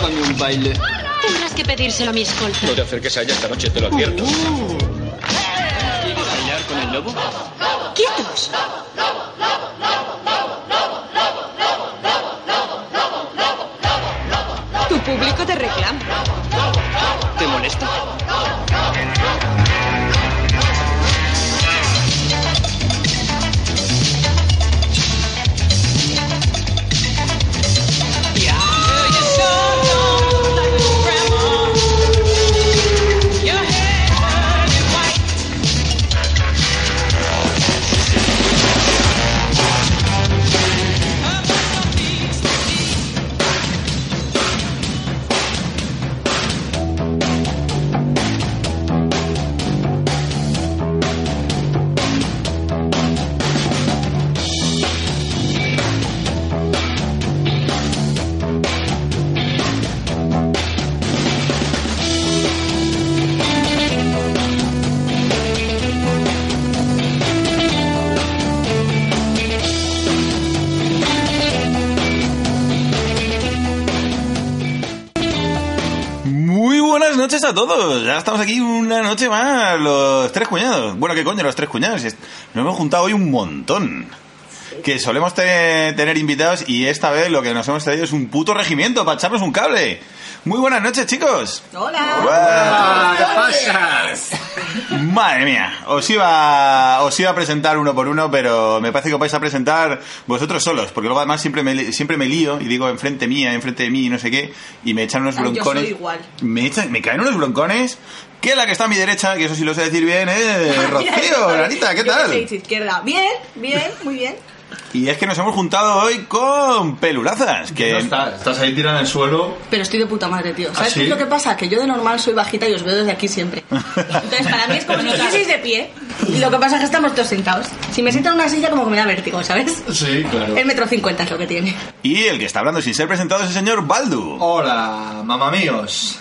Hágame un baile. Tendrás que pedírselo a mi escolta. No te acerques a ella esta noche, te lo advierto. ¿Quieres bailar con el lobo? ¡Quietos! Tu público te reclama. ¿Te molesta? Buenas noches a todos, ya estamos aquí una noche más, los tres cuñados. Bueno, ¿qué coño, los tres cuñados? Nos hemos juntado hoy un montón. Que solemos tener invitados y esta vez lo que nos hemos traído es un puto regimiento para echarnos un cable. Muy buenas noches, chicos. Hola. Hola. ¿Qué pasa? Madre mía, os iba a presentar uno por uno, pero me parece que os vais a presentar vosotros solos, porque luego además siempre me lío y digo enfrente de mí, no sé qué, y me echan unos broncones. Yo soy igual. Me caen unos broncones, que la que está a mi derecha, que eso sí lo sé decir bien, Rocío, Anita, ¿qué tal? Yo soy izquierda. Bien, muy bien. Y es que nos hemos juntado hoy con Pelulazas, que no estás ahí tirada en el suelo. Pero estoy de puta madre, tío. ¿Sabes ¿Ah, sí? qué es lo que pasa? Que yo de normal soy bajita y os veo desde aquí siempre. Entonces para mí es como si estuvieseis de pie. Y lo que pasa es que estamos todos sentados. Si me siento en una silla como que me da vértigo, ¿sabes? Sí, claro. El 1,50 m es lo que tiene. Y el que está hablando sin ser presentado es el señor Baldu. Hola, mamamíos.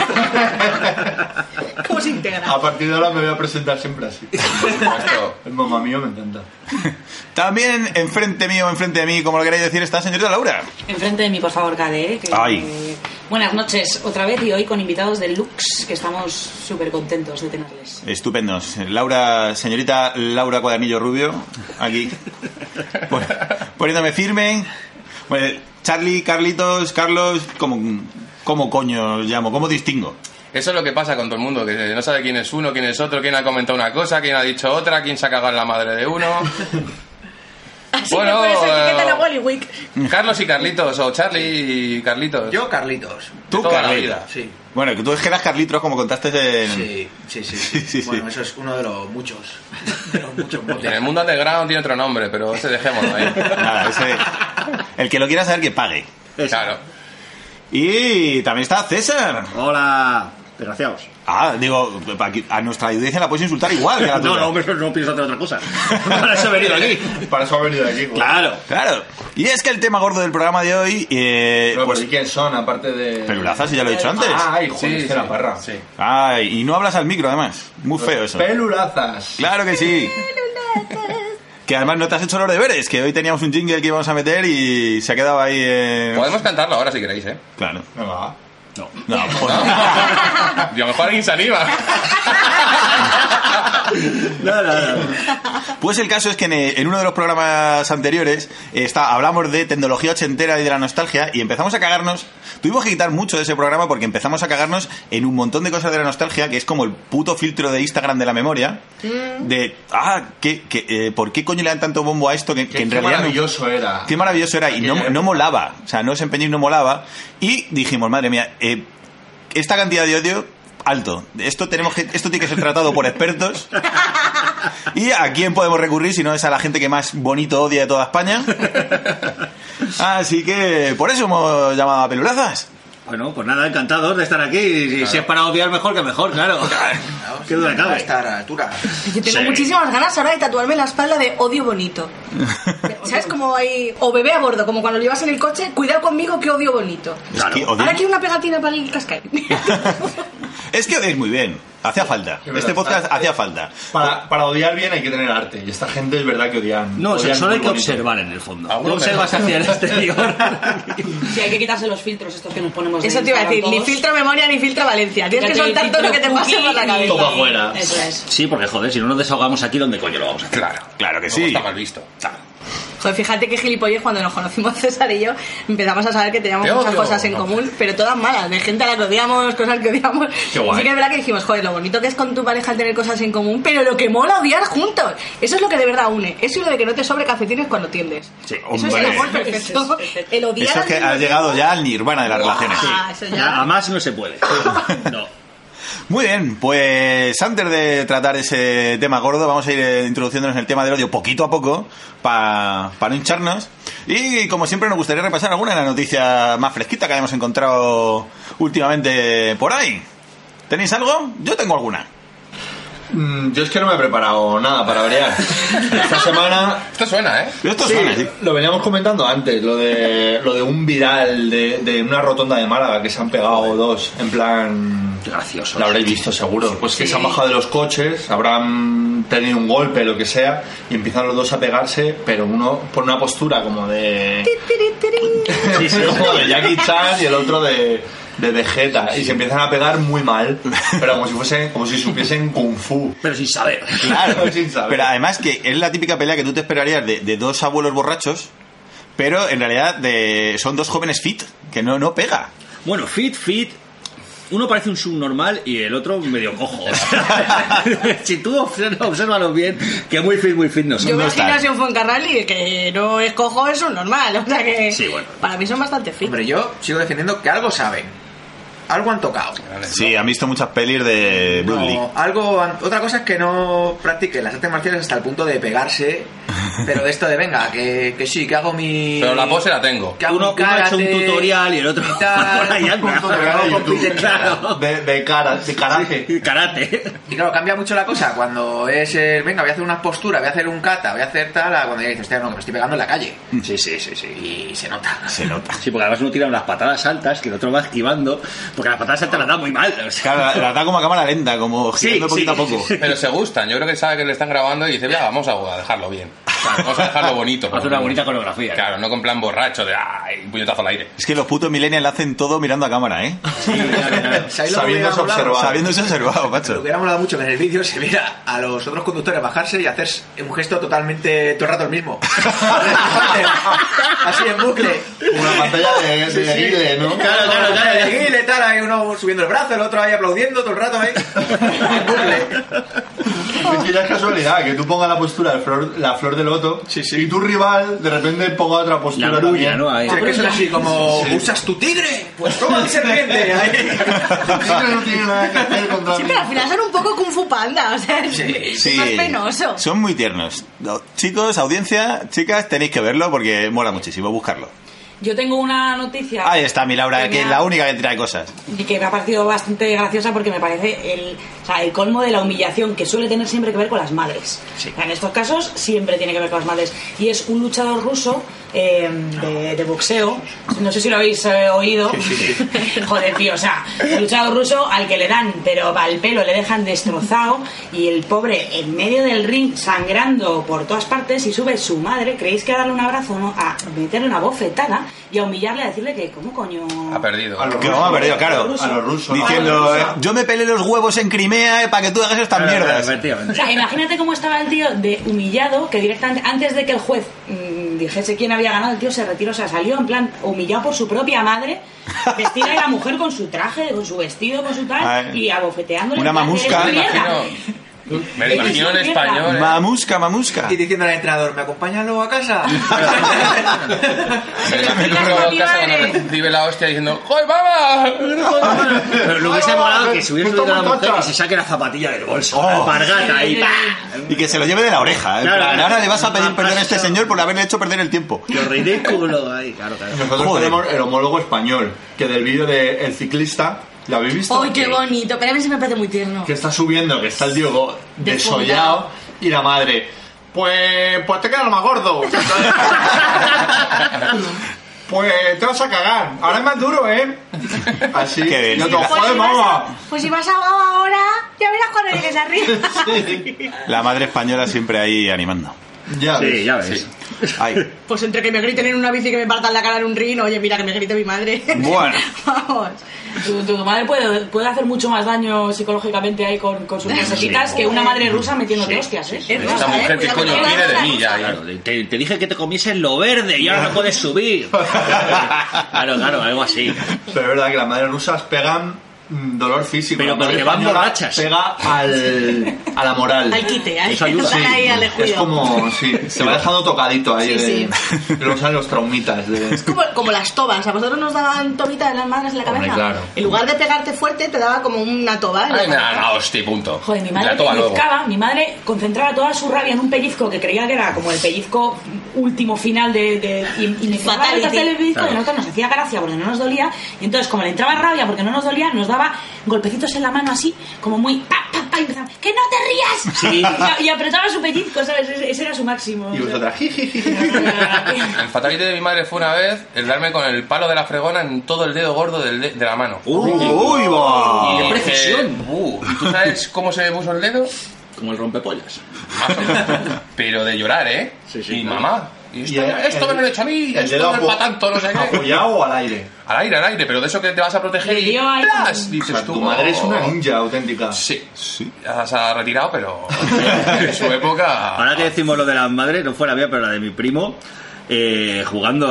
¿Cómo se integra? A partir de ahora me voy a presentar siempre así. El mamamío me encanta. También enfrente de mí, como lo queréis decir, está señorita Laura. Enfrente de mí, por favor, Cade. Buenas noches otra vez y hoy con invitados del Lux, que estamos súper contentos de tenerles. Estupendos. Señorita Laura Cuadernillo Rubio, aquí, poniéndome firme. Bueno, Charlie, Carlitos, Carlos, ¿cómo coño llamo? ¿Cómo distingo? Eso es lo que pasa con todo el mundo, que no sabe quién es uno, quién es otro, quién ha comentado una cosa, quién ha dicho otra, quién se ha cagado en la madre de uno. Así bueno, que por eso etiquetan a Wallywick. Carlos y Carlitos, o Charlie y Carlitos. Yo Carlitos. ¿Tú, toda Carlitos? la vida. Sí. Bueno, que tú es que eras Carlitos, como contaste en... Sí. Bueno, eso es uno de los muchos. En el mundo underground tiene otro nombre, pero ese dejémoslo ahí. Nada, el que lo quiera saber que pague. Claro. Y también está César. Hola, desgraciados. Digo, a nuestra audiencia la puedes insultar igual que a la tuya. No pienso hacer otra cosa. Para eso he venido aquí. Para eso he venido aquí. Claro. Y es que el tema gordo del programa de hoy... pues, ¿y quién son, aparte de...? Pelulazas, ya lo he dicho antes. Ay, joder, Sí, la parra. Sí. Ay, y no hablas al micro, además. Muy feo eso. Pelulazas. Claro que sí. Que además no te has hecho los deberes, que hoy teníamos un jingle que íbamos a meter y se ha quedado ahí... Podemos cantarlo ahora si queréis, ¿eh? Claro. Venga, va. No, Yo a lo mejor alguien se anima. No. Pues el caso es que en uno de los programas anteriores hablamos de tecnología ochentera y de la nostalgia y empezamos a cagarnos. Tuvimos que quitar mucho de ese programa porque empezamos a cagarnos en un montón de cosas de la nostalgia, que es como el puto filtro de Instagram de la memoria. ¿Por qué coño le dan tanto bombo a esto? Que en realidad maravilloso era. Qué maravilloso era. Y no molaba. O sea, no os empeñéis, no molaba. Y dijimos, madre mía, esta cantidad de odio, alto. Esto tiene que ser tratado por expertos. ¿Y a quién podemos recurrir si no es a la gente que más bonito odia de toda España? Así que por eso hemos llamado a Pelulazas. Bueno, pues nada, encantados de estar aquí. Y si es para odiar, mejor que mejor, claro. Qué duda cabe. A esta altura. Yo tengo muchísimas ganas ahora de tatuarme en la espalda de odio bonito. ¿Sabes? Como hay... O bebé a bordo, como cuando lo llevas en el coche. Cuidado conmigo, que odio bonito. Claro. Ahora quiero una pegatina para el cascabel. Es que odiáis muy bien. Hacía falta. Este podcast hacía falta. Para odiar bien hay que tener arte. Y esta gente es verdad que odian. No, odian solo hay que muy bonito. observar en el fondo. Alguno No observas hacia el exterior. Sí, hay que quitarse los filtros estos que nos ponemos de Eso te iba a decir, Instagram ni todos. filtro memoria ni filtro Valencia. Tienes que Quítate el soltar todo lo que te filtro pase por la cookie cabeza. Todo afuera. Eso es. Sí, porque joder, si no nos desahogamos aquí, ¿dónde coño lo vamos a hacer? Claro que Luego sí. está mal visto. Joder, fíjate que gilipollez cuando nos conocimos César y yo empezamos a saber que teníamos Te muchas odio. cosas en común, pero todas malas, de gente a la que odiamos, cosas que odiamos. Qué guay. Así que es verdad que dijimos, joder, lo bonito que es con tu pareja el tener cosas en común, pero lo que mola odiar juntos. Eso es lo que de verdad une. Eso y lo de que no te sobre calcetines cuando tiendes. Sí, Eso es hombre. el amor perfecto. El odiar Eso es al que mismo has llegado tiempo. ya al nirvana de las relaciones. Ah, eso ya. A más no se puede. No. Muy bien, pues antes de tratar ese tema gordo, vamos a ir introduciéndonos en el tema del odio poquito a poco, para no hincharnos. Y como siempre nos gustaría repasar alguna de las noticias más fresquitas que hayamos encontrado últimamente por ahí. ¿Tenéis algo? Yo tengo alguna. Yo es que no me he preparado nada para variar. Esta semana Esto suena, ¿eh? Esto sí, suena, sí. lo veníamos comentando antes, lo de un viral de una rotonda de Málaga que se han pegado dos, en plan... Qué gracioso. Lo habréis visto seguro. Pues que se han bajado de los coches, habrán tenido un golpe, lo que sea, y empiezan los dos a pegarse, pero uno por una postura como de... como de Jackie Chan y el otro de Vegeta, y se empiezan a pegar muy mal, pero como si supiesen kung fu. Pero sin saber. Claro, Sin saber. pero además que es la típica pelea que tú te esperarías de dos abuelos borrachos, pero en realidad son dos jóvenes fit, que no pega. Bueno, fit. Uno parece un subnormal y el otro medio cojo. Si tú obsérvalos bien, que muy fit no son. Yo no veo al están. gimnasio en Fuencarral y el que no es cojo es un normal. O sea que Sí, bueno. para mí son bastante fit. Hombre, yo sigo defendiendo que algo saben. Algo han tocado. Sí, han visto muchas pelis de Bruce Lee. Otra cosa es que no practiquen las artes marciales hasta el punto de pegarse, pero de esto de venga, que sí, que hago mi... Pero la pose la tengo. Que hago Uno mi ha hecho un karate tutorial y el otro y tal. por ahí anda. Un tutorial de YouTube. Claro. De karate. Karate. Y claro, cambia mucho la cosa cuando es el, venga, voy a hacer unas posturas, voy a hacer un kata, voy a hacer tal, a cuando ya dices, hostia, no, que me estoy pegando en la calle. Sí. Y se nota. Se nota. Sí, porque además uno tira unas patadas altas que el otro va esquivando, porque las patadas altas las da muy mal. O sea, Claro, la da como a cámara lenta, como girando poquito a poco. Pero se gustan. Yo creo que sabe que le están grabando y dice, ya, vamos a dejarlo bien. O sea, vamos a dejarlo bonito. hace una bonita coreografía. Claro, no con plan borracho de ¡ay! Un puñetazo al aire. Es que los putos millennials hacen todo mirando a cámara, ¿eh? Sí, claro. ¿Sabéis lo que hubiera Sabiéndose molado? observar. Sabiéndose observado, Lo macho. que hubiera molado mucho que en el vídeo se viera a los otros conductores bajarse y hacer un gesto totalmente todo el rato el mismo. Así en bucle. Una pantalla de guile, ¿no? Claro. De guile, tal, hay uno subiendo el brazo, el otro ahí aplaudiendo todo el rato ahí. En bucle. Es que ya es casualidad que tú pongas la postura de la flor de loto y tu rival de repente ponga otra postura La bulla, también. ¿no? Ahí. O sea, que eso es así como, ¿usas tu tigre? Pues toma mi serpiente. Ahí. Tigre no tiene nada que hacer contra Sí, mí. pero al final son un poco Kung Fu Panda, o sea, Sí, es más penoso. Son muy tiernos. No, chicos, audiencia, chicas, tenéis que verlo porque mola muchísimo buscarlo. Yo tengo una noticia. Ahí está mi Laura, que es la única que trae cosas. Y que me ha parecido bastante graciosa porque me parece el colmo de la humillación que suele tener siempre que ver con las madres. Sí. En estos casos siempre tiene que ver con las madres. Y es un luchador ruso de boxeo. No sé si lo habéis oído. Joder, tío, o sea, un luchador ruso al que le dan, pero al pelo le dejan destrozado y el pobre en medio del ring sangrando por todas partes y sube su madre. ¿Creéis que a darle un abrazo o no? A meterle una bofetada y a humillarle, a decirle que ¿cómo coño? Ha perdido. Que vamos a perder, claro. A los rusos. Diciendo, yo me pelé los huevos en Crimea para que tú hagas estas mierdas. O Efectivamente. sea, imagínate cómo estaba el tío de humillado, que directamente, antes de que el juez dijese quién había ganado, el tío se retiró, o sea, salió en plan humillado por su propia madre, vestida de la mujer con su traje, con su vestido, con su tal, Ay. y abofeteándole. Una en plan, mamusca. "Eres Me mierda". Me lo imagino en español, ¿eh? Mamusca. Y diciendo al entrenador, ¿me acompañan luego a casa? Me imagino Casa luego de en mi casa madre. cuando recibe la hostia diciendo ¡Joder, mamá! Pero lo hubiese molado que se hubiese subido a la mujer y se saque la zapatilla del bolso. Oh. Alpargata y ¡pa! Y que se lo lleve de la oreja. En Claro, plan, claro. ahora le vas a pedir perdón a este señor por haberle hecho perder el tiempo. Qué ridículo ahí, claro. Nosotros Joder. tenemos el homólogo español, que del vídeo de El Ciclista, ¿lo habéis visto? ¡Ay, qué bonito! Pero a mí se me parece muy tierno. Que está subiendo, que está el Diego desollado y la madre, pues te quedas más gordo. pues te vas a cagar. Ahora es más duro, ¿eh? Así. Qué bien. Yo Sí, te pues joder, si vas mamá. pues si vas ahogado ahora, ya verás cuando llegues arriba. La madre española siempre ahí animando. Ya Sí, ves. ya ves. Ay, Pues entre que me griten en una bici que me partan la cara en un ring, oye, mira que me grite mi madre. Bueno. Vamos. Tu madre puede hacer mucho más daño psicológicamente ahí con sus clasecitas que una madre rusa metiéndote hostias, ¿eh? Es Esta rusa, mujer, ¿qué Cuidado coño con la quiere de rusa, mí ya? Claro, te dije que te comieses lo verde y ahora no puedes subir. Claro, algo así. Pero es verdad que las madres rusas pegan dolor físico. Pero La madre porque van española borrachas. Pega a la moral. Al quite, Eso ayuda. Están ahí al Es descuido. como, sí, se va dejando tocadito ahí. Sí, Luego salen los traumitas. Es como las tobas. A vosotros nos daban tobitas de las madres en la cabeza. Hombre, claro. En lugar de pegarte fuerte, te daba como una toba. en la Ay, me da cabeza. la hostia, punto. Joder, mi madre La toba luego. pellizcaba, mi madre concentraba toda su rabia en un pellizco que creía que era como el pellizco último final y me empezaba a Fatality. hacer el pellizco Claro. y a nosotros nos hacía gracia porque no nos dolía, y entonces como le entraba rabia porque no nos dolía, nos daba golpecitos en la mano así, como muy y empezaba, ¡que no te rías! Sí. Y apretaba su pellizco, ¿sabes? Ese era su máximo. Y vosotras, jiji. El fatality de mi madre fue una vez el darme con el palo de la fregona en todo el dedo gordo de la mano. uy, va. Y ¡Qué dije, precisión! ¿Y tú sabes cómo se me puso el dedo? Como el rompepollas. Más o menos. Pero de llorar, ¿eh? Sí, sí, y claro. mamá. Y esto me lo he hecho a mí, el esto dedo no es para tanto, no sé qué. ¿Apoyado o al aire? Al aire, pero de eso que te vas a proteger Le y dio ahí ¡plas! como- Dices O sea, tú, tu madre es una oh. ninja auténtica. Sí, ya se ha retirado, pero en su época... Ahora que decimos lo de las madres, no fue la mía, pero la de mi primo, jugando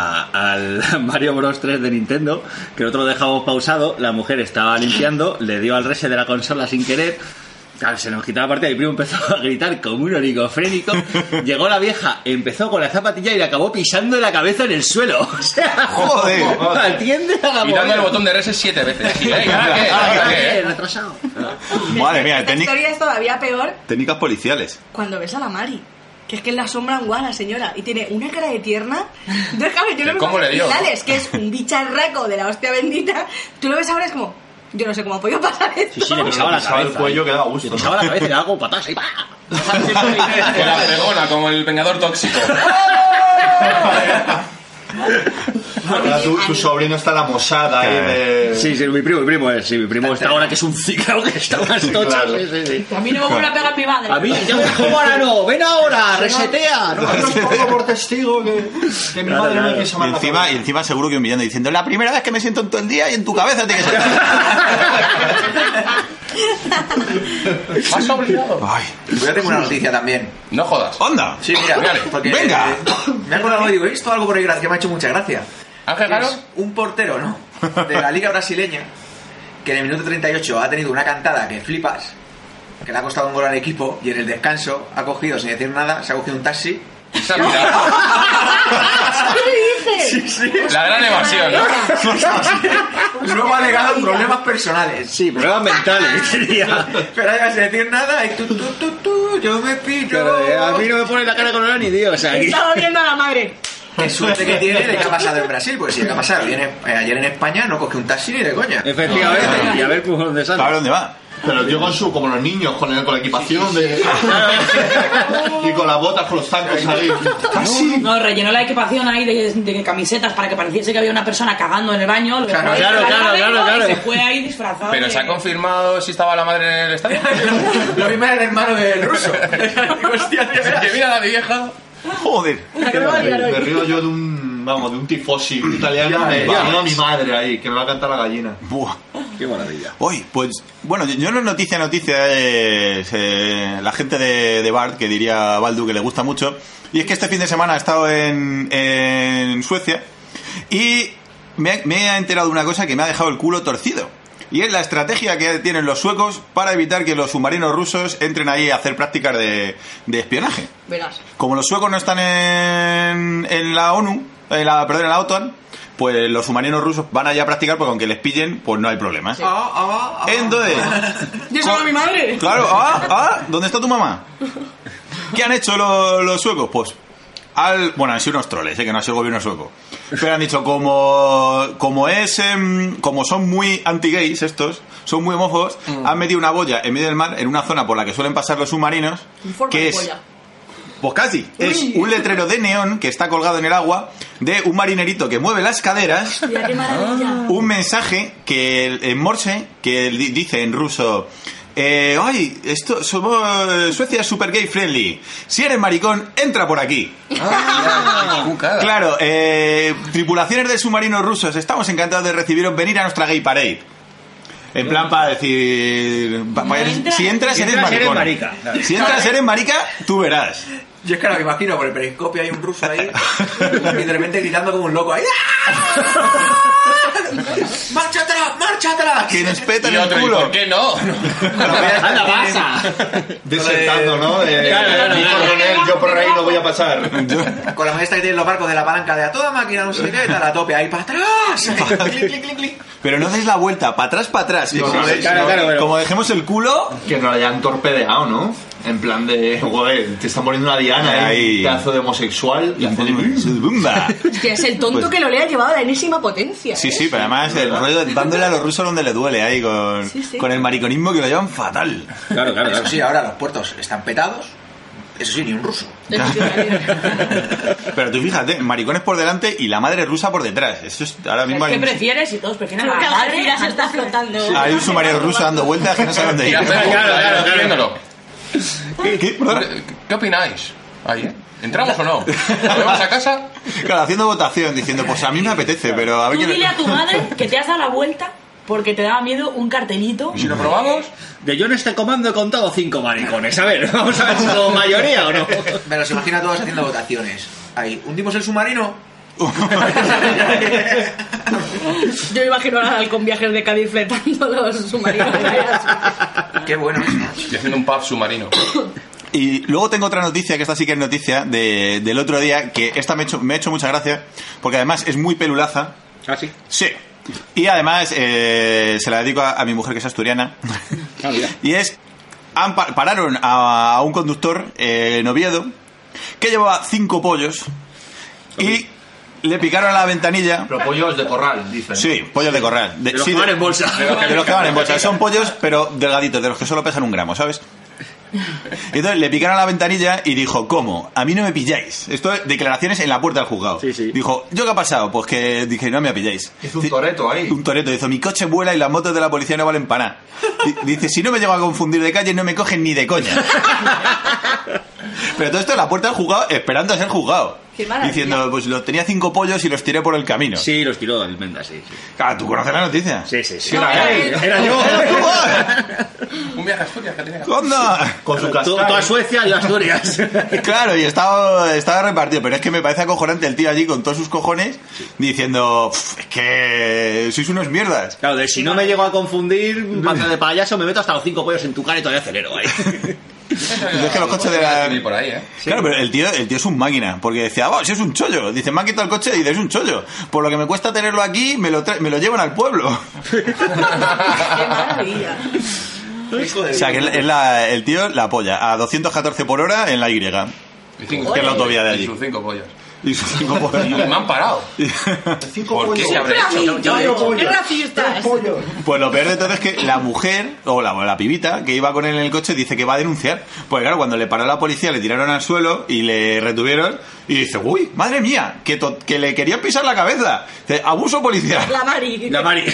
al Mario Bros 3 de Nintendo, que nosotros lo dejamos pausado, la mujer estaba limpiando, le dio al reset de la consola sin querer. Claro, se nos quitaba la partida y mi primo empezó a gritar como un oligofrénico. Llegó la vieja, empezó con la zapatilla y le acabó pisando la cabeza en el suelo. O sea, Joder. atiende a la Y dando el mujer. botón de reset 7 veces. Y, ¿ahora qué? ¿Ahora qué? Retrasado. Madre mía, Esta historia es todavía peor técnicas policiales. cuando ves a la Mari. Que es que es la sombra anguala, señora. Y tiene una cara de tierna. Entonces, claro, yo lo ¿Cómo le dio? Finales, que es un bicharraco de la hostia bendita. Tú lo ves ahora, es como... Yo no sé cómo ha podido pasar esto. Sí, sí, le pisaba la Pisaba cabeza. el cuello que daba gusto. Le pisaba la cabeza y le daba como patadas y ¡pah! Con la fregona, como el vengador tóxico. Ahora tu sobrino está la mosada ahí de... Sí, mi primo es. Sí, mi primo está ahora que es un ciclado que está más tocho. Claro. Sí. A mí no me vuelve a pegar mi madre. A mí, ya me dijo, ahora no, ven ahora, resetea. ¿no? Os pongo por testigo que mi madre me quiso Y mandar. encima seguro que humillando diciendo, la primera vez que me siento en todo el día y en tu cabeza tiene que ser. ¿Has obligado? Ay, Pues yo tengo una noticia también. No jodas. ¡Onda! Sí, mira, Vale. porque Venga. me he acordado y digo, he visto algo por ahí que me ha hecho mucha gracia. ¿Ángel Caro? Es un portero, ¿no? De la liga brasileña, que en el minuto 38 ha tenido una cantada que flipas, que le ha costado un gol al equipo, y en el descanso ha cogido, sin decir nada, se ha cogido un taxi. Se ha pirado. La gran evasión, ¿no? Luego ha alegado problemas personales. Sí, problemas mentales, diría. Pero ya sin decir nada, y tú, yo me pillo. A mí no me pone la cara con ni Dios. O sea, aquí... Estaba viendo a la madre. Qué suerte que tiene de que ha pasado en Brasil, pues si le ha pasado ayer en España, no coge un taxi ni de coña. Efectivamente, y a ver por dónde sale. ¿Sabe dónde va? Pero yo con como los niños, con la equipación de... y con las botas, con los zancos ahí. Casi. No, rellenó la equipación ahí de camisetas para que pareciese que había una persona cagando en el baño. Lo dejó ahí Claro, para claro, el claro, baño claro. Y se fue ahí disfrazado. Pero de- se ha confirmado si estaba la madre en el estadio. Lo mismo era el hermano del ruso. Hostia, tío, Que mira la vieja. Joder. ¿A qué me va a liar hoy? Me río yo de un tifosi italiano llamando a mi madre ahí, que me va a cantar la gallina. Buah. Qué maravilla. Hoy, pues, bueno, yo no noticia es la gente de Bart, que diría Baldu que le gusta mucho, y es que este fin de semana ha estado en Suecia y me ha enterado de una cosa que me ha dejado el culo torcido. Y es la estrategia que tienen los suecos para evitar que los submarinos rusos entren ahí a hacer prácticas de espionaje. Verás. Como los suecos no están en la ONU, en la OTAN, pues los submarinos rusos van allá a practicar porque aunque les pillen, pues no hay problema. Entonces, Yo soy mi madre. claro, ¿dónde está tu mamá? ¿Qué han hecho los suecos? Pues bueno, han sido unos troles, que no ha sido el gobierno sueco. Pero han dicho, como son muy anti-gays estos, son muy homófobos, han metido una boya en medio del mar, en una zona por la que suelen pasar los submarinos, En forma que de es... polla. Pues casi. Es un letrero de neón que está colgado en el agua de un marinerito que mueve las caderas. Mira qué maravilla. Un mensaje que en Morse que dice en ruso: ay, esto somos Suecia super gay friendly. Si eres maricón, entra por aquí. Claro, tripulaciones de submarinos rusos, estamos encantados de recibiros, venir a nuestra gay parade. En plan para decir, si entras eres maricón. marica. Si entras eres marica, tú verás. Yo es que ahora me imagino por el periscopio hay un ruso ahí y de repente gritando como un loco ahí. ¡Marcha atrás! ¡Marcha atrás! Que nos petan Y el otro, ¿y culo. por qué no? ¡Anda, pasa! Desertando, ¿no? Claro. Mi coronel, yo por ahí no voy a pasar. Con la maestra que tienen los barcos de la palanca de a toda máquina, no sé qué, tal, a tope, ahí para atrás. Clic, clic, clic, clic. Pero no des la vuelta, para atrás, para atrás. Sí, Como, sí, claro, pero- como dejemos el culo. Que no la hayan torpedeado, ¿no? En plan de, joder, te están poniendo una diana ahí, Ahí. pedazo de homosexual y hacer Bumba. Hostia, es el tonto Pues- que lo le ha llevado a la enésima potencia. Sí, sí, pero además el rollo dándole a los rusos donde le duele ahí Sí, sí. con el mariconismo que lo llevan fatal. Claro. Eso sí, ahora los puertos están petados. Eso sí, ni un ruso. Pero tú fíjate, maricones por delante y la madre rusa por detrás. Eso es ahora mismo ¿Qué hay, prefieres? Y todos prefieren a Creo que la la madre. gira se está flotando. hay un submarino ruso dando vueltas que no sabe dónde ¿Qué ir. hacemos? Claro. Viéndolo. ¿Qué? ¿Perdona? ¿Qué opináis? Ahí, ¿entramos o no? ¿Volvemos a casa? Claro, haciendo votación, diciendo, pues a mí me apetece, pero a ver Tú quién... dile a tu madre que te has dado la vuelta porque te daba miedo un cartelito. ¿Y si lo probamos? De yo en este comando he contado 5 maricones. A ver, vamos a ver si somos mayoría o no. Me los imagino a todos haciendo votaciones. Ahí, ¿hundimos el submarino? Yo imagino ahora con viajes de Cádiz fletando los submarinos. Qué bueno eso. Y haciendo un pub submarino. Y luego tengo otra noticia, que esta sí que es noticia, del otro día, que esta me ha hecho mucha gracia, porque además es muy pelulaza. ¿Ah, sí? Sí. Y además se la dedico a mi mujer, que es asturiana. Ah, mira. Y es... pararon a un conductor en Oviedo que llevaba 5 pollos y le picaron a la ventanilla. Pero pollos de corral, dicen. Sí, pollos de corral. De los que van en bolsa. De los que van en bolsa. Son pollos, pero delgaditos, de los que solo pesan 1 gramo, ¿sabes? Y entonces le picaron a la ventanilla y dijo, ¿cómo? A mí no me pilláis. Esto es declaraciones en la puerta del juzgado. Sí, sí. Dijo, ¿yo qué ha pasado? Pues que dije, no me pilláis. Hizo un toreto ahí. Un toreto. Dice, mi coche vuela y las motos de la policía no valen para nada. Dice, si no me llego a confundir de calle, no me cogen ni de coña. Pero todo esto en la puerta del juzgado, esperando a ser juzgado. Qué maravilla. Diciendo, pues tenía 5 pollos y los tiré por el camino. Sí, los tiró Almenda, sí. Claro, ¿tú conoces la noticia? Sí. Era yo. Un viaje a Asturias que tenía. ¡Onda! Con su Tú cascada. a Suecia y a Asturias. Claro, y estaba repartido, pero es que me parece acojonante el tío allí con todos sus cojones diciendo, es que sois unos mierdas. Claro, de si no me llego a confundir, pata de payaso, me meto hasta los 5 pollos en tu cara y todavía acelero ahí. Es que los coches de la... Por ahí, ¿eh? Claro, pero el tío es un máquina, porque decía, si es un chollo. Dice, me han quitado el coche y dice, es un chollo. Por lo que me cuesta tenerlo aquí, me lo llevan al pueblo. Qué maravilla. O sea, que el tío la apoya a 214 por hora en la Y. Y cinco- Que es la autovía de allí. Y sus 5 pollos. Y sus 5 por Y me han parado. ¿Por qué se habrá hecho? ¡Qué racistas! Pues lo peor de todo es que la mujer, o la pibita, que iba con él en el coche, dice que va a denunciar. Pues claro, cuando le paró la policía, le tiraron al suelo y le retuvieron. Y dice, uy, madre mía, que le querían pisar la cabeza. Dice, abuso policial. La Mari. La Mari.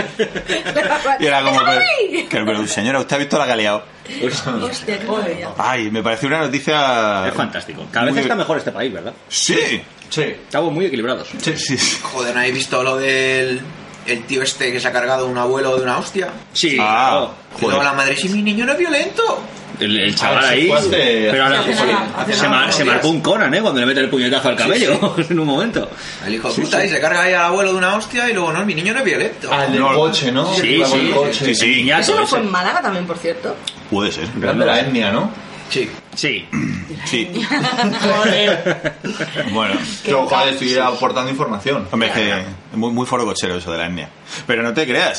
Y era como, ¡La Mari! pero señora, usted ha visto la que ha liado. Hostia, qué maravilla. Ay, me pareció una noticia... Es fantástico. Cada vez Muy- está mejor este país, ¿verdad? Sí. Sí. Estamos muy equilibrados. Sí. Joder, ¿no habéis visto lo del el tío este que se ha cargado un abuelo de una hostia? Sí, Ah, claro. Y luego joder. la madre, si mi niño no es violento. El chaval A ver, ahí. se fue hace- Pero ahora se marcó un Conan, ¿eh? Cuando le mete el puñetazo al cabello. En un momento. El hijo de puta y se carga ahí al abuelo de una hostia y luego no, mi niño no es violento. Al del coche, ¿no? Sí, Que iba con sí. el coche. Sí. El niñato Eso no fue ese. en Málaga también, por cierto. Puede ser. Eran de la etnia, ¿no? Sí. Sí. Sí. Joder. Bueno. Yo, ojalá estuviera aportando información. Hombre, es que es muy foro cochero eso de la etnia. Pero no te creas,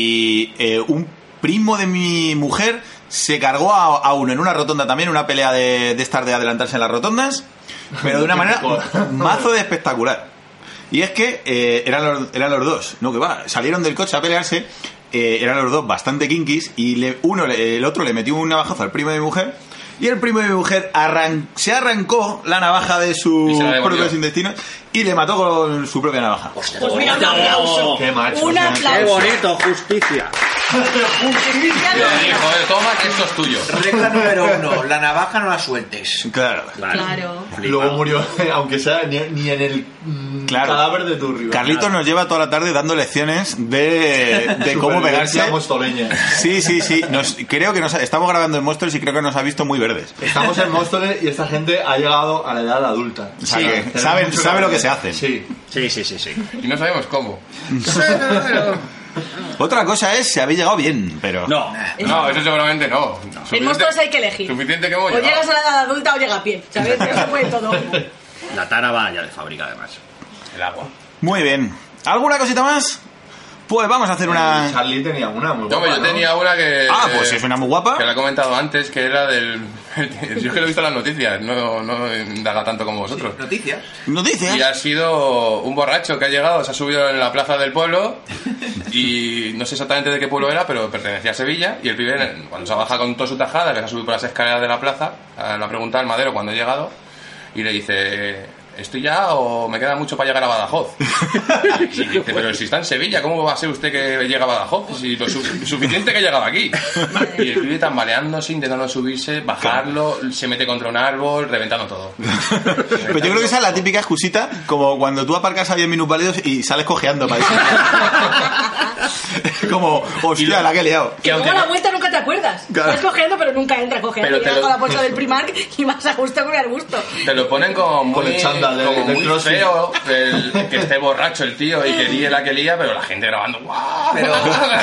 un primo de mi mujer se cargó a uno en una rotonda también, una pelea de estar de adelantarse en las rotondas, pero de una manera mazo de espectacular. Y es que eran los dos, no que va, salieron del coche a pelearse eran los dos bastante kinkis y el otro le metió un navajazo al primo de mi mujer y el primo de mi mujer se arrancó la navaja de sus propios intestinos y le mató con su propia navaja. Pues mira, un aplauso. Qué macho. Un aplauso. ¡Qué bonito! Justicia. Joder, toma, que esto es tuyo. Regla número 1, la navaja no la sueltes. Claro. Claro. Luego murió, aunque sea ni en el cadáver de tu rival. Carlitos nos lleva toda la tarde dando lecciones de cómo pegarse. Mostoleña. Sí. Creo que estamos grabando en Móstoles y creo que nos ha visto muy verdes. Estamos en Móstoles y esta gente ha llegado a la edad adulta. O sea, que sabe lo que se hace. Sí. Y no sabemos cómo. Otra cosa es si habéis llegado bien, pero... No, eso seguramente no. En Móstoles hay que elegir. Suficiente que hemos O llegas a la edad adulta o llega a pie. ¿Sabes? Eso puede todo. La tara va ya de fábrica, además. El agua. Muy bien. ¿Alguna cosita más? Pues vamos a hacer una... Charlie tenía una muy guapa. No, yo tenía una que... pues es una muy guapa. Que la he comentado antes, que era del... Yo es que lo he visto en las noticias, no indaga tanto como vosotros. ¿Noticias? ¿Noticias? Y ha sido un borracho que ha llegado, se ha subido en la plaza del pueblo y no sé exactamente de qué pueblo era, pero pertenecía a Sevilla. Y el pibe, cuando se baja con toda su tajada, que se ha subido por las escaleras de la plaza, le ha preguntado al madero cuando ha llegado y le dice... ¿Estoy ya o me queda mucho para llegar a Badajoz? Y dice, pero si está en Sevilla, ¿cómo va a ser usted que llega a Badajoz? Si lo suficiente que llegaba aquí. Y el pibe tambaleándose, intentando subirse, bajarlo, se mete contra un árbol, reventando todo. Pero yo creo que esa es la típica excusita, como cuando tú aparcas a 10 minusválidos y sales cojeando para eso. Como, hostia, la que he liado. Que luego a la vuelta nunca te acuerdas. Claro. Vas cogiendo, pero nunca entra cogiendo. Te llegas con la bolsa del Primark y vas a gusto con el gusto. Te lo ponen como muy feo, que esté borracho el tío y que líe la que lía, pero la gente grabando. ¡Guau! Pero...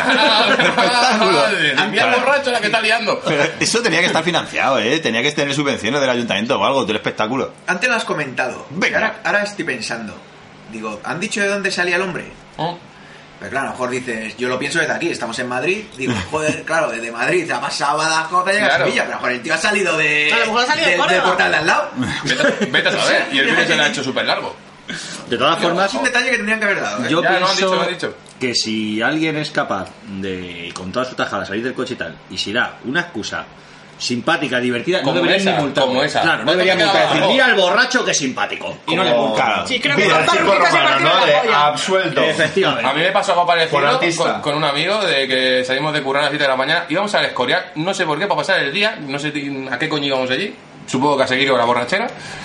Mira el borracho la que está liando. Pero eso tenía que estar financiado, ¿eh? Tenía que tener subvenciones del ayuntamiento o algo, del espectáculo. Antes lo has comentado. Venga. Ahora estoy pensando. Digo, ¿han dicho de dónde salía el hombre? Pero claro, a lo mejor dices, yo lo pienso desde aquí, estamos en Madrid. Digo, joder, claro, desde Madrid ha pasado a Badajoz, llega a Sevilla. Pero a lo mejor el tío ha salido de... A lo mejor ha salido de Córdoba. del portal de al lado. Vete a saber. Y el vídeo se le ha hecho súper largo. De todas formas, Es un detalle que tendrían que haber dado, ¿eh? yo Ya, pienso lo han dicho. que si alguien es capaz de, con toda su tajada, salir del coche y tal, y si da una excusa simpática, divertida, Como no deberían esa, ni multar. como esa. Claro, no deberían No te multar. queda Decir, abajo. mira al borracho que es simpático. Y no le multan. Sí, creo que Mira, con el circo parruquitas se romano, partió ¿no? la De polla. absuelto. Efectivamente. A mí me pasó algo Por parecido artista. con un amigo de que salimos de currar a las 7 de la mañana, íbamos al Escorial, no sé por qué, para pasar el día, no sé a qué coño íbamos allí, supongo que a seguir con la borrachera,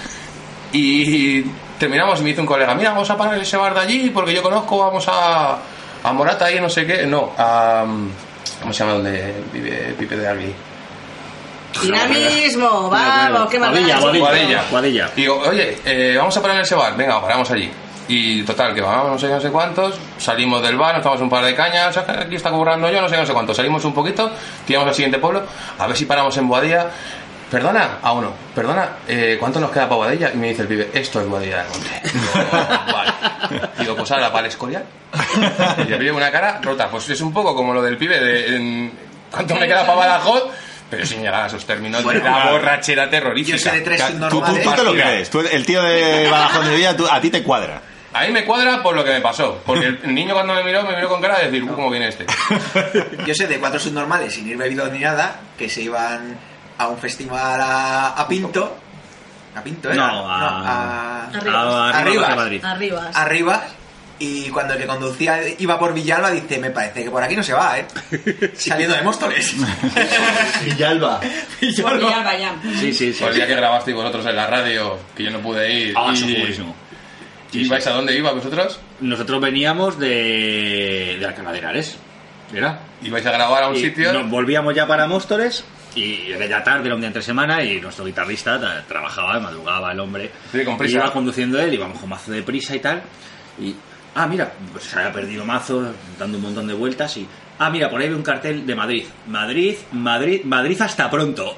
y terminamos y me dice un colega, mira, vamos a parar ese bar de allí porque yo conozco, vamos a Morata y no sé qué, no, a... ¿cómo se llama donde vive Pipe de Albi? Dinamismo, vamos, qué Guadilla, maldad. Guadilla. Y digo, oye, vamos a parar en ese bar, venga, paramos allí. Y total, que vamos no sé cuántos, salimos del bar, nos tomamos un par de cañas, aquí está currando yo, no sé cuántos, salimos un poquito, tiramos al siguiente pueblo, a ver si paramos en Boadilla. Perdona, a uno, perdona, ¿cuánto nos queda para Boadilla? Y me dice el pibe, esto es Boadilla del Monte. Digo, vale. Digo, pues ahora para el Escorial. Y el pibe una cara rota, pues es un poco como lo del pibe de ¿cuánto me queda para Badajoz? Pero sin llegar a esos términos de la borrachera terrorífica. Yo sé de tres Tú subnormales. te lo crees. Tú, el tío de Badajoz de Sevilla, a ti te cuadra. A mí me cuadra por lo que me pasó. Porque el niño cuando me miró con cara de decir, ¿cómo viene este? Yo sé de 4 subnormales sin ir bebidos ni nada que se iban a un festival a Pinto. ¿A Pinto era? No, a Arribas. de Madrid. Arribas. Y cuando el que conducía iba por Villalba, dice, me parece que por aquí no se va, ¿eh? Saliendo de Móstoles. Villalba. Por Villalba ya. Sí. Por el día que grabasteis vosotros en la radio, que yo no pude ir. Eso fue buenísimo. ¿Y vais a dónde ibais vosotros? Nosotros veníamos de Alcalá de Henares. ¿Era? ¿Ibais a grabar a un Y sitio? nos volvíamos ya para Móstoles y era ya tarde, era un día entre semana y nuestro guitarrista trabajaba, madrugaba el hombre. Sí, con y prisa. iba conduciendo él, íbamos con mazo de prisa y tal. Y, mira, pues se había perdido mazo, dando un montón de vueltas y... mira, por ahí hay un cartel de Madrid. Madrid hasta pronto.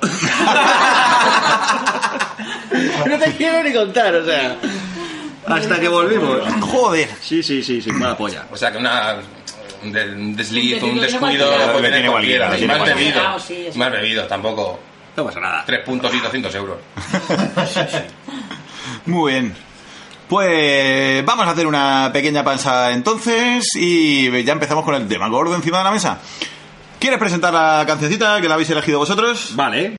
No te quiero ni contar, o sea... Hasta que volvimos. Joder. Sí, sin mala polla. O sea, que un desliz, un Un descuido, desliz, puede tener tiene cualquiera. cualquiera, Y tiene más cualquiera. bebido. Sí, eso. Más bebido, tampoco. No pasa nada. 3 puntos y 200 euros. Muy bien. Pues vamos a hacer una pequeña panza entonces y ya empezamos con el tema gordo encima de la mesa. ¿Quieres presentar la cancioncita que la habéis elegido vosotros? Vale.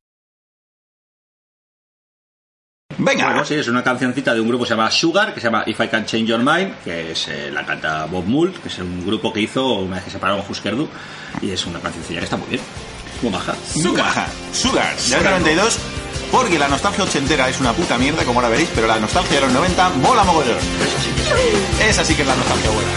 Venga. Bueno, sí, es una cancioncita de un grupo que se llama Sugar, que se llama If I Can Change Your Mind, que es la canta Bob Mould, que es un grupo que hizo una vez que se pararon Husker Du, y es una cancioncilla que está muy bien, muy baja. Sugar, ya es 92, porque la nostalgia ochentera es una puta mierda, como ahora veréis, pero la nostalgia de los 90 mola mogollón. Esa sí que es la nostalgia buena.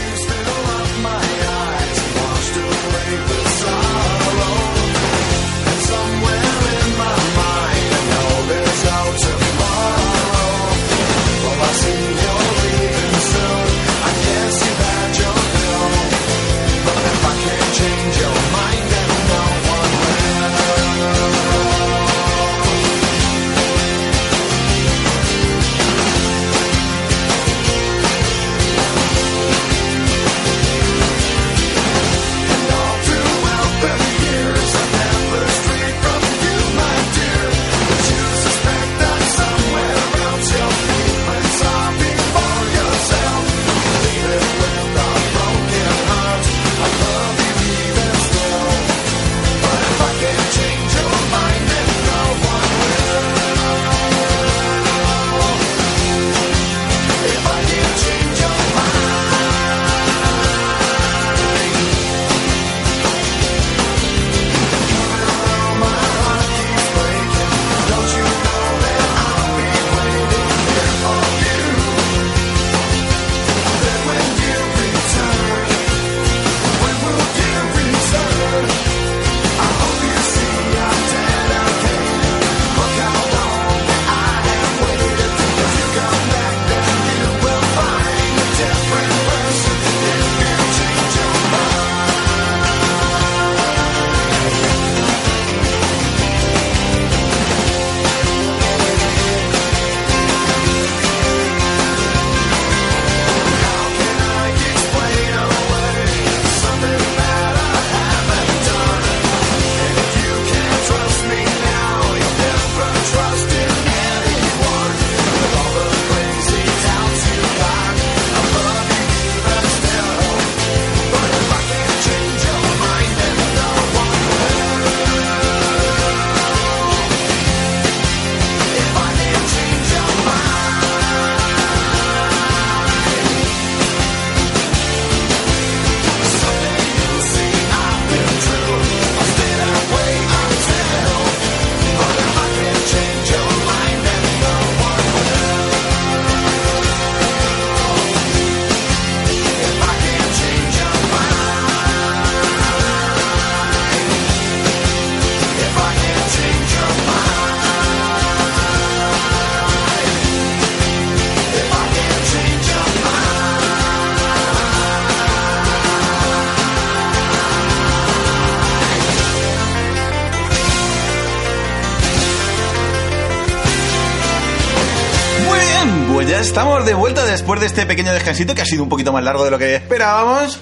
Pues ya estamos de vuelta después de este pequeño descansito que ha sido un poquito más largo de lo que esperábamos,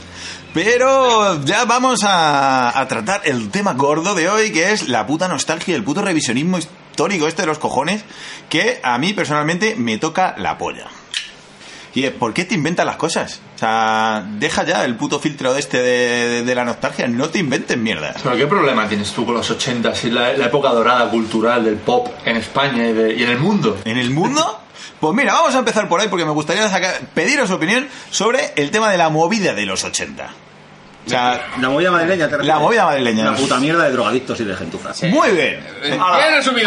pero ya vamos a tratar el tema gordo de hoy, que es la puta nostalgia, el puto revisionismo histórico este de los cojones, que a mí personalmente me toca la polla. Y es, ¿por qué te inventas las cosas? O sea, deja ya el puto filtro de la nostalgia, no te inventes mierdas. Pero ¿qué problema tienes tú con los 80 y la época dorada cultural del pop en España y en el mundo? ¿En el mundo? Pues mira, vamos a empezar por ahí porque me gustaría pediros opinión sobre el tema de la movida de los 80. O sea, la movida madrileña, ¿te refieres? La movida madrileña. Una puta mierda de drogadictos y de gentuza. Sí. Muy bien. Bien resumido.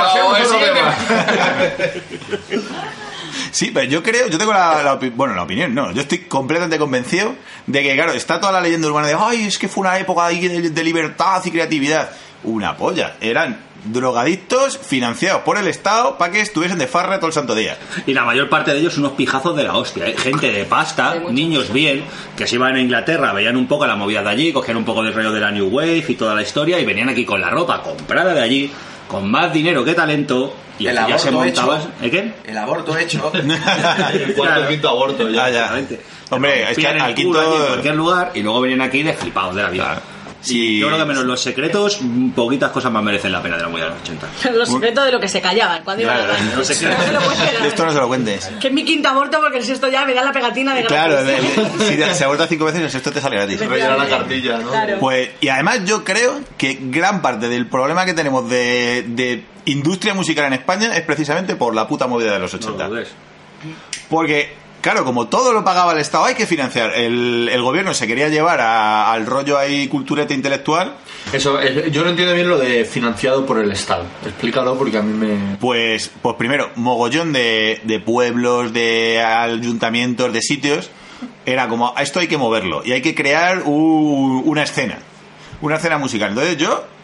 Sí, pero yo tengo la opinión, no, yo estoy completamente convencido de que, claro, está toda la leyenda urbana de, ay, es que fue una época ahí de libertad y creatividad. Una polla, eran drogadictos financiados por el Estado para que estuviesen de farra todo el santo día. Y la mayor parte de ellos unos pijazos de la hostia, ¿eh? Gente de pasta, niños bien, que se iban a Inglaterra, veían un poco la movida de allí, cogían un poco del rollo de la New Wave y toda la historia y venían aquí con la ropa comprada de allí, con más dinero que talento. Y el ya se montaba. ¿Qué? El aborto hecho. El cuarto o quinto aborto ya. Hombre, es que al quinto en cualquier lugar y luego venían aquí de flipados de la vida. Sí. Yo creo que menos Los Secretos, poquitas cosas más merecen la pena de la movida de los 80. Los secretos de lo que se callaban cuando iban a la radio. Los secretos. No se lo cuentes. De esto no se lo cuentes. Que es mi quinto aborto porque el sexto ya me da la pegatina de Claro, gratis. si se aborta 5 veces, el sexto te sale gratis. Rellenar la cartilla, ¿no? Claro. Pues, y además yo creo que gran parte del problema que tenemos de industria musical en España es precisamente por la puta movida de los 80. No lo dudes. Porque, claro, como todo lo pagaba el Estado, hay que financiar. El gobierno se quería llevar al rollo ahí cultureta intelectual. Eso, yo no entiendo bien lo de financiado por el Estado. Explícalo porque a mí me... Pues primero, mogollón de pueblos, de ayuntamientos, de sitios. Era como, a esto hay que moverlo y hay que crear una escena musical. Entonces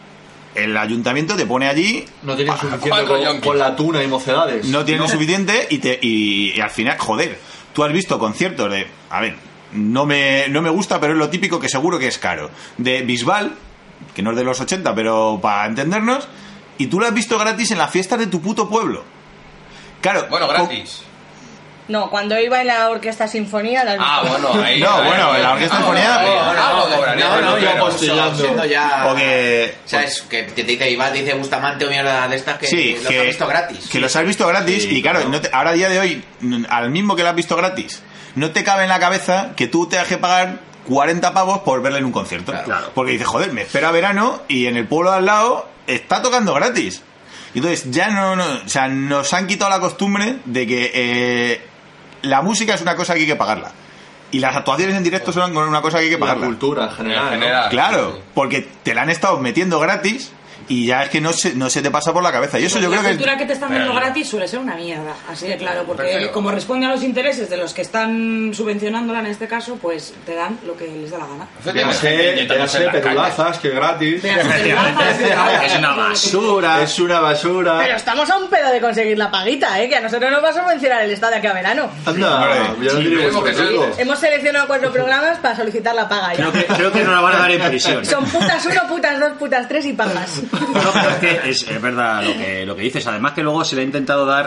el ayuntamiento te pone allí. No tienen suficiente con la tuna y mocedades. No tienen suficiente y al final, joder, tú has visto conciertos de, a ver, no me gusta, pero es lo típico que seguro que es caro, de Bisbal, que no es de los 80, pero para entendernos, y tú lo has visto gratis en las fiestas de tu puto pueblo. Claro. Bueno, gratis. No, cuando iba en la orquesta sinfonía... Bueno, ahí... No, bueno, en la orquesta sinfonía... Algo cobraría. No, ya apostillando. Siendo ya... Porque... O sea, es que te dice Iván, te dice Bustamante o mierda de estas que sí, los has visto gratis. Que los has visto gratis y claro, ahora a día de hoy, al mismo que lo has visto gratis, no te cabe en la cabeza que tú te has que pagar 40 pavos por verle en un concierto. Claro. Porque dices, joder, me espera verano y en el pueblo de al lado está tocando gratis. Y entonces ya o sea, nos han quitado la costumbre de que la música es una cosa que hay que pagarla. Y las actuaciones en directo son una cosa que hay que pagarla. La cultura en general. ¿no? Claro, porque te la han estado metiendo gratis y ya es que no se te pasa por la cabeza. Y eso yo creo que... La cultura que te están dando gratis suele ser una mierda, así de claro, porque como responde a los intereses de los que están subvencionándola en este caso, pues te dan lo que les da la gana. Véase pedulazas, que gratis. Es una basura. Es una basura. Pero estamos a un pedo de conseguir la paguita, que a nosotros nos va a subvencionar el Estado de aquí a verano. Anda, ya no diremos que sí. Hemos seleccionado 4 programas para solicitar la paga ya. Creo que no la van a dar en prisión. Son putas 1, putas 2, putas 3 y pagas. No, pero es que es verdad lo que dices. Además que luego se le ha intentado dar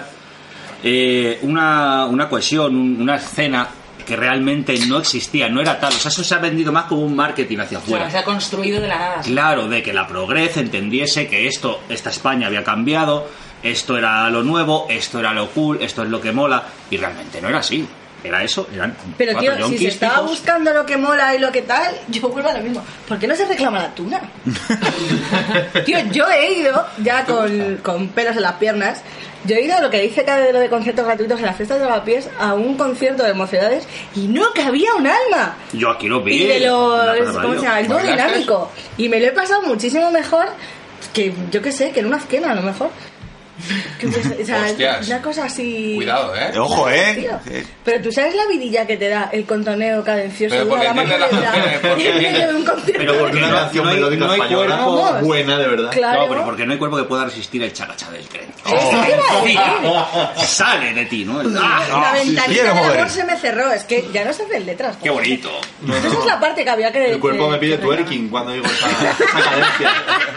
una cohesión, una escena que realmente no existía, no era tal. O sea, eso se ha vendido más como un marketing hacia afuera. O sea, se ha construido de la nada. Claro, de que la Progress entendiese que esta España había cambiado, esto era lo nuevo, esto era lo cool, esto es lo que mola, y realmente no era así. Era eso, eran pero 4 tío, si yonkis se estaba fijos. buscando lo que mola y lo que tal, yo vuelvo a lo mismo. ¿Por qué no se reclama la tuna? Tío, yo he ido ya con pelos en las piernas. Yo he ido a lo que dice cada de lo de conciertos gratuitos en las fiestas de Lavapiés a un concierto de Mocedades y no cabía un alma. Yo aquí lo vi. Y de los, ¿cómo se llama? El dúo dinámico. Y me lo he pasado muchísimo mejor que, yo qué sé, que en una esquina a lo mejor. O sea, Hostias. una cosa así. Cuidado, Ojo, tío. Pero tú sabes la vidilla que te da el contoneo cadencioso. Pero porque la entiende las canciones, porque- en medio de un concierto. Pero porque Una canción no hay melódica española Vamos. buena, de verdad. Claro. No, pero porque no hay cuerpo que pueda resistir el chacacha del tren. Eso te iba a decir. Sale de ti, ¿no? La ventanita quiero del mover. amor se me cerró. Es que ya no se hacen letras. Qué bonito. Esa es la parte que había que... El cuerpo me pide que- twerking cuando digo esa cadencia.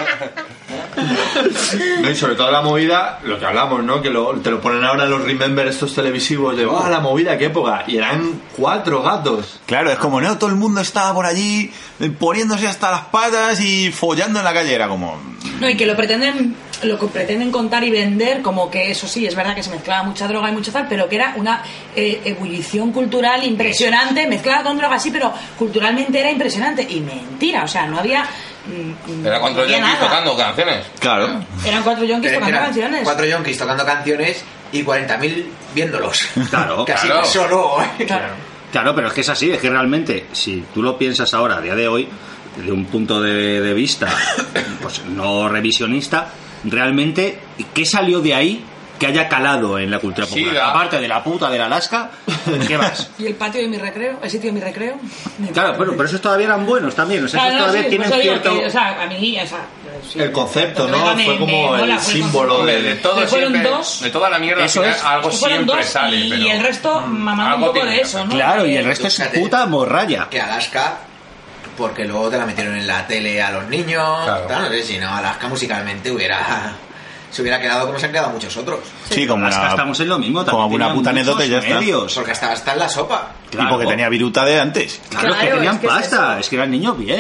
No, y sobre todo la movida, lo que hablamos, ¿no? Que te lo ponen ahora en los Remember estos televisivos de la movida, qué época. Y eran 4 gatos. Claro, es como, no, todo el mundo estaba por allí poniéndose hasta las patas y follando en la calle. Era como... No, y que lo que pretenden contar y vender como que eso sí, es verdad que se mezclaba mucha droga y mucho tal, pero que era una ebullición cultural impresionante, mezclada con droga sí, pero culturalmente era impresionante. Y mentira, o sea, no había... Era 4 había yonkis nada. tocando canciones. Claro. Eran 4 yonkis tocando Eran canciones. 4 yonkis tocando canciones y 40.000 viéndolos. Claro, Casi claro. eso no, Claro, pero es que es así, es que realmente, si tú lo piensas ahora, a día de hoy, desde un punto de vista pues no revisionista, realmente, ¿qué salió de ahí que haya calado en la cultura Sí, popular? Aparte de la puta del Alaska, ¿qué más? Y el patio de mi recreo, el sitio de mi recreo. Claro, bueno, pero esos todavía eran buenos también, o sea, esos todavía tienen pues digo cierto... que, o sea, a mí, o sea, sí. El concepto, ¿no? Pero Fue como mola, el fue símbolo concepto. De todo Que fueron siempre, 2. de toda la mierda, Eso al final es. algo Fueron siempre 2 sale. y Pero el resto mamando un algo poco tiene de que eso, hacer. ¿no? Claro, y el resto es Fíjate. puta morralla. Que Alaska, porque luego te la metieron en la tele a los niños. Claro. Tal, no sé, si no, Alaska musicalmente se hubiera quedado como se han quedado muchos otros. Sí, como Alaska una, estamos en lo mismo, como también una tenían puta anécdota y ya muchos está. medios. Porque está en la sopa. Y porque tenía viruta de antes. Claro, es que Claro, tenían es que es pasta, eso. es que eran niños bien.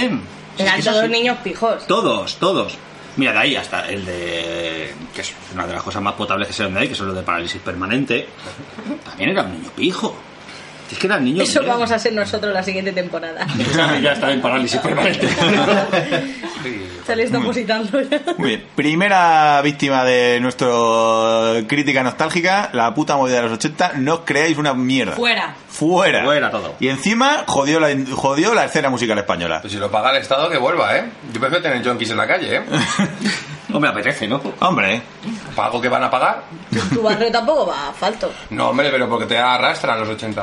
Eran todos niños pijos. Todos. Mira, de ahí hasta el de... que es una de las cosas más potables que se ven de ahí, que son los de parálisis permanente. También era un niño pijo. Es que eran niños... Eso vamos a ser nosotros la siguiente temporada. Ya está en parálisis permanente. Se le está depositando ya. Muy bien. Primera víctima de nuestra crítica nostálgica, la puta movida de los 80. No os creáis una mierda. Fuera todo. Y encima jodió la escena musical española. Pues si lo paga el Estado, que vuelva, ¿eh? Yo prefiero tener junkies en la calle, ¿eh? Hombre, apetece, ¿no? Hombre. ¿Pago que van a pagar? Tu barrio tampoco va a falto. No, hombre, pero porque te arrastran los 80.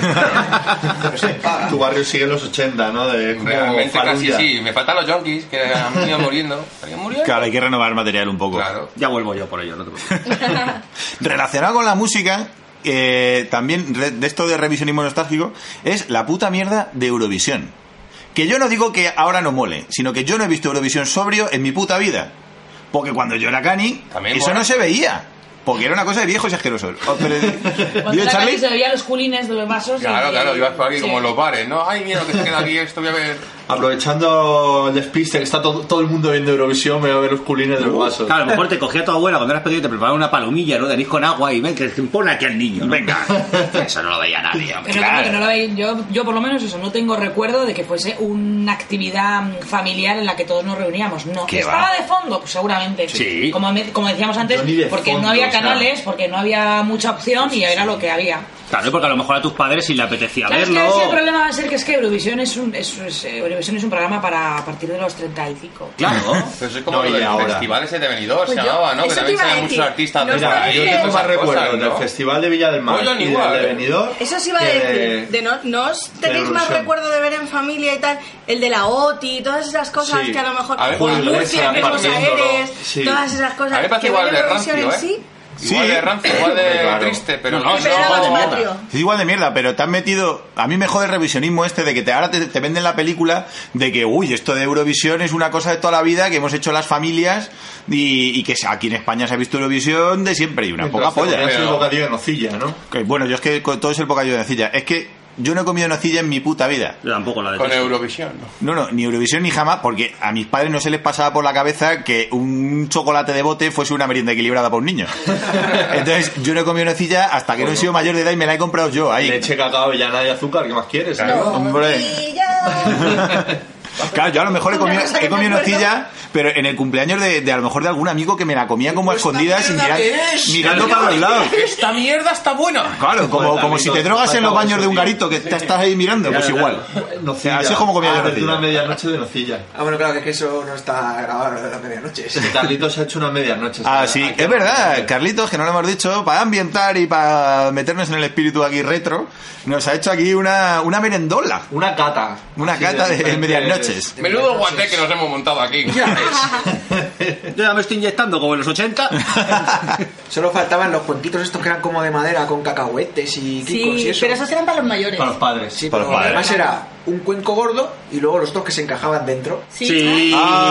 Tu barrio sigue en los 80, ¿no? Realmente casi sí. Me faltan los junkies que han ido muriendo. Claro, hay que renovar el material un poco. Claro. Ya vuelvo yo por ello, no te preocupes. Relacionado con la música, también de esto de revisionismo nostálgico, es la puta mierda de Eurovisión. Que yo no digo que ahora no mole, sino que yo no he visto Eurovisión sobrio en mi puta vida. Porque cuando yo era cani, también eso no se veía. Porque era una cosa de viejos y asquerosos. Cuando era Charlie se veía los culines de los vasos. Claro, ibas por aquí como en los bares, ¿no? Ay, mira lo que se queda aquí, esto voy a ver. Aprovechando el despiste que está todo el mundo viendo Eurovisión, me voy a ver los culines de los vasos. Claro, a lo mejor te cogía tu abuela cuando eras pequeño y te preparaba una palomilla, ¿no? De anís con agua y ven, que pone aquí al niño, ¿no? Venga. Eso no lo veía nadie. Pero claro, que no lo veía, yo por lo menos eso, no tengo recuerdo de que fuese una actividad familiar en la que todos nos reuníamos. No. ¿Que estaba de fondo? Pues seguramente. Sí. Como decíamos antes, porque no había canales, porque no había mucha opción y era lo que había. Claro, porque a lo mejor a tus padres sí le apetecía verlo. Es que el problema va a ser que es que Eurovisión es un programa para a partir de los 35. Claro. Pero eso es como el festival ese de Benidorm, pues se llamaba, ¿no? Que también se muchos artistas. Mira, yo tengo más recuerdos del Festival de Villa del Mar y del de Benidorm. Eso sí iba a decir. ¿No os tenéis más recuerdo de ver en familia y tal? El de la OTI, todas esas cosas que a lo mejor... Murcia, Buenos Aires, todas esas cosas. A mí me parece igual de rancio, ¿eh? Igual de rancio, igual de triste, pero no, es igual de mierda. Es igual de mierda, pero te han metido... A mí me jode el revisionismo este de que ahora te venden la película de que, uy, esto de Eurovisión es una cosa de toda la vida que hemos hecho las familias y que aquí en España se ha visto Eurovisión de siempre y una poca polla. Es el bocadillo de nocilla, ¿no? Bueno, yo es que todo es el bocadillo de nocilla. Es que yo no he comido nocilla en mi puta vida. Yo tampoco la de con Eurovisión, ¿no? No, ni Eurovisión ni jamás, porque a mis padres no se les pasaba por la cabeza que un chocolate de bote fuese una merienda equilibrada para un niño. Entonces, yo no he comido nocilla hasta que no he sido mayor de edad y me la he comprado yo ahí. Leche, cacao, avellana y azúcar, ¿qué más quieres? No, hombre. Claro, yo a lo mejor he comido nocilla, pero en el cumpleaños de a lo mejor de algún amigo que me la comía como a escondidas y mirando para los lados. Esta mierda está buena. Claro, como si te drogas en los baños de un garito que te estás ahí mirando, pues igual. Nocilla. Así es como comía yo nocilla. Una medianoche de nocilla. Bueno, claro, que es que eso no está grabado de las medianoches. Carlitos ha hecho una medianoche. Sí, es verdad. Carlitos, que no lo hemos dicho, para ambientar y para meternos en el espíritu aquí retro, nos ha hecho aquí una merendola. Una cata. Una cata de medianoche. Menudo guante que nos hemos montado aquí. Yo ya me estoy inyectando como en los 80. Solo faltaban los cuenquitos estos que eran como de madera con cacahuetes y quicos y eso. Pero esos eran para los mayores. Para los padres. Sí, para pero los padres. además era un cuenco gordo y luego los otros que se encajaban dentro. Sí.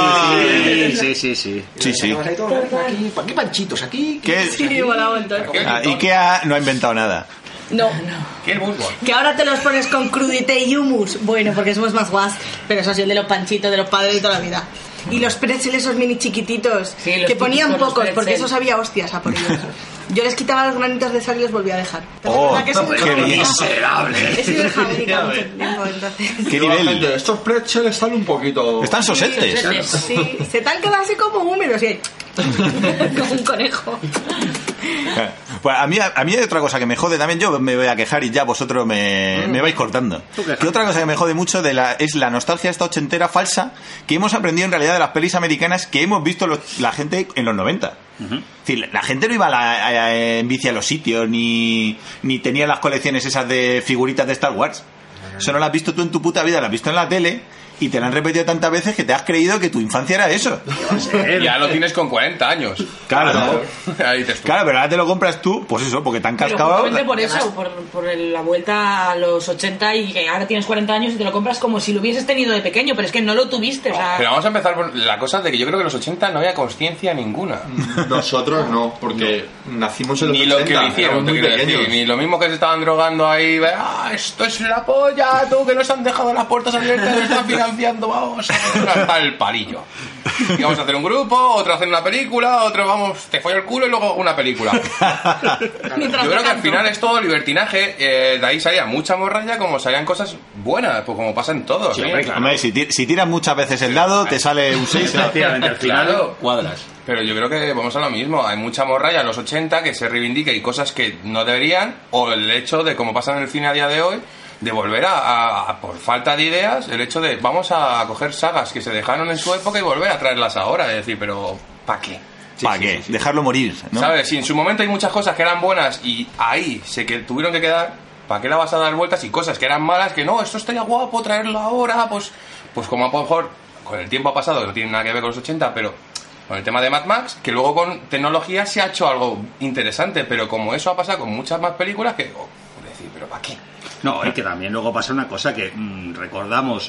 Aquí panchitos, aquí. Sí, volaba entonces. Ikea no ha inventado nada. No. ¿Qué el fútbol? Que ahora te los pones con crudité y humus. Bueno, porque somos más guas. Pero eso sí, el de los panchitos de los padres de toda la vida. Y los pretzels esos mini chiquititos. Sí, que ponían pocos, porque eso esos había hostias a por ellos. Yo les quitaba los granitos de sal y los volvía a dejar. ¡Qué miserable! He sido el jamaica mucho tiempo, entonces. ¿Qué nivel? Estos pretzels están un poquito... Están sosetes. Sí, se te han quedado así como húmedos. Y como un conejo. Pues a mí hay otra cosa que me jode también. Yo me voy a quejar y ya vosotros me vais cortando. Que otra cosa que me jode mucho es la nostalgia esta ochentera falsa que hemos aprendido en realidad de las pelis americanas que hemos visto la gente en los 90. Es decir, la gente no iba en bici a los sitios ni tenía las colecciones esas de figuritas de Star Wars. Eso no lo has visto tú en tu puta vida, lo has visto en la tele y te lo han repetido tantas veces que te has creído que tu infancia era eso. Ya lo tienes con 40 años. Claro. Ahí te claro, pero ahora te lo compras tú, pues eso, porque te han cascado. Pero por eso, por la vuelta a los 80 y que ahora tienes 40 años y te lo compras como si lo hubieses tenido de pequeño, pero es que no lo tuviste. O sea... Pero vamos a empezar por la cosa de que yo creo que en los 80 no había conciencia ninguna. Nosotros no, porque nacimos en los 80. Ni lo que le hicieron, muy pequeños. ni lo mismo que se estaban drogando ahí. Esto es la polla, tú, que nos han dejado las puertas abiertas, están financiando, vamos a hacer hasta el palillo. Y vamos a hacer un grupo, otro a hacer una película, otro vamos, te follo el culo y luego una película. Yo creo que al final es todo libertinaje, de ahí salía mucha morralla como salían cosas buenas, pues como pasa en todo. Sí, hombre, si tiras muchas veces el dado, te sale un 6. Efectivamente, al final cuadras. Pero yo creo que vamos a lo mismo. Hay mucha morralla en los 80 que se reivindica y cosas que no deberían, o el hecho de, como pasa en el cine a día de hoy, de volver a por falta de ideas, el hecho de vamos a coger sagas que se dejaron en su época y volver a traerlas ahora. Es decir, pero ¿para qué? ¿Para qué? Dejarlo morir, ¿no? ¿Sabes? Si en su momento hay muchas cosas que eran buenas y ahí tuvieron que quedar, ¿para qué la vas a dar vueltas? Y cosas que eran malas, que no, esto estaría guapo traerlo ahora, pues como a lo mejor con el tiempo ha pasado, que no tiene nada que ver con los 80, pero con el tema de Mad Max, que luego con tecnología se ha hecho algo interesante, pero como eso ha pasado con muchas más películas, que decir, ¿pero para qué? No, es que también luego pasa una cosa que recordamos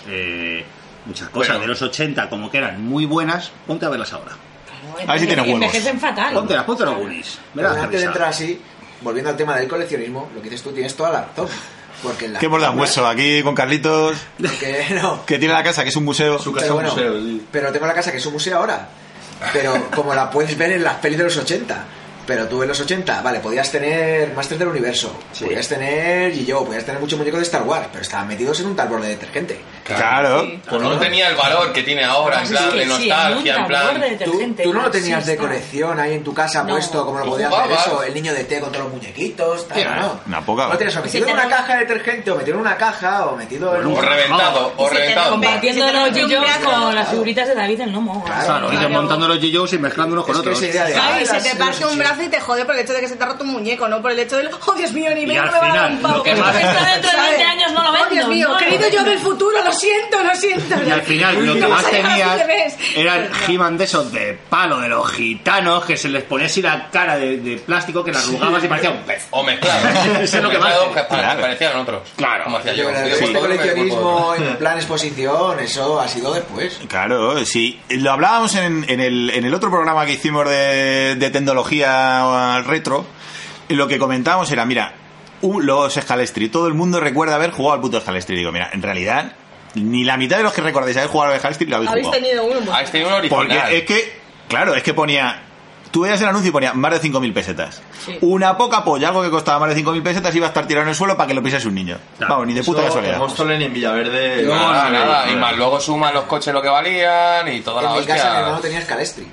muchas cosas de los 80 como que eran muy buenas, ponte a verlas ahora. A ver si tiene huevos. Envejecen fatal. Ponte los Goonies. Pero antes de entrar así, volviendo al tema del coleccionismo, lo que dices tú tienes toda la razón. Porque en la ¿qué hemos dado hueso aquí con Carlitos? No. Que tiene la casa, que es un museo. Su casa es un museo, sí. Pero tengo la casa, que es un museo ahora. Pero como la puedes ver en las pelis de los 80. Pero tú en los 80, vale, podías tener Masters del Universo, podías tener G.I. podías tener muchos muñecos de Star Wars, pero estaban metidos en un tambor de detergente. Claro. Sí. Pues no tenía el valor que tiene ahora, en plan de nostalgia, en plan... Tú no lo tenías de colección ahí en tu casa puesto, como lo podías ver eso, el niño de té con todos los muñequitos, tal, no. Una poca. No tienes o metido en una caja de detergente, o metido en una caja, o metido en O reventado. Compartiendo los G.I. con las figuritas de David el Gnomo. Claro, y desmontando los G.I. y mezclándolos con otros. Ay, se te parte un brazo y te jode por el hecho de que se te ha roto un muñeco, no por el hecho de oh Dios mío, ni medio me van a dar un pavo. Que más dentro de 20 años no lo vendo. Oh Dios mío, no, querido yo del futuro, lo siento. Y al final lo que más tenías eran He-Man de esos de palo de los gitanos que se les ponía así la cara de plástico que la arrugabas y parecía un pez. O mezclado. Eso es lo que más parecían otros. Claro. Como hacía yo. El coleccionismo en plan exposición, eso ha sido después. Claro, sí. Lo hablábamos en el otro programa que hicimos de tecnología retro. Lo que comentábamos era, mira, los Scalestri. Todo el mundo recuerda haber jugado al puto Scalestri. Digo, mira, en realidad, ni la mitad de los que recordáis haber jugado al Scalestri lo habéis jugado. Habéis tenido uno. Habéis tenido uno original. Porque es que, claro, es que ponía... Tú veías el anuncio y ponía más de 5.000 pesetas. Sí. Una poca polla, algo que costaba más de 5.000 pesetas iba a estar tirado en el suelo para que lo pisase un niño. Claro. Vamos, ni de puta casualidad. En Móstoles ni en Villaverde. Nada. Y más luego suman los coches lo que valían y toda la En mi hostia. casa mi hermano tenía Scalestri.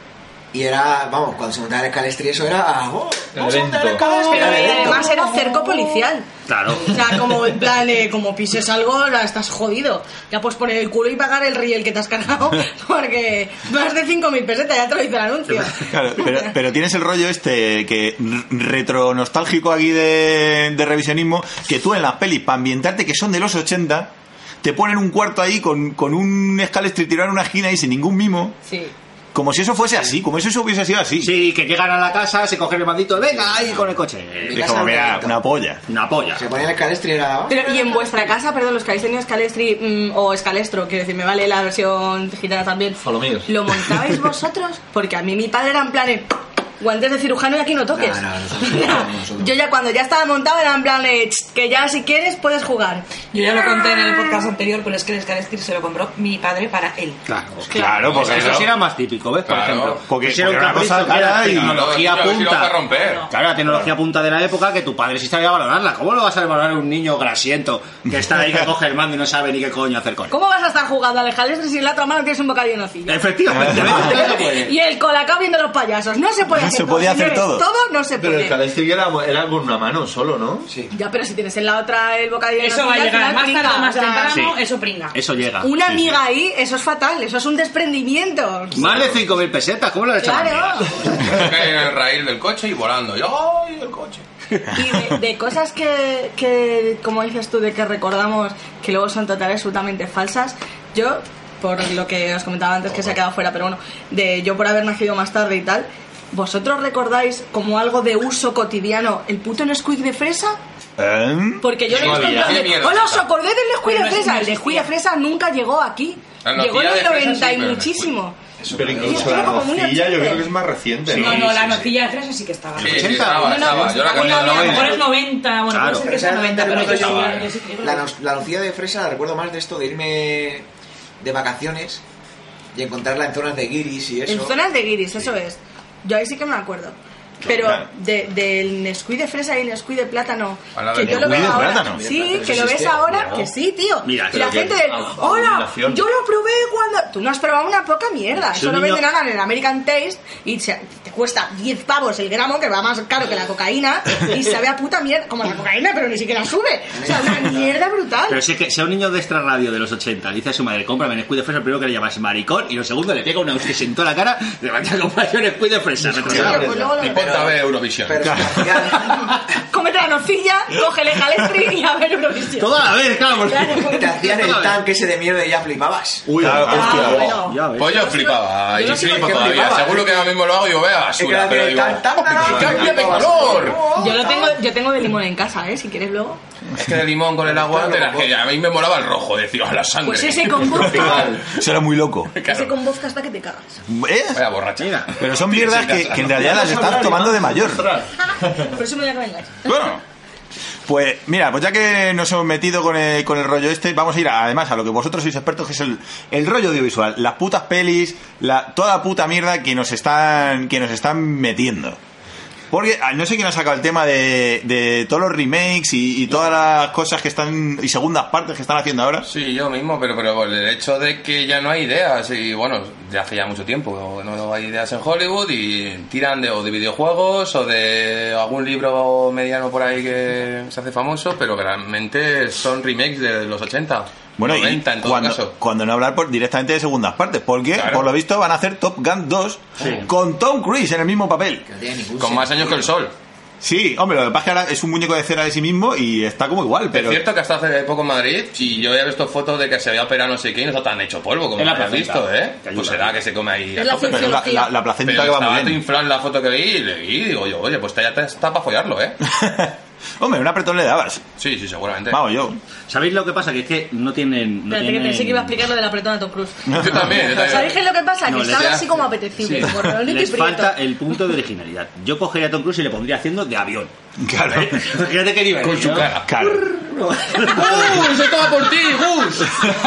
Y era, vamos, cuando se montaba el Scalestri eso era... vamos a montar el Scalestri, era el evento. Además era cerco policial. Claro. O sea, como en plan, como pises algo, ya estás jodido. Ya puedes poner el culo y pagar el riel que te has cargado, porque más de 5.000 pesetas, ya te lo dice el anuncio. Claro, pero tienes el rollo este que retro nostálgico aquí de revisionismo, que tú en las pelis, para ambientarte, que son de los 80, te ponen un cuarto ahí con un Scalestri tirado en una esquina y sin ningún mimo. Sí. Como si eso fuese así, como si eso hubiese sido así. Sí, que llegan a la casa, se cogen el mandito, venga, ahí con el coche. Es como, mira, una polla. Una polla. Se ponía el Scalestri y era... Pero, y en vuestra casa, perdón, los que habéis tenido Scalestri o Scalestro, quiero decir, me vale la versión gitana también. Solomíos. ¿Lo montabais vosotros? Porque a mí mi padre era en plan guantes de cirujano y aquí no toques. No. Yo ya cuando ya estaba montado era en plan que ya si quieres puedes jugar. Yo ya lo conté en el podcast anterior, pero es que el Scalestri se lo compró mi padre para él. Claro, porque eso sí era más típico, ¿ves? Por ejemplo. Porque Era un una cosa capricho, era cara y tecnología punta. romper. Claro, la tecnología punta de la época que tu padre sí sabía valorarla. ¿Cómo lo vas a valorar un niño grasiento que está ahí, que coge el mando y no sabe ni qué coño hacer con él? ¿Cómo vas a estar jugando al Scalestri si en la otra mano tienes un bocadillo de nocilla? Efectivamente. Y el colacao viendo los payasos. No se puede No hacer se podía hacer señores. todo. Todo no se Pero puede. el Scalestri era con una mano solo, ¿no? Sí. Ya, pero si tienes en la otra el bocadillo de Eso va a nocilla, llegar al más final tarde o más pringa. O sea, temprano, sí. eso pringa. Eso llega. Una Sí, amiga ahí, eso es fatal, eso es un desprendimiento. sí. Más de 5.000 pesetas, ¿cómo lo has hecho? Claro. En el raíl del coche y volando. Yo, ¡ay, el coche! Y de cosas que, como dices tú, de que recordamos que luego son totalmente absolutamente falsas, yo, por lo que os comentaba antes que se ha quedado fuera, pero bueno, yo por haber nacido más tarde y tal, ¿vosotros recordáis como algo de uso cotidiano el puto Nesquik de fresa? Porque yo le he visto en plan ¿Qué de, mierda hola, es ¿os esa? acordáis del Nesquik Pero de no fresa? El existía. Nesquik de fresa nunca llegó aquí. La Llegó en nocilla el de fresa 90 sí, y pero no muchísimo. Pero incluso Era la como muy nocilla yo ochenta. creo que es más reciente, ¿no? No, la nocilla de fresa sí que estaba. Sí, estaba. Yo la Bueno, a lo mejor cambié es 90, bueno, Claro. puede ser que sea 90, pero yo sí La nocilla de fresa la recuerdo más de esto de irme de vacaciones y encontrarla en zonas de guiris y eso. En zonas de guiris, eso es. Yo ahí sí que me acuerdo. Pero Claro. del Nesquí de fresa y el Nesquí de plátano, A la que vez. yo lo Nesquí veo de ahora, plátano. sí, que Eso lo ves existe, ahora, ¿no? que sí, tío. Mira, y la pero gente que- de, hola, yo lo probé cuando... Tú no has probado una poca mierda. Si Eso un lo niño- venden ahora en el American Taste y te cuesta 10 pavos el gramo, que va más caro que la cocaína, y sabe a puta mierda, como la cocaína, pero ni siquiera sube. O sea, una mierda brutal. Pero si es que sea un niño de extra radio de los 80, le dice a su madre, cómprame Nesquik de fresa, el primero que le llamas maricón, y lo segundo le pega una hostia en toda la cara, le va a comprar yo Nesquik de fresa. retrasado. Pues luego Y lo... ponte a ver Eurovisión. Pero Cómete la nocilla, cógele Calestri y a ver Eurovisión. Todo a la vez, claro. porque- Claro. te hacían el tanque ese de mierda y ya flipabas. Uy, Claro, hostia, hostia. bueno. ya ves. Pues yo flipaba, yo y no sé por flipo qué todavía. flipaba. Seguro que ahora mismo lo hago y yo vea Es que basura, la pero de digo, cantando, ¡cambia de color! Yo tengo de limón en casa, si quieres luego. Es que de limón con el agua, que a mí me molaba el rojo, decía, la sangre. Pues ese con vodka. Eso era muy loco. Ese con vodka hasta que te cagas. Vaya borracha. Mira. Pero son mierdas que en realidad las estás tomando de mayor. Por eso me voy a que vengáis. Bueno, pues mira, pues ya que nos hemos metido con el rollo este, vamos a ir además a lo que vosotros sois expertos, que es el rollo audiovisual, las putas pelis, toda la puta mierda que nos están metiendo. Porque no sé quién ha sacado el tema de todos los remakes y todas las cosas que están y segundas partes que están haciendo ahora. Sí, yo mismo, pero el hecho de que ya no hay ideas, y bueno, de hace ya mucho tiempo, no hay ideas en Hollywood y tiran de videojuegos o de algún libro mediano por ahí que se hace famoso, pero realmente son remakes de los 80. Bueno, 90 en todo caso. cuando no hablar directamente de segundas partes, porque Claro. por lo visto van a hacer Top Gun 2 Sí. con Tom Cruise en el mismo papel. Que no tiene ningún Con más sentido. años que el sol. Sí, hombre, lo que pasa es que ahora es un muñeco de cera de sí mismo y está como igual, pero... Es cierto que hasta hace poco en Madrid, y yo había visto fotos de que se había operado no sé qué y no está tan hecho polvo como En la lo habías placenta. visto, ¿eh? Que ayuda. Pues será que se come ahí. Es a la tope. Pero la placenta Pero que va estaba muy todo bien. inflado en la foto que vi y leí, digo yo, oye, pues ya está para follarlo, ¿eh? Hombre, un apretón le dabas. Sí, seguramente. Vamos, yo. ¿Sabéis lo que pasa? Que es que no tienen... No Espérate, que tienen... pensé que iba a explicar lo de la apretona Tom Cruise. Yo también. ¿Sabéis qué es lo que pasa? No, Que les están da- así como apetecibles, Sí. como Rolito y Les Prieto. falta el punto de originalidad. Yo cogería a Tom Cruise y le pondría haciendo de avión. Claro. Imagínate qué nivel. Con su ¿no? cara. Claro. ¡Gus! ¡Estaba por ti, Gus!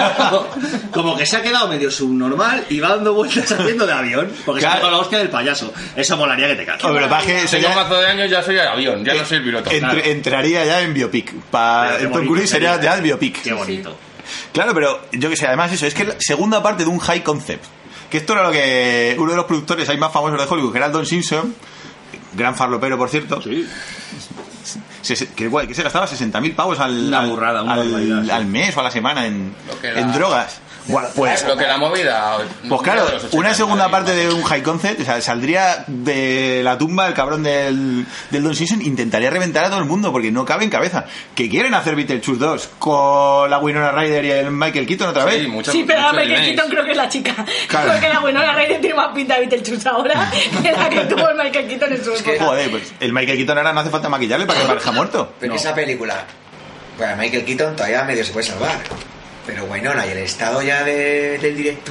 Como que se ha quedado medio subnormal y va dando vueltas haciendo de avión. Porque Claro. se ha con la hostia del payaso. Eso molaría que te cagas. Hombre, lo que pasa es que Tengo un sería- mazo de años, ya soy el avión, ya no soy el piloto. Claro. entraría ya en biopic. Pero qué Tom bonito Cruise sería ya el biopic. Qué bonito. Claro, pero yo que sé, además eso, es que la segunda parte de un high concept. Que esto era lo que uno de los productores ahí más famosos de Hollywood, que era el Don Simpson, gran farlopero, por cierto, Sí. que se gastaba 60.000 pavos Una burrada, una barbaridad, sí. al mes o a la semana en Lo que era- drogas. Bueno, pues, Lo que la movida. pues claro, de los 80, una segunda Madrid, parte de un high concept, o sea, saldría de la tumba el cabrón del Don Simpson, intentaría reventar a todo el mundo porque no cabe en cabeza. Que quieren hacer Beetlejuice 2 con la Winona Ryder y el Michael Keaton otra vez. Sí, mucho, Sí, pero mucho Michael remakes. Keaton creo que es la chica. Claro. Porque la Winona Ryder tiene más pinta de Beetlejuice ahora que la que tuvo el Michael Keaton en su época. Joder, pues el Michael Keaton ahora no hace falta maquillarle para que parezca muerto. Pero esa película, bueno, Michael Keaton todavía medio se puede salvar. Pero Winona y el estado ya del director,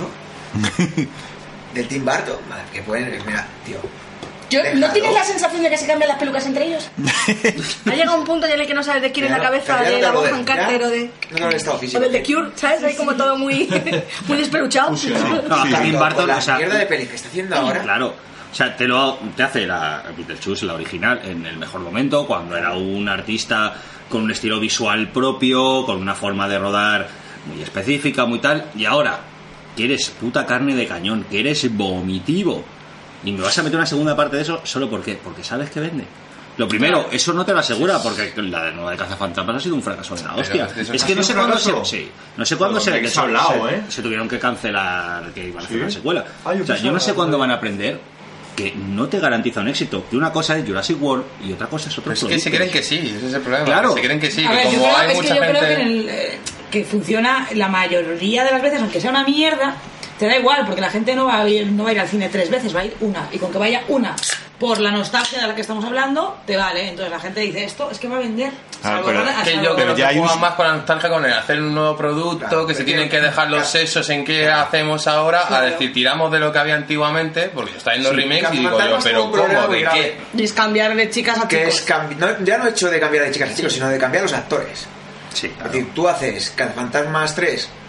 del Tim Burton, madre, que pueden. Mira, tío. ¿No déjalo. tienes la sensación de que se cambian las pelucas entre ellos? Ha llegado un punto en el que no sabes de quién es la cabeza, de la Bonham Carter o de... No, el estado físico. O del The Cure, ¿sabes? Ahí como todo muy, muy despeluchado. No, Sí, hasta Tim Con Burton, la o sea, mierda de peli que está haciendo ahora. Claro. O sea, te hace la Beetlejuice, la original, en el mejor momento, cuando era un artista con un estilo visual propio, con una forma de rodar muy específica, muy tal, y ahora que eres puta carne de cañón, que eres vomitivo, y me vas a meter una segunda parte de eso, ¿solo por qué? Porque sabes que vende. Lo primero, eso no te lo asegura, porque la nueva de Cazafantasmas ha sido un fracaso de la hostia. Pero Es que no sé cuándo se... No sé cuándo se... Pero que se ha hablado, se tuvieron que cancelar, que iban a hacer ¿Sí? una secuela. Ah, yo O sea, pensaba yo no sé que- cuándo van a aprender que no te garantiza un éxito. Que una cosa es Jurassic World y otra cosa es otro Pero es que producto. se creen que sí, ese es el problema. Claro. Se creen que sí, A que ver, como hay mucha yo gente. creo que, que funciona la mayoría de las veces, aunque sea una mierda, te da igual, porque la gente no va a ir al cine 3 veces, va a ir una. Y con que vaya una por la nostalgia de la que estamos hablando, te vale. Entonces la gente dice, esto es que va a vender. Ah, pero- Que yo Pero creo que ya hay juegan un- más con la nostalgia, con el hacer un nuevo producto, Claro, que se pero tienen que dejar los sesos en qué hacemos ahora, a decir, tiramos de lo que había antiguamente, porque está viendo remakes y digo yo, Cazafantasmas pero tuvo un problema ¿cómo? muy ¿De grave. qué? Y es cambiar de chicas a Que chicos. es ya no hecho de cambiar de chicas a chicos, sino de cambiar los actores. Sí, Es claro. decir, tú haces Cazafantasmas 3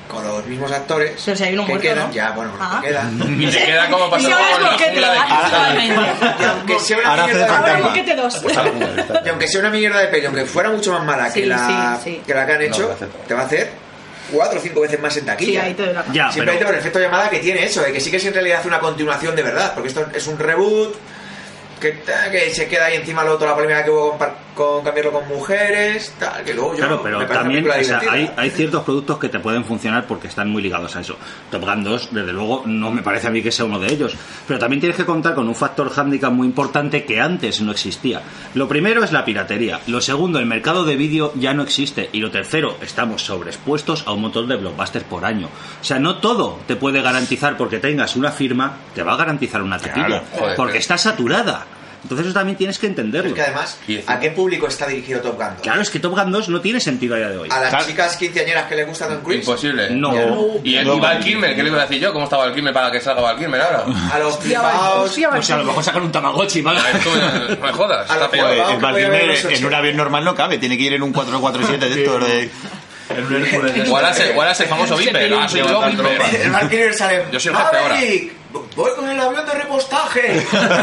con los mismos actores Pero si hay uno que muerto, quedan, ¿no? ya, bueno, Ah. que quedan. Y te queda como pasó Y ahora es con la boquete, jungla de ¿verdad? cristal. Totalmente. Y aunque sea una Ahora hace de mierda, Ahora fantasma. boquete 2. y aunque sea una mierda de peli, aunque fuera mucho más mala Sí, que la sí. que han hecho, No, perfecto. te va a hacer 4 o 5 veces más en Sí, taquilla. ahí te doy la razón. Ya, Simplemente por pero el efecto llamada que tiene eso, de que sí que es en realidad una continuación de verdad, porque esto es un reboot que se queda ahí encima luego toda la polémica que hubo con cambiarlo con mujeres, tal, que luego yo claro, pero me parece también una o película sea, divertida. hay ciertos productos que te pueden funcionar porque están muy ligados a eso. Top Gun 2, desde luego, no me parece a mí que sea uno de ellos. Pero también tienes que contar con un factor hándicap muy importante que antes no existía. Lo primero es la piratería. Lo segundo, el mercado de vídeo ya no existe. Y lo tercero, estamos sobreexpuestos a un montón de blockbusters por año. O sea, no todo te puede garantizar porque tengas una firma, te va a garantizar una taquilla. Claro, joder, porque pero- está saturada. Entonces eso también tienes que entenderlo. Es que además, Y es- ¿a qué público está dirigido Top Gun 2? Claro, es que Top Gun 2 no tiene sentido a día de hoy. A las Claro. chicas quinceañeras que les gusta Tom Cruise, Imposible. No. Y Val Kilmer, ¿qué le iba a decir yo? ¿Cómo estaba Val Kilmer para que salga Val Kilmer ahora? a los flipados, O sea, a lo mejor sacan un Tamagotchi, ¿vale? Esto no me jodas, A está lo peor. joder. El que voy a ver Valkyrie los en 80. un avión normal no cabe, tiene que ir en un 447 de estos de... ¿Cuál es el famoso Viper? Ah, soy yo, Viper. el Valkyrie sale. Yo soy el jefe ahora. Maverick, voy con el avión de repostaje.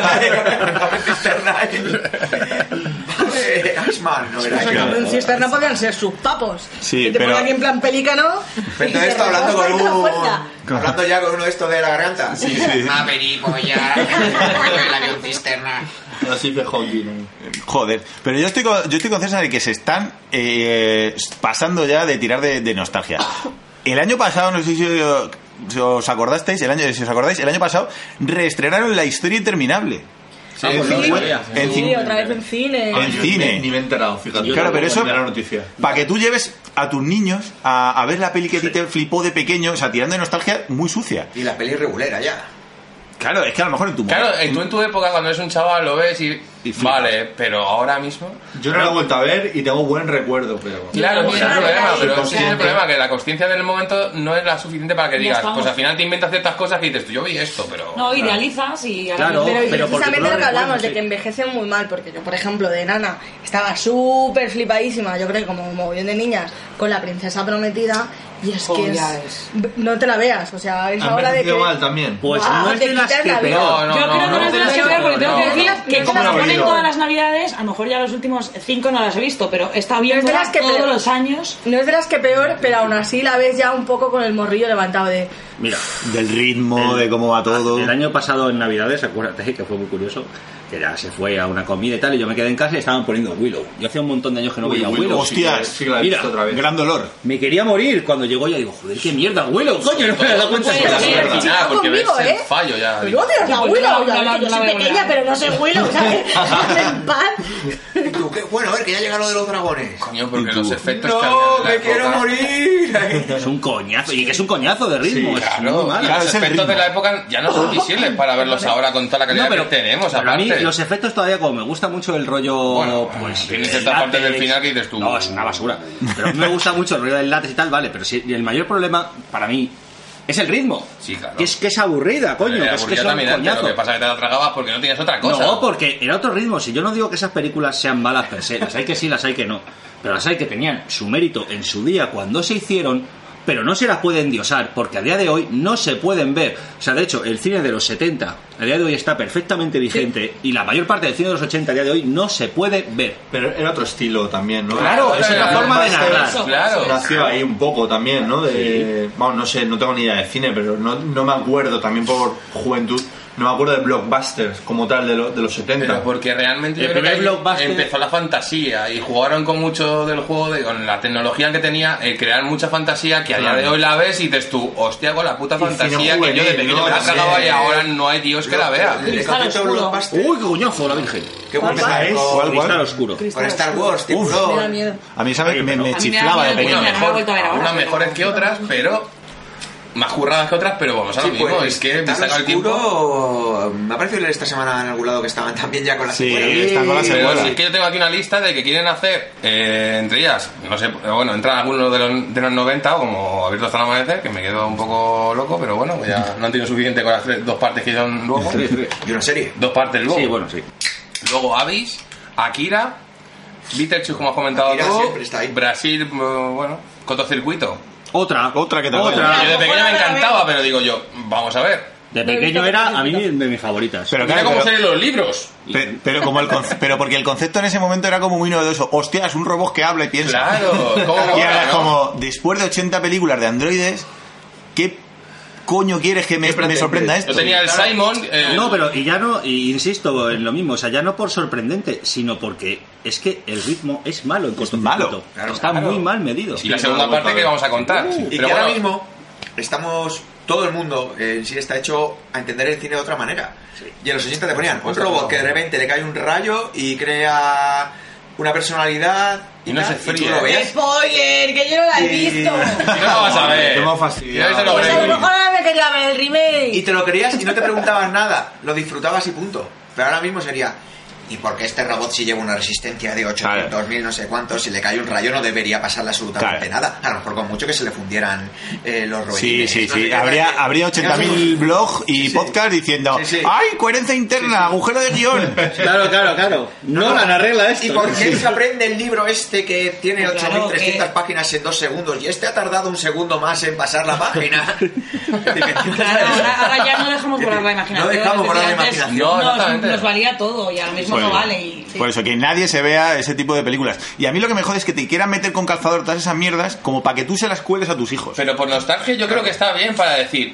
Vale, Ashman, no verás. En cisterna podrían ser sus papos. Sí, que te pero- ponen aquí en plan pelícano. Pero y todo te esto hablando repostan con en la puerta. Hablando ya con uno de estos de la garganta. Sí, sí. Maverick, voy ya. El avión cisterna. Así fue Hawking. Joder, pero yo estoy con César de que se están pasando ya de tirar de nostalgia. El año pasado, no sé si os acordasteis, si os acordáis, el año pasado reestrenaron La Historia Interminable. Sí, En sí, cin- en Sí, cin- otra vez en cine. En cine. Ni me he enterado, fíjate. Claro, pero eso, De la noticia. para que tú lleves a tus niños a ver la peli que a ti te flipó de pequeño, o sea, tirando de nostalgia muy sucia. Y la peli regulera ya. Claro, es que a lo mejor en tu Claro, tú en tu época cuando eres un chaval lo ves y flipas. vale, pero ahora mismo... Yo no la he vuelto a ver y tengo buen recuerdo, pero... Claro, ese es el Claro, problema, claro, pero claro. ese es el problema, que la consciencia del momento no es la suficiente para que Ya digas, estamos. pues al final te inventas ciertas cosas que dices, tú, yo vi esto, pero... No, idealizas y ahora Claro. mismo- Pero porque precisamente tú lo lo que hablamos, recuerdas, de sí. que envejecen muy mal, porque yo, por ejemplo, de nana, estaba súper flipadísima, yo creo que como un mogollón de niñas, con La Princesa Prometida, y es Oh, que ya es... No te la veas, o sea, es ¿Han ahora de que... envejecido mal también? Pues Guau, no es te de las quitas que la vida. peor. No, Yo creo que no es de las que peor, porque tengo que decir que no, como no, las no, ponen no. todas las navidades, a lo mejor ya los últimos 5 no las he visto, pero he estado viendo las que todos peor. los años. No es de las que peor, pero aún así la ves ya un poco con el morrillo levantado de... Mira, Del ritmo, de cómo va todo. el año pasado en Navidades, acuérdate que fue muy curioso, que ya se fue a una comida y tal, y yo me quedé en casa y estaban poniendo Willow. Yo hacía un montón de años que no veía Willow. Hostias, Sí que la he Mira, visto otra vez. gran dolor. Me quería morir cuando llegó ya digo, joder, qué mierda, Willow, coño, no me he dado cuenta. Pues, de La sí, eso. mierda, sí, nada, porque ves conmigo, el ¿eh? fallo ya. Pero no tienes la Pues Willow, no, no, yo no soy la pequeña, veo. pero no soy Willow, ¿sabes? En paz. ¿Y tú qué? Bueno, a ver, que ya llega lo de los dragones. Coño, porque los efectos No, cambian de me la quiero época. morir. Es un coñazo, y que es un coñazo de ritmo, es muy Claro, malo. y Claro, los es el efectos de ritmo. la época ya no son visibles para verlos ahora con toda la calidad No, pero, que tenemos, pero a mí aparte. los efectos todavía, como me gusta mucho el rollo, Bueno, pues tiene el cierta parte del látex. final que dices tú. No, es una basura. Pero a mí me gusta mucho el rollo del látex y tal, vale, pero sí, y el mayor problema para mí es el ritmo. Sí, claro. Que es aburrida, coño, que es que Aburrida son también antes, coñazos. lo que pasa es que te la tragabas porque no tenías otra cosa. No, porque era otro ritmo. Si yo no digo que esas películas sean malas per se, las hay que sí, las hay que no. Pero las hay que tenían su mérito en su día cuando se hicieron, pero no se las puede endiosar, porque a día de hoy no se pueden ver. O sea, de hecho, el cine de los 70 a día de hoy está perfectamente vigente y la mayor parte del cine de los 80 a día de hoy no se puede ver. Pero era otro estilo también, ¿no? Claro, es Era otra forma de más narrar. eso, claro. Nació ahí un poco también, ¿no? De, vamos, no sé, no tengo ni idea de cine, pero no me acuerdo también por juventud. No me acuerdo de blockbusters como tal de los 70. Pero porque realmente El yo creo que primer ahí blockbuster- empezó la fantasía y jugaron con mucho del juego, con la tecnología que tenía, crear mucha fantasía que a día Claro. de hoy la ves y dices tú, hostia, con la puta Y cine fantasía que yo de juvenil, pequeño ¿no? me la Sí. tragaba y ahora no hay Dios que la vea. El Cristal concepto de oscuro. blockbuster. Uy, qué coñazo, la Virgen. ¿Qué buen ¿Cuál mensaje. ¿Cuál? Cristal oscuro. Con Star Wars, Uf. Me da tiburón. miedo. A mí esa me A mí me da chiflaba de miedo, pequeño. no la he vuelto a ver ahora. Unas mejores que otras, pero más curradas que otras, pero vamos a lo Sí, mismo, pues, es que me Star saca el tiempo. Oscuro. Me ha parecido leer esta semana en algún lado que estaban también ya con la Sí, secuela. están con la Pero secuela. si es que yo tengo aquí una lista de que quieren hacer, entre ellas, no sé, bueno, entran algunos de los 90, como Abierto hasta el amanecer, que me quedo un poco loco, pero bueno, ya no han tenido suficiente con las dos partes que son luego. Y una serie. Dos partes luego. Sí, bueno, sí. Luego Abyss, Akira, Beetlejuice, como has comentado Akira tú, siempre está ahí. Brasil, bueno, cortocircuito. Otra que te Otra. Yo de pequeño me encantaba, pero digo yo, vamos a ver. De pequeño era a mí de mis favoritas. Pero Mira claro, cómo pero- salen los libros. pero porque el concepto en ese momento era como muy novedoso. Hostia, es un robot que habla y piensa. Claro, ¿cómo Y mola, ahora es no? como, después de 80 películas de androides, ¿qué coño quieres que me sorprenda esto? Yo tenía el Simon. No, pero y insisto en lo mismo, o sea, ya no por sorprendente, sino porque es que el ritmo es malo en cortocircuito. malo, Está muy mal medido. Y la segunda parte que vamos a contar. Y Pero que ahora bueno, mismo estamos, todo el mundo en sí está hecho a entender el cine de otra manera. Y en los 80 te ponían un robot que de repente le cae un rayo y crea una personalidad Y no tal, se fría. tú lo ves. ¡Spoiler! ¡Que yo no la he visto! no lo vas a ver. Hemos fastidiado. Ya se lo Pues a lo veré. mejor ahora me quería ver el remake. Y te lo creías y no te preguntabas nada, lo disfrutabas y punto. Pero ahora mismo sería, ¿y por qué este robot si lleva una resistencia de 800.000 no sé cuántos, si le cae un rayo no debería pasarle absolutamente nada? A lo mejor con mucho que se le fundieran los robotines. Sí. No sé qué. Habría 80.000 blogs y Sí. podcasts diciendo Sí. ¡ay, coherencia interna, agujero de guión! Claro. Nolan arregla esto. ¿Y por qué se aprende el libro este que tiene Pues claro, 8.300 que- páginas en 2 segundos y este ha tardado un segundo más en pasar la página? Claro, ahora ya no dejamos volar la imaginación. No dejamos volar la Antes imaginación. No, nos, exactamente. nos valía todo y ahora mismo no vale. Y, Por eso, que nadie se vea ese tipo de películas. Y a mí lo que me jode es que te quieran meter con calzador todas esas mierdas como para que tú se las cueles a tus hijos. Pero por nostalgia yo creo que está bien para decir,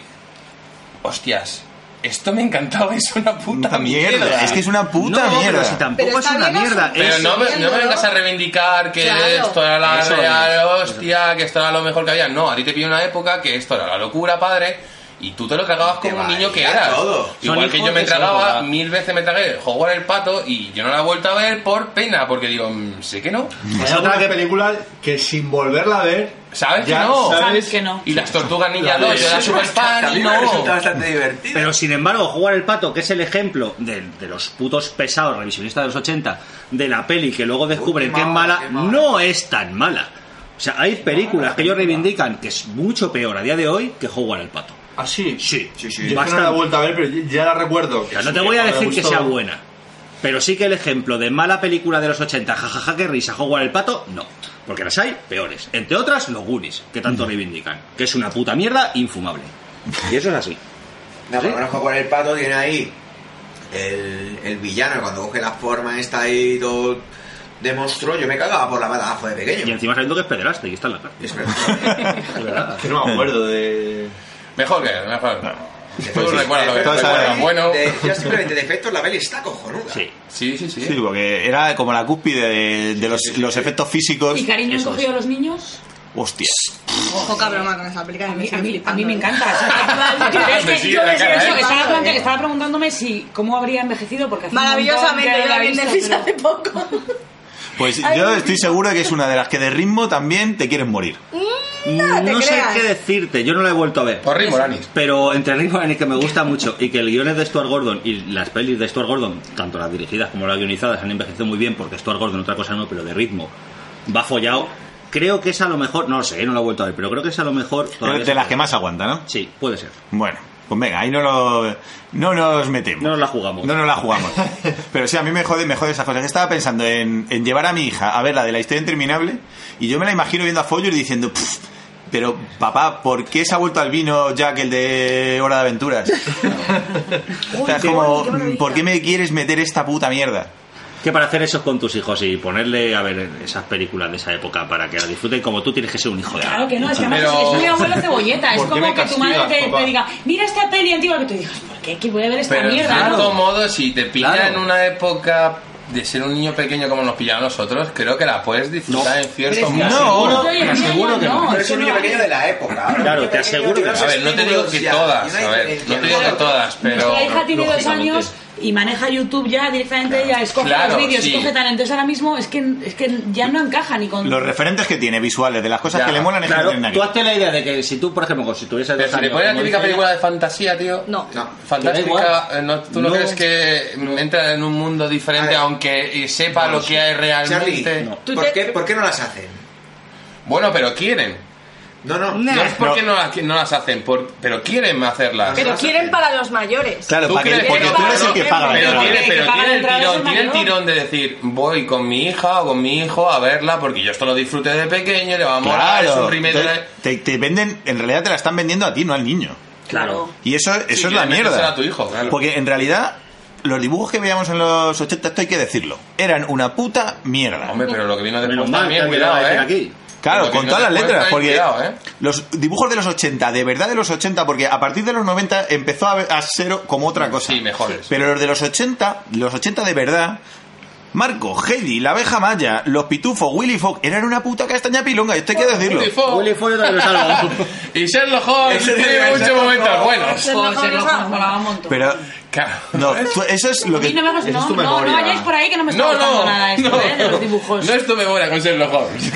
hostias, esto me encantaba, es una puta mierda. Es que es una puta No, mierda. pero si tampoco Pero es está una bien mierda. Pero es- no me vengas a reivindicar que Claro. esto era la Eso real hostia, que esto era lo mejor que había. No, a ti te pilló una época que esto era la locura, padre, y tú te lo tragabas Te como un niño que valía eras. todo. Igual Son que hijos yo me de esa tragaba, época. 1000 veces me tragué Hogwarts el pato y yo no la he vuelto a ver por pena, porque digo, sé que no. Hay otra película que sin volverla a ver, ¿Sabes que ya no? Sabes que no. Y las tortugas ninja 2, yo era super fan A y mí me resulta no. bastante divertido. Pero sin embargo, Jugar el Pato, que es el ejemplo de los putos pesados revisionistas de los 80, de la peli que luego descubren Qué que es mala, mala, qué mala. no es tan mala. O sea, hay películas que ellos reivindican que es mucho peor a día de hoy que Jugar el Pato. ¿ah, sí? Sí, Sí, sí. Yo es que no bastante. la he vuelto a ver, pero ya la recuerdo. O sea, no te voy a decir que sea buena, pero sí que el ejemplo de mala película de los 80, jajaja, qué risa, Jugar el Pato, no. Porque las hay peores. Entre otras, los Goonies, que tanto reivindican. Que es una puta mierda infumable. Y eso es así. No, por lo menos Juego el Pato tiene ahí el villano, cuando coge la forma esta ahí todo de monstruo, yo me cagaba por la badajo de Y pequeño. encima sabiendo que es pederasta y está en la cárcel. Es verdad. Es verdad. Que no me acuerdo de... Mejor. Tú recuerdas lo que Entonces, recuerdas bueno. Ya simplemente de efectos la peli está cojonuda. Sí. Sí. Sí, porque era como la cúspide de los efectos físicos. ¿Y cariño Eso encogido a los niños? Hostia. Poca broma con esa película. A mí me encanta. O sea, es que Sí, yo la desde cara, eso, ¿eh? estaba preguntándome si cómo habría envejecido porque hace un Maravillosamente, montón que yo la la he vi en visto, Netflix pero- hace poco. Pues yo estoy seguro de que es una de las que de ritmo también te quieren morir. No te No sé creas. qué decirte, yo no la he vuelto a ver. Por Rick Moranis. Pero entre Rick Moranis, que me gusta mucho, y que el guion es de Stuart Gordon y las pelis de Stuart Gordon, tanto las dirigidas como las guionizadas, han envejecido muy bien porque Stuart Gordon, otra cosa no, pero de ritmo, va follado. Creo que es a lo mejor, no lo sé, no la he vuelto a ver, pero creo que es a lo mejor. todavía De las que más aguanta, ¿no? Sí, puede ser. Bueno, pues venga, ahí no nos metemos. No nos la jugamos. No nos la jugamos. Pero sí, a mí me jode esas cosas. Estaba pensando en llevar a mi hija a ver la de la historia interminable y yo me la imagino viendo a Follos diciendo, "Pff, pero papá, ¿por qué se ha vuelto al vino Jack el de Hora de Aventuras?" O sea, es como, ¿por qué me quieres meter esta puta mierda? Que para hacer eso con tus hijos y ponerle a ver esas películas de esa época para que la disfruten como tú tienes que ser un hijo de Claro algo. que no, es que además Pero- es muy abuelo cebolleta. Es ¿Por qué como me que tu madre castigas, te papá? diga, mira esta peli antigua, que tú digas, ¿por qué? ¿Qué voy a ver esta Pero en mierda? cierto ¿no? modo, si te pilla Claro. en una época de ser un niño pequeño como nos pillaron nosotros, creo que la puedes disfrutar en cierto Pero es que modo. aseguro- hoy en te día aseguro ya que no. Pero es es un que niño no. pequeño de la época. Ahora, Claro, un niño te pequeño aseguro que tiene no. A ver, no te digo que estímulos todas, ya, y a una ver, no diferencia te digo que enorme. todas, pero... La hija tiene 2 lógicamente. años y maneja YouTube ya directamente, ella escoge Claro, los vídeos, sí. escoge tal. Entonces ahora mismo es que ya no encaja ni con... Los referentes que tiene visuales de las cosas Ya, que le molan es que no Claro, tienen nada que tú ver. hazte la idea de que si tú, por ejemplo, si tuvieses Pero 2 si le años... pones la como típica dice película de fantasía, tío... No. No. Fantástica, ¿tú no No. crees que entra en un mundo diferente A ver. aunque sepa lo que hay realmente? Charlie, No. ¿por qué no las hacen? Bueno, pero quieren. No es porque no las hacen, pero quieren hacerlas. Pero quieren para los mayores. Claro, porque tú eres el que paga. Pero tiene el tirón de decir, voy con mi hija o con mi hijo a verla porque yo esto lo disfruté de pequeño, le va a molar, es un remake. Te venden, en realidad te la están vendiendo a ti, no al niño. Claro. Y eso es la mierda. A tu hijo, claro. Porque en realidad los dibujos que veíamos en los 80, esto hay que decirlo, eran una puta mierda. Hombre, pero lo que vino después Menos mal también, que cuidado, decir aquí. Claro, con todas las letras, porque cuidado, los dibujos de los 80, de verdad de los 80, porque a partir de los 90 empezó a ser como otra cosa. Sí, mejores. Pero los de los 80 de verdad, Marco, Heidi, la abeja maya, los pitufos, Willy Fogg, eran una puta castaña pilonga, esto hay que decirlo. Willy Fogg también lo salvo. Y Sherlock Holmes tiene muchos momentos buenos. Pero, no, eso es lo que... No vayáis por ahí que no me está gustando nada esto, de los dibujos. No es tu memoria con Sherlock Holmes.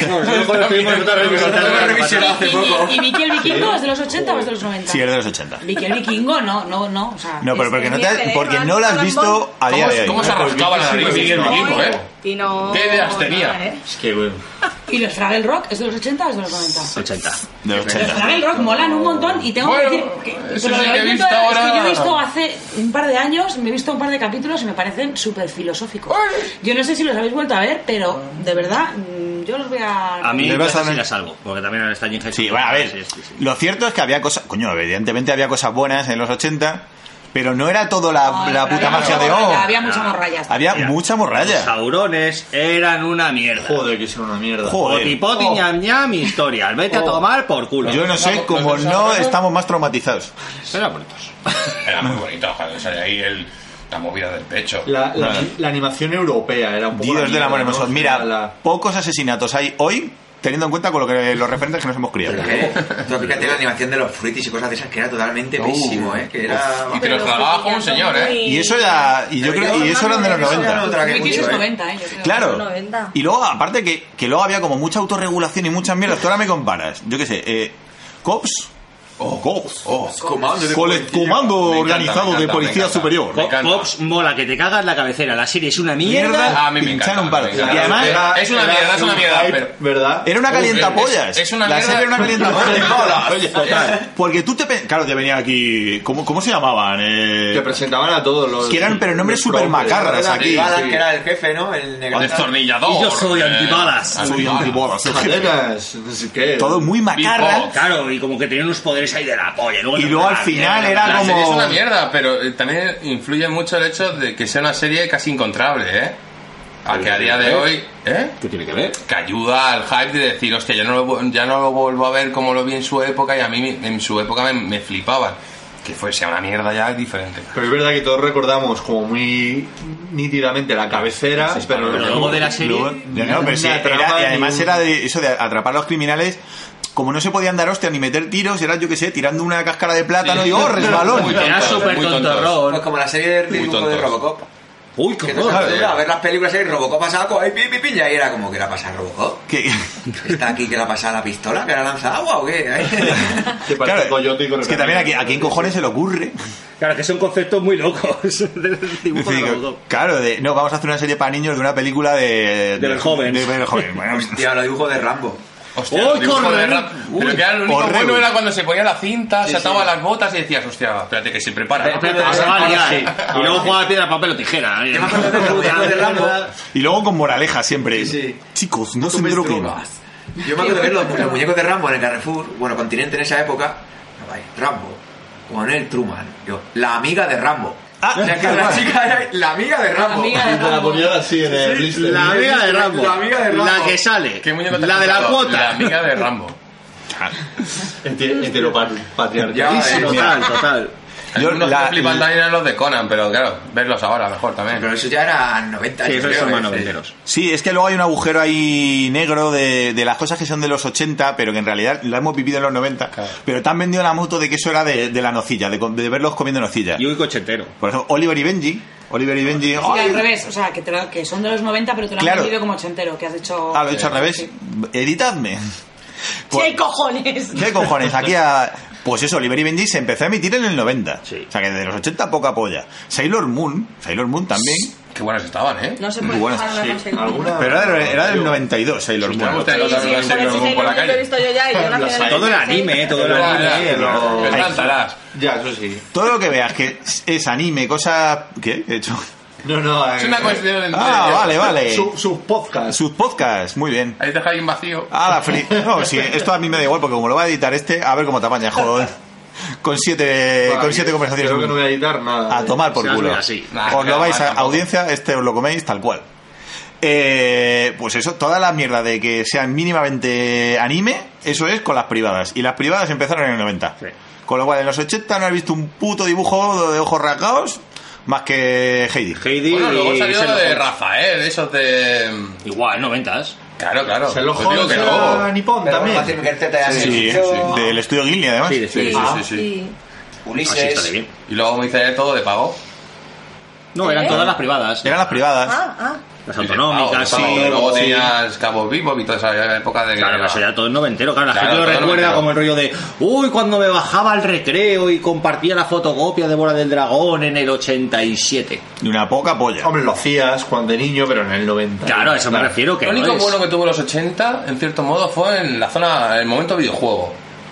¿Y Vicky el Vikingo es de los 80 o es de los 90? Sí, es de los 80. Vicky el Vikingo, no, o sea... No, pero porque no lo has visto a día de hoy. ¿Cómo se arrascaba la nariz Vicky el Vikingo, Y no... ¿Qué ideas tenía? Es que bueno. ¿Y los Fraggle Rock es de los 80 o es de los 90? 80. De los 80. Los Fraggle Rock molan un montón y tengo que decir que... eso Pero sí que he es visto que ahora. yo he visto hace un par de años, me he visto un par de capítulos y me parecen súper filosóficos. Yo no sé si los habéis vuelto a ver, pero de verdad, yo los voy a... A mí ¿Le vas a casi ver? las salvo, porque también está Jim Henson. Sí, bueno, a ver, lo cierto es que había cosas... Coño, evidentemente había cosas buenas en los 80, pero no era todo la puta magia de... Había mucha morralla. Había mucha morralla. Los saurones eran una mierda. Joder, que son una mierda. Joder. Poti, ñam, ñam, historia. Vete a tomar por culo. Yo no sé cómo no estamos más traumatizados. Eran bonitos. Era muy bonito, cuando sale ahí la movida del pecho. La animación europea era un poco... Dios del amor hermoso. ¿no? Mira, pocos asesinatos hay hoy, teniendo en cuenta con los referentes que nos hemos criado. Tú fíjate la animación de los fruitis y cosas de esas que era totalmente pésimo, que era... Y te los tragabas como un señor, Y eso ya... Y yo creo y eso eran de los 90. Fruitis es 90, yo creo. Claro. 90. Y luego, aparte que luego había como mucha autorregulación y muchas mierdas. Tú ahora me comparas. Yo qué sé, Cops. Comando organizado de policía superior. Cops mola que te cagas la cabecera. La serie es una mierda. A mí me encanta. Un palo. me Y encanta. además Es una mierda, pero... ¿Verdad? era una calientapollas. Es una la mierda. serie era una calientapollas. Total. Porque tú claro, te venía aquí... ¿Cómo se llamaban? Que presentaban a todos los... Que eran pero nombres súper macarras aquí. Que era el jefe, ¿no? El negro. Destornillador. Yo soy antibalas. Soy antibolas. cadenas, no sé qué. Todo muy macarra. Claro, y como que tenían unos poderes ahí de la polla. Y luego al final era La serie es como... una mierda, pero también influye mucho el hecho de que sea una serie casi incontrable, A que a día de hoy, ¿Qué tiene que ver? que ayuda al hype de decir, hostia, ya no lo vuelvo a ver como lo vi en su época y a mí en su época me flipaban. Que fuese una mierda ya es diferente. Pero es verdad que todos recordamos como muy nítidamente la cabecera, pero luego de la serie... y además era de eso de atrapar a los criminales. Como no se podían dar hostia ni meter tiros, era, yo que sé, tirando una cáscara de plátano y ¡oh, resbalón! Era súper tontorrón. Pues como la serie de dibujo de Robocop. Uy, Que qué no se acostumbra a ver las películas y Robocop pasaba con ahí, y era como que era pasar Robocop. Que... ¿Está aquí que la pasa la pistola? ¿Que la lanza agua o qué? que parece Claro, coyote y con es que también aquí en cojones se le ocurre. Claro, que son conceptos muy locos del dibujo de Robocop. Claro, no, vamos a hacer una serie para niños de una película de Beethoven. De Beethoven. Bueno, Hostia, lo dibujo de Rambo. Hostia, ¡Oh, el dibujo de corre! Ram- Pero que era lo único Horrible. bueno era cuando se ponía la cinta, se ataba las botas y decías, hostia, espérate que se prepara. ¿no? Espérate, se va a liar. Y luego juega piedra, papel o tijera. ¿Qué más cosas del dibujo de Rambo? y luego con moraleja siempre. Sí. Chicos, no se droguen. Yo me acuerdo de ver los muñecos de Rambo en el Carrefour, bueno, Continente en esa época. Rambo, con el Truman. Yo, la amiga de Rambo. Ah, O sea, que la chica era la amiga de Rambo. Y te la ponían así en el blister. La amiga de Rambo. La amiga de Rambo. La que sale. ¿Qué muñeco te La has de la comprado? cuota. La amiga de Rambo. Heteropatriarcalísimo. Total. Yo, Unos que flipan también eran los de Conan, pero claro, verlos ahora mejor también. Pero eso ya eran 90 Sí, años. esos son creo, más noventeros. Sí, es que luego hay un agujero ahí negro de las cosas que son de los 80, pero que en realidad lo hemos vivido en los 90. Claro. Pero te han vendido la moto de que eso era de la nocilla, de verlos comiendo nocilla. Y un cochentero. Por ejemplo, Oliver y Benji. Sí, al revés, o sea, que son de los 90, pero te lo han Claro. vendido como ochentero, que has dicho... Ah, lo he hecho al revés. Sí. Editadme. Sí, hay cojones. ¿Qué cojones? Aquí Pues eso, Oliver y Benji se empezó a emitir en el 90. Sí. O sea que desde los 80 poca polla. Sailor Moon también. Qué buenas estaban, ¿eh? No se Muy puede buenas, dejar sí. una cosa. ¿Alguna? Pero era del 92, Sailor Sí, Moon. usted, Sí, otra sí, vez, por eso por Sailor la Moon lo he calle. visto yo ya y yo nací en el Todo el 96. anime, todo el Ya, anime. ya, que cantarás. Ya, eso sí. Todo lo que veas que es anime, cosa... ¿Qué he hecho? No, Es una cuestión entre... Vale. Sus podcasts. Sus podcasts, muy bien. Ahí deja ahí un vacío. No, sí, esto a mí me da igual, porque como lo va a editar a ver cómo te apañas, joder. Con siete conversaciones. Creo que no voy a editar nada. A tomar por Se culo. hace así. Os lo vais a audiencia, os lo coméis tal cual. Pues eso, toda la mierda de que sean mínimamente anime, eso es con las privadas. Y las privadas empezaron en el 90. Sí. Con lo cual, en los 80 no he visto un puto dibujo de ojos rasgados más que Heidi. Heidi Bueno, luego salió Sherlock lo de Holmes. Rafael, esos de... Igual, 90s. Claro. Se lo Pues digo que jodas no. a Nippon Pero también. Martin Gertet te hace Sí, mucho. del estudio Ghibli, además. Sí, sí. Sí. Ulises. Así está de bien. Y luego me dice todo de pago. No, eran todas las privadas. Eran las privadas. Las autonómicas, Sí, sí. luego sí. tenías Cabo Vivo y toda esa época de... Claro, pero eso ya todo es noventero. Claro, la Claro, gente lo todo recuerda noventero. como el rollo de uy, cuando me bajaba al recreo y compartía la fotocopia de Bola del Dragón en el 87. De una poca polla. Hombre, lo hacías cuando de niño, pero en el 90. Claro, a eso me refiero. Que Lo no único es. bueno que tuvo los 80, en cierto modo, fue en la zona, el momento videojuego.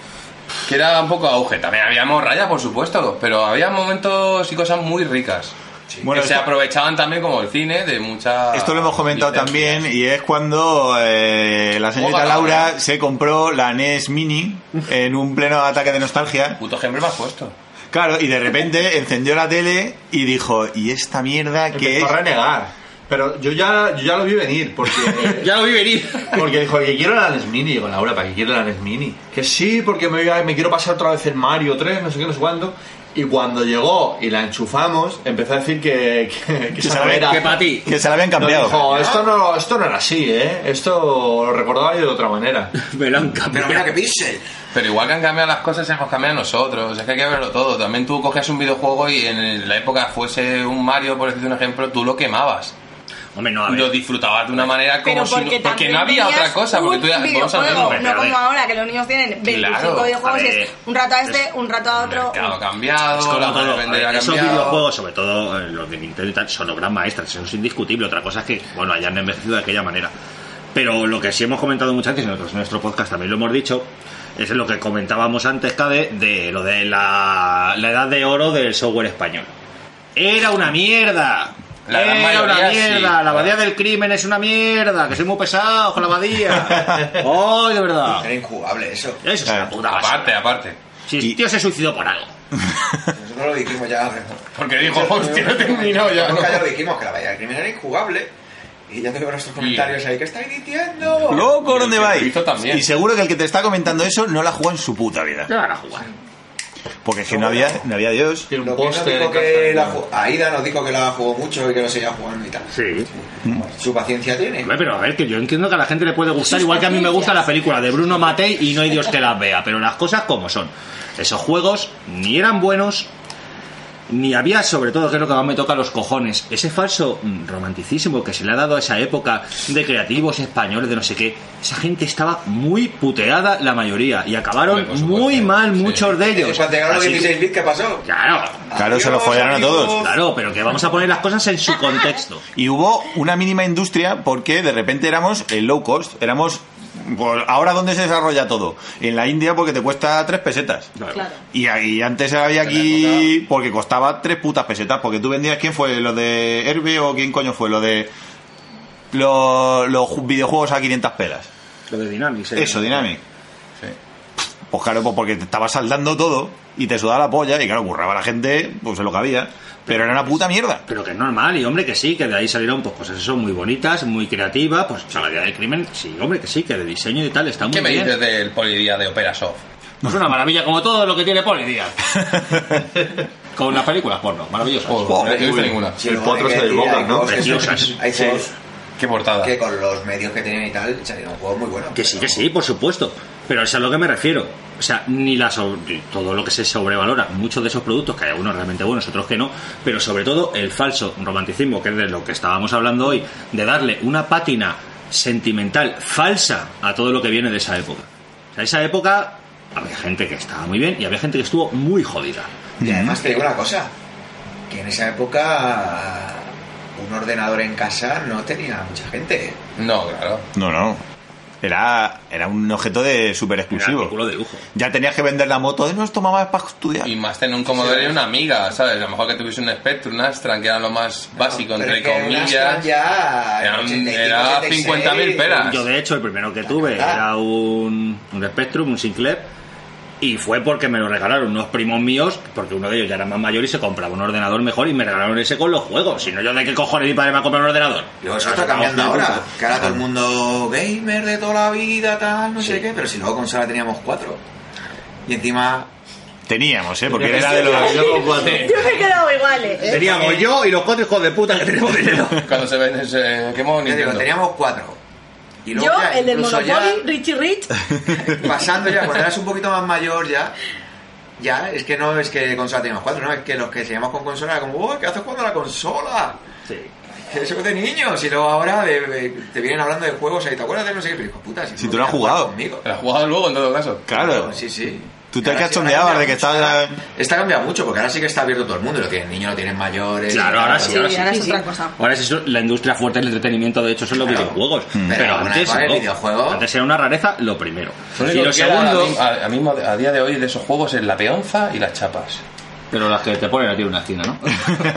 Que era un poco auge. También había morralla, por supuesto, pero había momentos y cosas muy ricas. Bueno, que se esto- aprovechaban también como el cine de mucha... Esto lo hemos comentado licencias. también y es cuando la señorita Juega, Laura se compró la NES Mini en un pleno ataque de nostalgia. Puto ejemplo me has puesto. Claro, y de repente encendió la tele y dijo, ¿y esta mierda qué Empezó es? a renegar. Pero yo ya lo vi venir, porque... Ya lo vi venir. Porque dijo que quiero la NES Mini. Digo, Laura, ¿para qué quiero la NES Mini? Que sí, porque me quiero pasar otra vez el Mario 3, no sé qué, no sé cuándo. Y cuando llegó y la enchufamos, empezó a decir que esa no era. Que para ti. Que se la habían Nos cambiado. dijo, esto no era así, ¿eh? Esto lo recordaba yo de otra manera. Me lo han Pero cambiado. mira que pixel. Pero igual que han cambiado las cosas, hemos cambiado nosotros. Es que hay que verlo todo. También tú cogías un videojuego y en la época fuese un Mario, por decirte un ejemplo, tú lo quemabas. Hombre, no, a Y ver. lo disfrutabas de una manera como Pero si no, porque también no había tenías otra cosa. Porque tú ya... un vamos a ver, videojuego, pero no a como ver. ahora que los niños tienen 25 Claro, videojuegos a y ver, es un rato a este, un rato a otro. mercado ha cambiado, Es como la todo. manera de vender ha Esos cambiado. videojuegos, sobre todo los de Nintendo y tal, son obras maestras, eso es indiscutible. Otra cosa es que, bueno, hayan envejecido de aquella manera. Pero lo que sí hemos comentado muchas veces, en nuestro podcast también lo hemos dicho, es lo que comentábamos antes, Cade, de lo de la edad de oro del software español. Era una mierda. La gran Era una mayoría, mierda. sí. La abadía del crimen es una mierda. Que soy muy pesado con la abadía. ¡Ay, de verdad! Era injugable eso. Eso es una puta basura. Aparte. Si el tío se suicidó por algo. Nosotros lo dijimos ya. Porque dijo, hostia, he terminado ya. Nunca ya lo dijimos, que la Bahía del Crimen era injugable. Y ya tengo nuestros comentarios ahí. ¿Qué estáis diciendo? ¡Loco, dónde Y el que vais! lo hizo también. Y seguro que el que te está comentando eso no la jugó en su puta vida. ¿Qué van a jugar? Porque es que no había Dios. Tiene un Lo que nos póster dijo en que casa. Aida nos dijo que la jugó mucho y que lo seguía jugando y tal. Sí. Su paciencia tiene. Hombre, pero a ver, que yo entiendo que a la gente le puede gustar, igual que a mí me gusta la película de Bruno Mattei y no hay Dios que las vea, pero las cosas como son. Esos juegos ni eran buenos, ni había, sobre todo, que es lo que más me toca los cojones, ese falso romanticismo que se le ha dado a esa época de creativos españoles, de no sé qué. Esa gente estaba muy puteada, la mayoría, y acabaron Hombre, por supuesto. muy mal Sí. muchos de ellos. Cuando llegaron los Así- 16 bits, ¿qué pasó? Claro, Claro, se lo Adiós, follaron a todos. amigos. claro, pero que vamos a poner las cosas en su contexto. Y hubo una mínima industria porque de repente éramos el low cost. Éramos... Pues, ¿ahora dónde se desarrolla todo? En la India porque te cuesta 3 pesetas. Claro. Y ahí antes había aquí porque costaba 3 putas pesetas. Porque tú vendías, ¿quién fue? ¿Lo de Herbe o quién coño fue? Lo de los videojuegos a 500 pelas. Lo de Dynamics. Eso, Dynamic. Pues claro, pues porque te estaba saldando todo y te sudaba la polla y claro, curraba la gente, pues es lo que había. Pero era una puta mierda. Pero que es normal, y hombre, que sí, que de ahí salieron pues cosas eso muy bonitas, muy creativas, pues la Bahía del Crimen, sí, hombre, que sí, que de diseño y tal está muy ¿Qué me bien. dices del polidía de Opera Soft? Pues una maravilla, como todo lo que tiene Poli Díaz. Con las películas porno, maravillosas. No he visto ninguna. Sí, El no, potro hay se que decir, desboca, hay ¿no? juegos que Preciosas. son- Hay Sí. juegos Qué portada. que con los medios que tienen y tal salieron juegos muy buenos. Que sí, por supuesto. Pero es a lo que me refiero. O sea, ni todo lo que se sobrevalora, muchos de esos productos, que hay algunos realmente buenos, otros que no, pero sobre todo el falso romanticismo, que es de lo que estábamos hablando hoy, de darle una pátina sentimental falsa a todo lo que viene de esa época. O sea, esa época había gente que estaba muy bien y había gente que estuvo muy jodida. Y además te digo una cosa, que en esa época un ordenador en casa no tenía mucha gente. No, claro. No. Era un objeto de súper exclusivo. Artículo de lujo. Ya tenías que vender la moto. No, esto mamá es para estudiar. Y más tener un Commodore y una Amiga, ¿sabes? A lo mejor que tuviese un Spectrum, un Astra, que era lo más básico, Pero entre es que comillas. ya Era 50.000 pelas. Yo, de hecho, el primero que tuve era un Spectrum, un Sinclair. Y fue porque me lo regalaron unos primos míos, porque uno de ellos ya era más mayor y se compraba un ordenador mejor y me regalaron ese con los juegos. Si no, yo de qué cojones mi padre me va a comprar un ordenador. Luego eso está cambiando ahora, que ahora todo el mundo gamer de toda la vida, tal, no sé qué, pero si luego consola teníamos 4. Y encima... Teníamos, porque era de los... Yo me he quedado igual, Teníamos yo y los 4 hijos de puta que tenemos dinero. Cuando se ven ese... ¿Qué modo Nintendo? Teníamos 4. Y luego yo, ya, el del incluso Monopoly, Richie Rich. Pasando ya, cuando eras un poquito más mayor ya es que no es que consola teníamos 4, no, es que los que seguíamos con consola era como, ¿qué haces jugando a la consola? Sí. Eso es de niños, y luego ahora te vienen hablando de juegos y te acuerdas de no sé qué, pero hijo puta, si tú no has jugado conmigo. Lo has jugado luego en todo caso. Claro. Sí. Tú te cachondeabas de que estabas... Está cambiado mucho, porque ahora sí que está abierto todo el mundo. Lo tienen niños, lo tienen mayores. Claro, ahora sí. Ahora es otra cosa. Ahora es eso, la industria fuerte del entretenimiento, de hecho, son los videojuegos. Pero antes era una rareza lo primero. Y lo segundo... A mí a día de hoy de esos juegos es la peonza y las chapas. Pero las que te ponen a ti en una esquina, ¿no?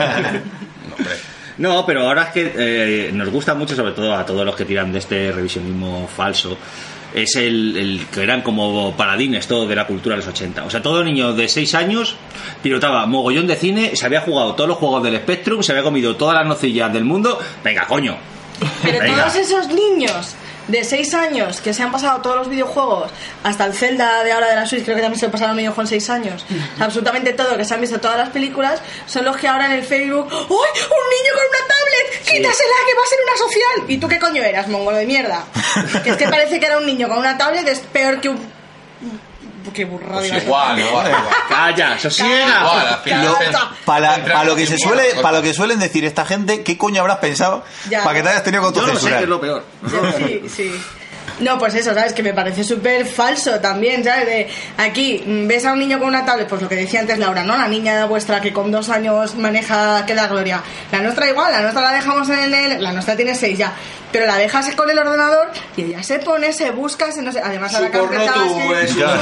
No, pero ahora es que nos gusta mucho, sobre todo a todos los que tiran de este revisionismo falso, es el que eran como paladines todo de la cultura de los 80. O sea, todo niño de 6 años pilotaba mogollón de cine, se había jugado todos los juegos del Spectrum, se había comido todas las nocillas del mundo. Venga, coño. Pero todos esos niños de 6 años que se han pasado todos los videojuegos, hasta el Zelda de ahora de la Switch, creo que también se lo pasaron ellos con 6 años, absolutamente todo, que se han visto todas las películas, son los que ahora en el Facebook, ¡uy! ¡Un niño con una tablet! ¡Quítasela, que va a ser una social! ¿Y tú qué coño eras, mongolo de mierda? Que es que parece que era un niño con una tablet, es peor que un... Qué burrada. Pues igual. Calla, sosiega. Para lo que suelen decir esta gente, ¿qué coño habrás pensado para que te hayas tenido que autocensurar? Yo no sé qué es lo peor. Sí. No, pues eso, ¿sabes? Que me parece súper falso también, ¿sabes? De aquí, ves a un niño con una tablet, pues lo que decía antes Laura, ¿no? La niña vuestra que con 2 años maneja, que da gloria. La nuestra igual, la nuestra la dejamos en el... La nuestra tiene 6 ya. Pero la dejas con el ordenador y ella se pone, se busca, no sé... Además ahora que empezaba todo lo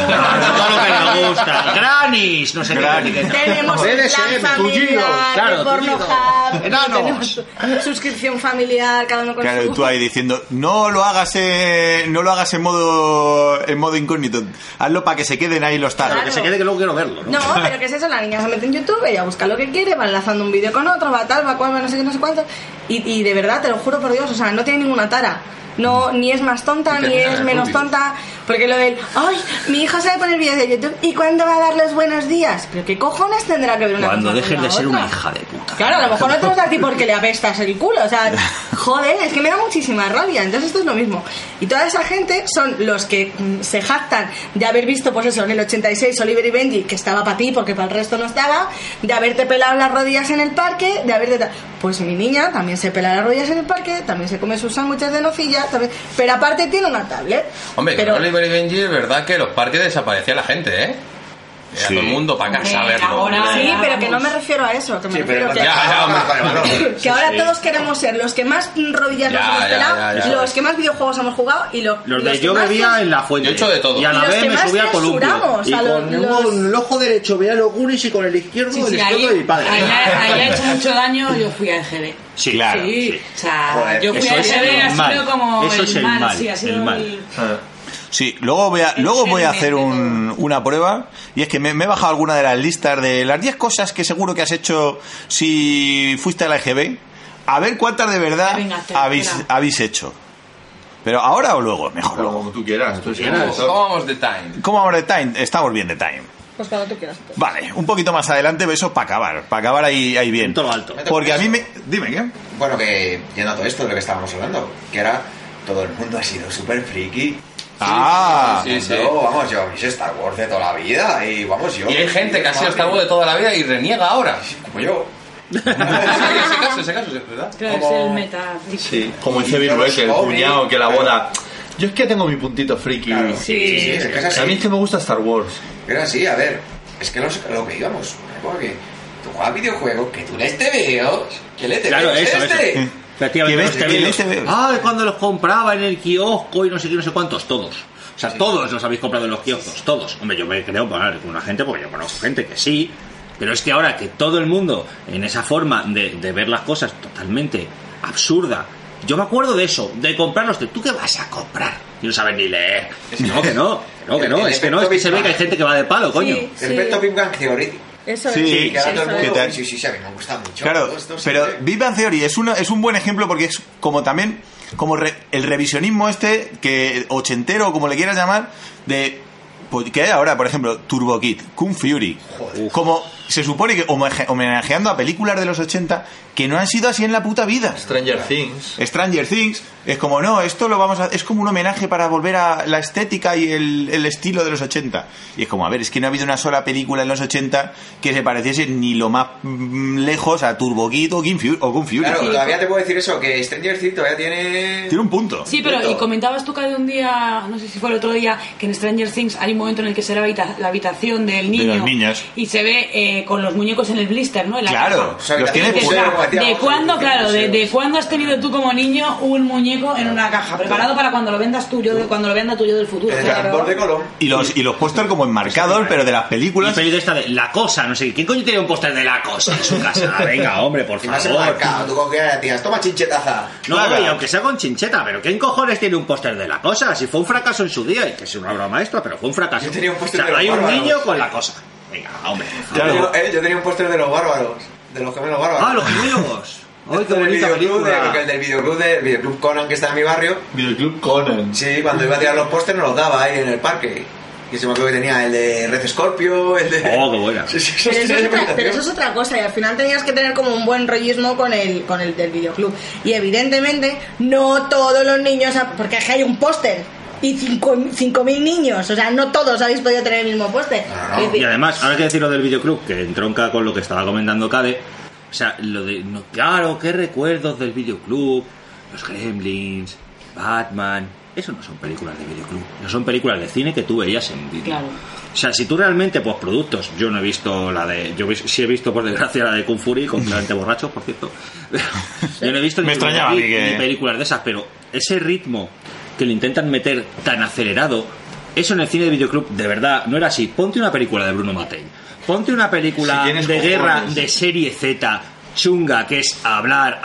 que me gusta. Granis, no sé qué. Tenemos plan familiar, Pornhub, tenemos suscripción familiar, cada uno con su... Claro, tú ahí diciendo, no lo hagas en modo incógnito, hazlo para que se queden ahí los tags. Claro. Que se quede, que luego quiero verlo, ¿no? No, pero ¿qué es eso? La niña se mete en YouTube, ella busca lo que quiere, va enlazando un vídeo con otro, va tal, va cual, va no sé qué, no sé cuánto, y de verdad, te lo juro por Dios, o sea, no tiene ninguna tara. No, ni es más tonta, ni es menos tonta. Porque lo del, ay, mi hija sabe poner vídeos de YouTube, ¿y cuándo va a dar los buenos días? ¿Pero qué cojones tendrá que ver una cuando cosa dejes con de la ser otra? una hija de puta. Claro, a lo mejor no te lo da a ti porque le apestas el culo. O sea, joder, es que me da muchísima rabia. Entonces esto es lo mismo. Y toda esa gente son los que se jactan de haber visto, pues eso, en el 86 Oliver y Benji, que estaba para ti porque para el resto no estaba, de haberte pelado las rodillas en el parque, de haberte... Pues mi niña también se pela las rodillas en el parque, también se come sus sándwiches de nocilla, también... pero aparte tiene una tablet. Hombre, pero... con Oliver y Benji es verdad que en los parques desaparecía la gente, ¿eh? Sí. Todo el mundo para casa a verlo. Ahora, sí, pero que no me refiero a eso, que me refiero que, que ahora todos queremos ser los que más rodillas nos hemos pelado, los que más videojuegos hemos jugado y los de que yo más bebía en la fuente. Yo he hecho de todo. Y a la vez me subía a columpio. Y con el ojo derecho veía los Goonies y con el izquierdo de mi padre. Ahí ha hecho mucho daño, yo fui a EGB. Sí, claro. Sí. O sea, yo fui a EGB, ha sido como eso es el mal. Sí, ha sido el... Sí, luego voy a hacer una prueba, y es que me he bajado alguna de las listas de las 10 cosas que seguro que has hecho si fuiste a la EGB, a ver cuántas de verdad habéis hecho. Pero ahora o luego, mejor luego. Como tú quieras. ¿Cómo vamos de time? ¿Cómo vamos de time? Estamos bien de time. Pues cuando tú quieras. Vale, un poquito más adelante, eso para acabar ahí bien. Todo alto. Porque a mí me... Dime, ¿qué? Bueno, que yendo a todo esto de lo que estábamos hablando, que era todo el mundo ha sido súper friki. Sí. No, vamos, yo hice Star Wars de toda la vida y vamos yo. Y hay gente que ha sido Star Wars de toda la vida y reniega ahora. Como yo. Ese caso, ¿verdad? Creo que es el meta. Sí, como dice Virgo, que el cuñado, que la boda. Yo es que tengo mi puntito friki. Claro, sí, es que es así. A mí es que me gusta Star Wars. Pero así, a ver, es que lo que íbamos, me acuerdo que tú juegas videojuegos, que tú lees TVOs, que lees Claro, TVOs eso. Efectivamente, ¿Qué ves? Ay, cuando los compraba en el kiosco y no sé qué, no sé cuántos, todos. O sea, todos los habéis comprado en los kioscos, todos. Hombre, yo me creo con una gente, porque yo conozco gente que sí, pero es que ahora que todo el mundo, en esa forma de ver las cosas totalmente absurda, yo me acuerdo de eso, de comprarlos, ¿tú qué vas a comprar? Y no sabes ni leer. No, que no, es que se ve que hay gente que va de palo, coño. El efecto Big Bang Theory. Eso Sí, es. sí, Que ahora todo el mundo- tal? sí, a mí me gusta mucho. Claro, todo esto, pero siempre. Big Bang Theory es un buen ejemplo porque es como también como el revisionismo que ochentero, como le quieras llamar, de pues, que hay ahora, por ejemplo, Turbo Kid, Kung Fury, como se supone que homenajeando a películas de los 80 que no han sido así en la puta vida. Stranger Things. Stranger Things es como, no, esto lo vamos a... Es como un homenaje para volver a la estética y el estilo de los 80. Y es como, a ver, es que no ha habido una sola película en los 80 que se pareciese ni lo más lejos a Turbo Kid o Kung Fury. Claro, todavía te puedo decir eso, que Stranger Things todavía tiene... Tiene un punto. Sí, pero y comentabas tú que de un día, no sé si fue el otro día, que en Stranger Things hay un momento en el que se ve la habitación del niño De los niños. y se ve con los muñecos en el blister, ¿no? En la Claro, caja. los tiene Y dices, puestos. va, ¿de cuándo, claro, de cuándo has tenido tú como niño un muñeco en una caja? Preparado para cuando lo vendas tú, cuando lo venda tú yo del futuro. El Claro. transporte de Colón. Y los póster como enmarcados, pero de las Y películas. peli de esta de La Cosa, no sé, ¿quién coño tiene un póster de La Cosa en su casa? Venga, hombre, por Y más el favor. marcado, tú cogías, tías, toma chinchetaza. No, Claro. y aunque sea con chincheta, pero ¿quién cojones tiene un póster de La Cosa? Si fue un fracaso en su día, y que es una obra maestra, pero fue un fracaso. Yo tenía un póster O sea, de los hay un bárbaros. niño con La Cosa. Venga, hombre. Claro. Yo tenía un póster de los bárbaros, de los gemelos bárbaros. Ah, los gemelos. Ay, qué Del bonita videoclub película. el del videoclub Conan que está en mi barrio. Videoclub Conan. Sí, cuando iba a tirar los pósters nos los daba ahí en el parque. Y se me acuerdo que tenía el de Red Scorpio, el de... Oh, qué buena. Sí, Pero eso es otra cosa, y al final tenías que tener como un buen rollismo con el del videoclub. Y evidentemente no todos los niños, porque es que hay un póster y 5.000 niños, o sea, no todos habéis podido tener el mismo póster. No. Es decir, Y además, ahora hay que decir lo del videoclub, que entronca con lo que estaba comentando Cade. O sea, lo de, no, claro, qué recuerdos del videoclub, los Gremlins, Batman. Eso no son películas de videoclub, no son películas de cine que tú veías en vídeo. Claro. O sea, si tú realmente, pues productos, yo no he visto la de. Sí he visto, por desgracia, la de Kung Fury, completamente borracho, por cierto. Yo no he visto Me extrañaba a mí que- ni películas de esas, pero ese ritmo que le intentan meter tan acelerado, eso en el cine de videoclub, de verdad, no era así. Ponte una película de Bruno Mattei, ponte una película Si tienes de guerra cojones. de serie Z chunga, que es hablar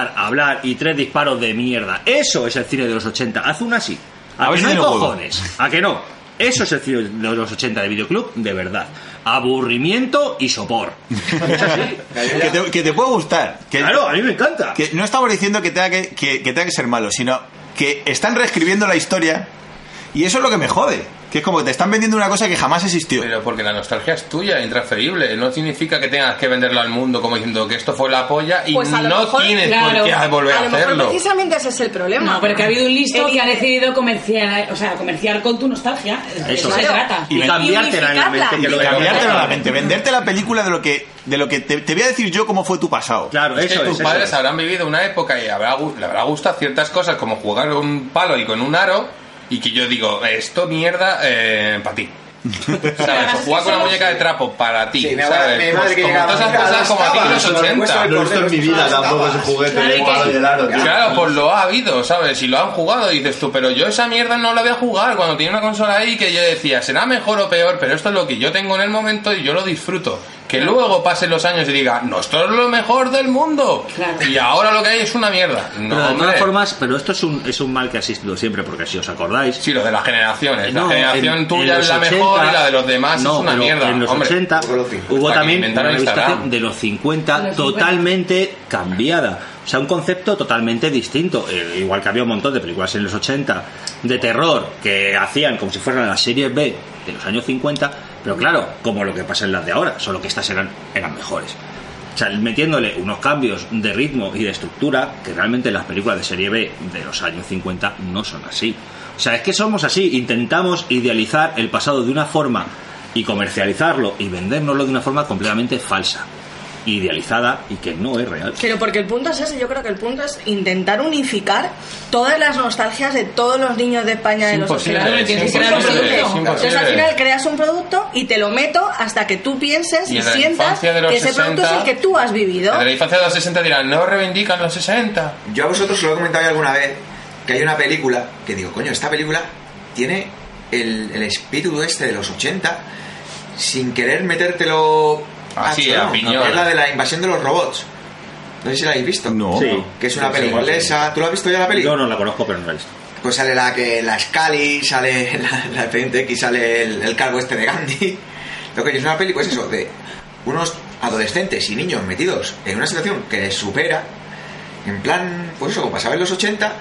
y 3 disparos de mierda. Eso es el cine de los 80. Haz una así. A ¿A ver que si no hay tiene huevo. cojones? ¿A que no? Eso es el cine de los 80 de videoclub, de verdad. Aburrimiento y sopor. Es así. que te puede gustar. Claro, a mí me encanta. Que no estamos diciendo que tenga que tenga que ser malo, sino que están reescribiendo la historia y eso es lo que me jode. Que es como que te están vendiendo una cosa que jamás existió. Pero porque la nostalgia es tuya, intransferible. No significa que tengas que venderlo al mundo como diciendo que esto fue la polla y Pues a lo no mejor, tienes claro, por qué volver a a lo mejor hacerlo. precisamente ese es el problema. No, pero que ha habido un listo que ha Evidente- decidido comerciar con tu nostalgia. De eso se Claro. trata. Y cambiártela en la mente. Que lo Y cambiártelo a la mente, mente. venderte la película de lo que te voy a decir yo cómo fue tu pasado. Claro, Es que eso tus es. eso padres es. habrán vivido una época y le habrá gustado ciertas cosas como jugar con un palo y con un aro y que yo digo, esto mierda para ti. ¿Sabes? O jugar con una muñeca de trapo para ti. Sí, mi ¿sabes? madre que Como llegaba todas esas a cosas las como a ti en los tapas, 80. No he visto en mi vida tampoco ese juguete Claro, de y que- palo y el aro, tío. Claro, pues lo ha habido, ¿sabes? Y lo han jugado y dices tú, pero yo esa mierda no la voy a jugar cuando tiene una consola ahí que yo decía, será mejor o peor, pero esto es lo que yo tengo en el momento y yo lo disfruto. Que luego pasen los años y diga, no, esto es lo mejor del mundo. Claro. Y ahora lo que hay es una mierda. No, Pero de hombre. todas formas, pero esto es un mal que ha existido siempre, porque si os acordáis. Sí, lo de las generaciones. La No, generación en tuya los es la 80, mejor y la de los demás no, es una pero mierda. En los hombre. 80 hubo Hasta que también inventaron una Instagram. ilustración de los 50 De los 50. totalmente cambiada. O sea, un concepto totalmente distinto. Igual que había un montón de películas en los 80 de terror que hacían como si fueran las series B de los años 50, pero claro, como lo que pasa en las de ahora, solo que estas eran mejores. O sea, metiéndole unos cambios de ritmo y de estructura que realmente las películas de serie B de los años 50 no son así. O sea, es que somos así, intentamos idealizar el pasado de una forma y comercializarlo y vendérnoslo de una forma completamente falsa. idealizada y que no es real. Pero porque el punto es ese, yo creo que el punto es intentar unificar todas las nostalgias de todos los niños de España de los 80. Es imposible. Entonces al final creas un producto y te lo meto hasta que tú pienses y sientas que ese producto es el que tú has vivido. En la infancia de los 60 dirán, no reivindican los 60. Yo a vosotros os lo he comentado ya alguna vez, que hay una película que digo, coño, esta película tiene el espíritu este de los 80 sin querer metértelo así a piñón. Es la de la invasión de los robots. No sé si la habéis visto. No. Sí. Que es una peli inglesa. ¿Tú la has visto ya la peli? Yo no la conozco, pero no la he visto. Pues sale la Scully, sale la Expediente X, sale el calvo este de Gandhi. Lo que es una peli, pues eso, de unos adolescentes y niños metidos en una situación que les supera, en plan, pues eso, como pasaba en los 80.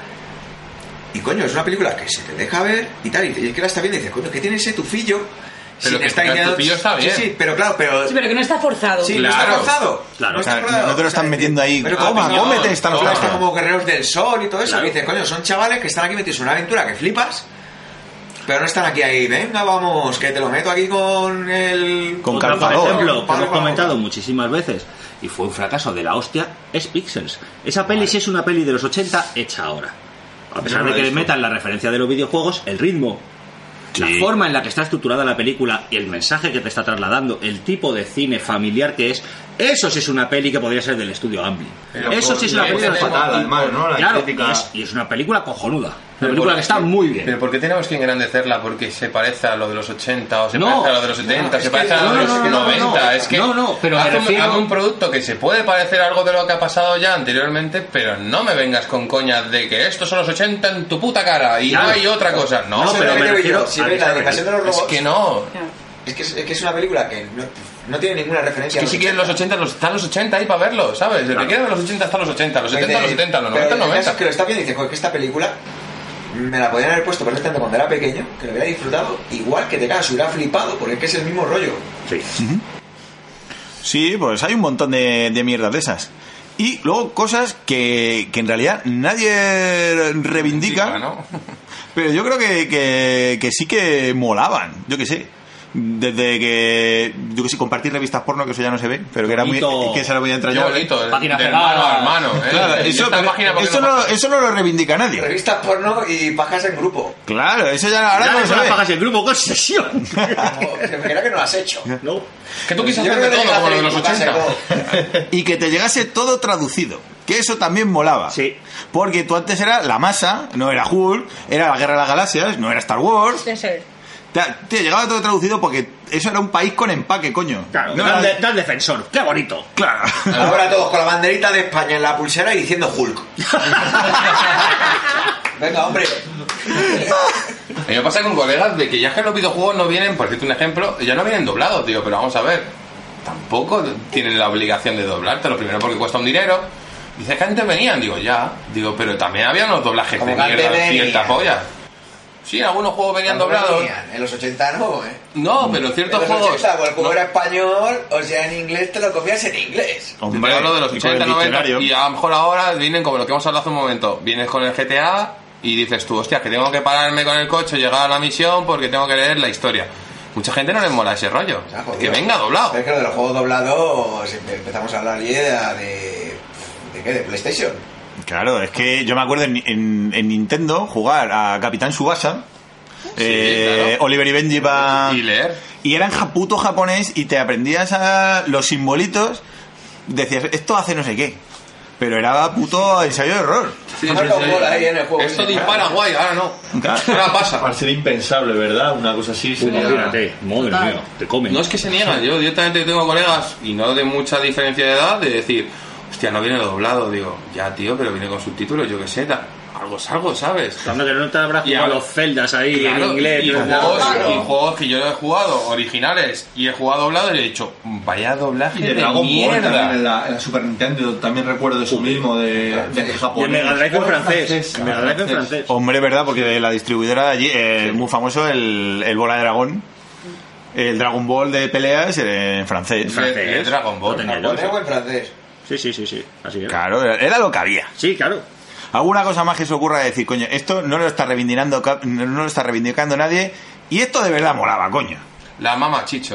Y coño, es una película que se te deja ver y tal, y es que la está viendo y dices, coño, ¿qué tiene ese tufillo? Pero que está el tufillo está bien. Sí, pero claro, pero... Sí, pero que no está forzado. Sí, claro. no está forzado. Claro. No está O sea, forzado. no te lo están metiendo ahí. Pero Toma, piñón, cómete esta todo nostalgia. está como guerreros del sol y todo eso. Claro. Y dices, coño, son chavales que están aquí metidos en una aventura que flipas, pero no están aquí ahí, venga, vamos, que te lo meto aquí con el... Con Otra, por calzador. ejemplo, que Palo, hemos palo, comentado palo. muchísimas veces y fue un fracaso de la hostia, es Pixels. Esa peli sí es una peli de los 80 hecha ahora. A pesar Yo no de la que he le visto. metan la referencia de los videojuegos, el ritmo, la forma en la que está estructurada la película y el mensaje que te está trasladando, el tipo de cine familiar que es, eso sí es una peli que podría ser del estudio Amblin. Eso sí es una película fatal, además, ¿no? La claro, crítica... y es una película cojonuda. Una Pero película por- que está muy bien. Pero ¿por qué tenemos que engrandecerla? Porque se parece a lo de los 80 o se No. parece a lo de los 70, es se que- parece a lo de los no, 90. Es que no, pero me hazme refiero- un producto que se puede parecer a algo de lo que ha pasado ya anteriormente, pero no me vengas con coñas de que estos son los 80 en tu puta cara y Claro. no hay otra cosa. No, No, pero me refiero Si a ves la esa de Invasión de los es Robots, que no. es que es una película que no tiene ninguna referencia. Es que si quieres los 80, están los 80 ahí para verlo, ¿sabes? El que quiere ver los 80 está los 80, los 70 los 70, los 90 pero 90. es que lo está viendo y dice, joder, que esta película me la podían haber puesto perfectamente cuando era pequeño, que lo hubiera disfrutado, igual que te cagas, hubiera flipado, porque es que es el mismo rollo. Sí. Sí, pues hay un montón de mierdas de esas. Y luego cosas que en realidad nadie reivindica, ¿no? pero yo creo que sí que molaban, yo que sé. Desde que, yo que sé, compartir revistas porno, que eso ya no se ve, pero que era muy, Bonito. que eso era muy Qué entrañable. bonito, Página de pegada. hermano a hermano. Claro, Y eso, esta pero página, ¿por qué eso no no, pasa? eso no lo reivindica nadie. Revistas porno y pajas en grupo. Claro, eso ya ahora Ya no no se la ve. pagas el grupo con sesión. Como, que me creo que no lo has hecho. No. Que tú quisiste Yo hacer creo de que todo, como lo de te los llegas a 80. todo. Y que te llegase todo traducido. Que eso también molaba. Sí. Porque tú antes era la masa, no era Hulk, era la Guerra de las Galaxias, no era Star Wars. Te llegaba todo traducido porque eso era un país con empaque, coño. Claro, No gran, era- gran defensor. Qué bonito. Claro. Ahora todos con la banderita de España en la pulsera y diciendo Hulk. Venga, hombre. A mí me pasa con colegas de que ya que los videojuegos no vienen, por decirte un ejemplo, ya no vienen doblados, tío, pero vamos a ver. Tampoco tienen la obligación de doblártelo, primero porque cuesta un dinero. Dice que antes venían, digo, ya. Digo, pero también había unos doblajes Como de que antes mierda, venían. cierta polla. Sí, en algunos juegos venían doblados. En los 80 no, ¿eh? No, pero en ciertos En los juegos. 80, pues el juego no. era español, o sea, en inglés te lo copias en inglés. Te hablo de los y con el 80, 90 diccionario. y a lo mejor ahora vienen como lo que hemos hablado hace un momento. Vienes con el GTA y dices tú, hostia, que tengo que pararme con el coche, llegar a la misión porque tengo que leer la historia. Mucha gente no les mola ese rollo. O sea, jodido. Que venga doblado. Es que lo de los juegos doblados empezamos a hablar ya ¿de qué? ¿De PlayStation? Claro, es que yo me acuerdo en Nintendo jugar a Capitán Tsubasa, claro. Oliver y Benji Y leer. y eran puto japonés y te aprendías a los simbolitos, decías, esto hace no sé qué, pero era puto ensayo de error. Sí, Marca un gol ahí en el juego. Esto dispara guay, ahora no. Ahora pasa. Para ser impensable, ¿verdad? Una cosa así sería... Imagínate, madre mía, te comen. No es que se niegan, yo directamente tengo colegas y no de mucha diferencia de edad de decir, hostia, no viene doblado, digo, ya tío, pero viene con subtítulos, yo qué sé, algo es algo, ¿sabes? Cuando que no te habrás Y jugado ahora- los celdas ahí Claro, en inglés. y ¿no? juegos que yo he jugado originales y he jugado doblado y he dicho, vaya doblaje Y de de Dragon Ball mierda. también en la Super Nintendo también recuerdo eso mismo de que Y el japonés. Mega Drive en francés. El Mega Drive en francés. Hombre, verdad, porque la distribuidora de allí, muy famoso, el Bola de Dragón, el Dragon Ball de peleas en francés. De Dragon Ball. Lo tenía yo. Japonés o en francés. Sí. Así era. Claro, era lo que había. Sí, claro. Alguna cosa más que se ocurra de decir, coño, esto no lo está reivindicando nadie y esto de verdad molaba, coño. La mama Chicho.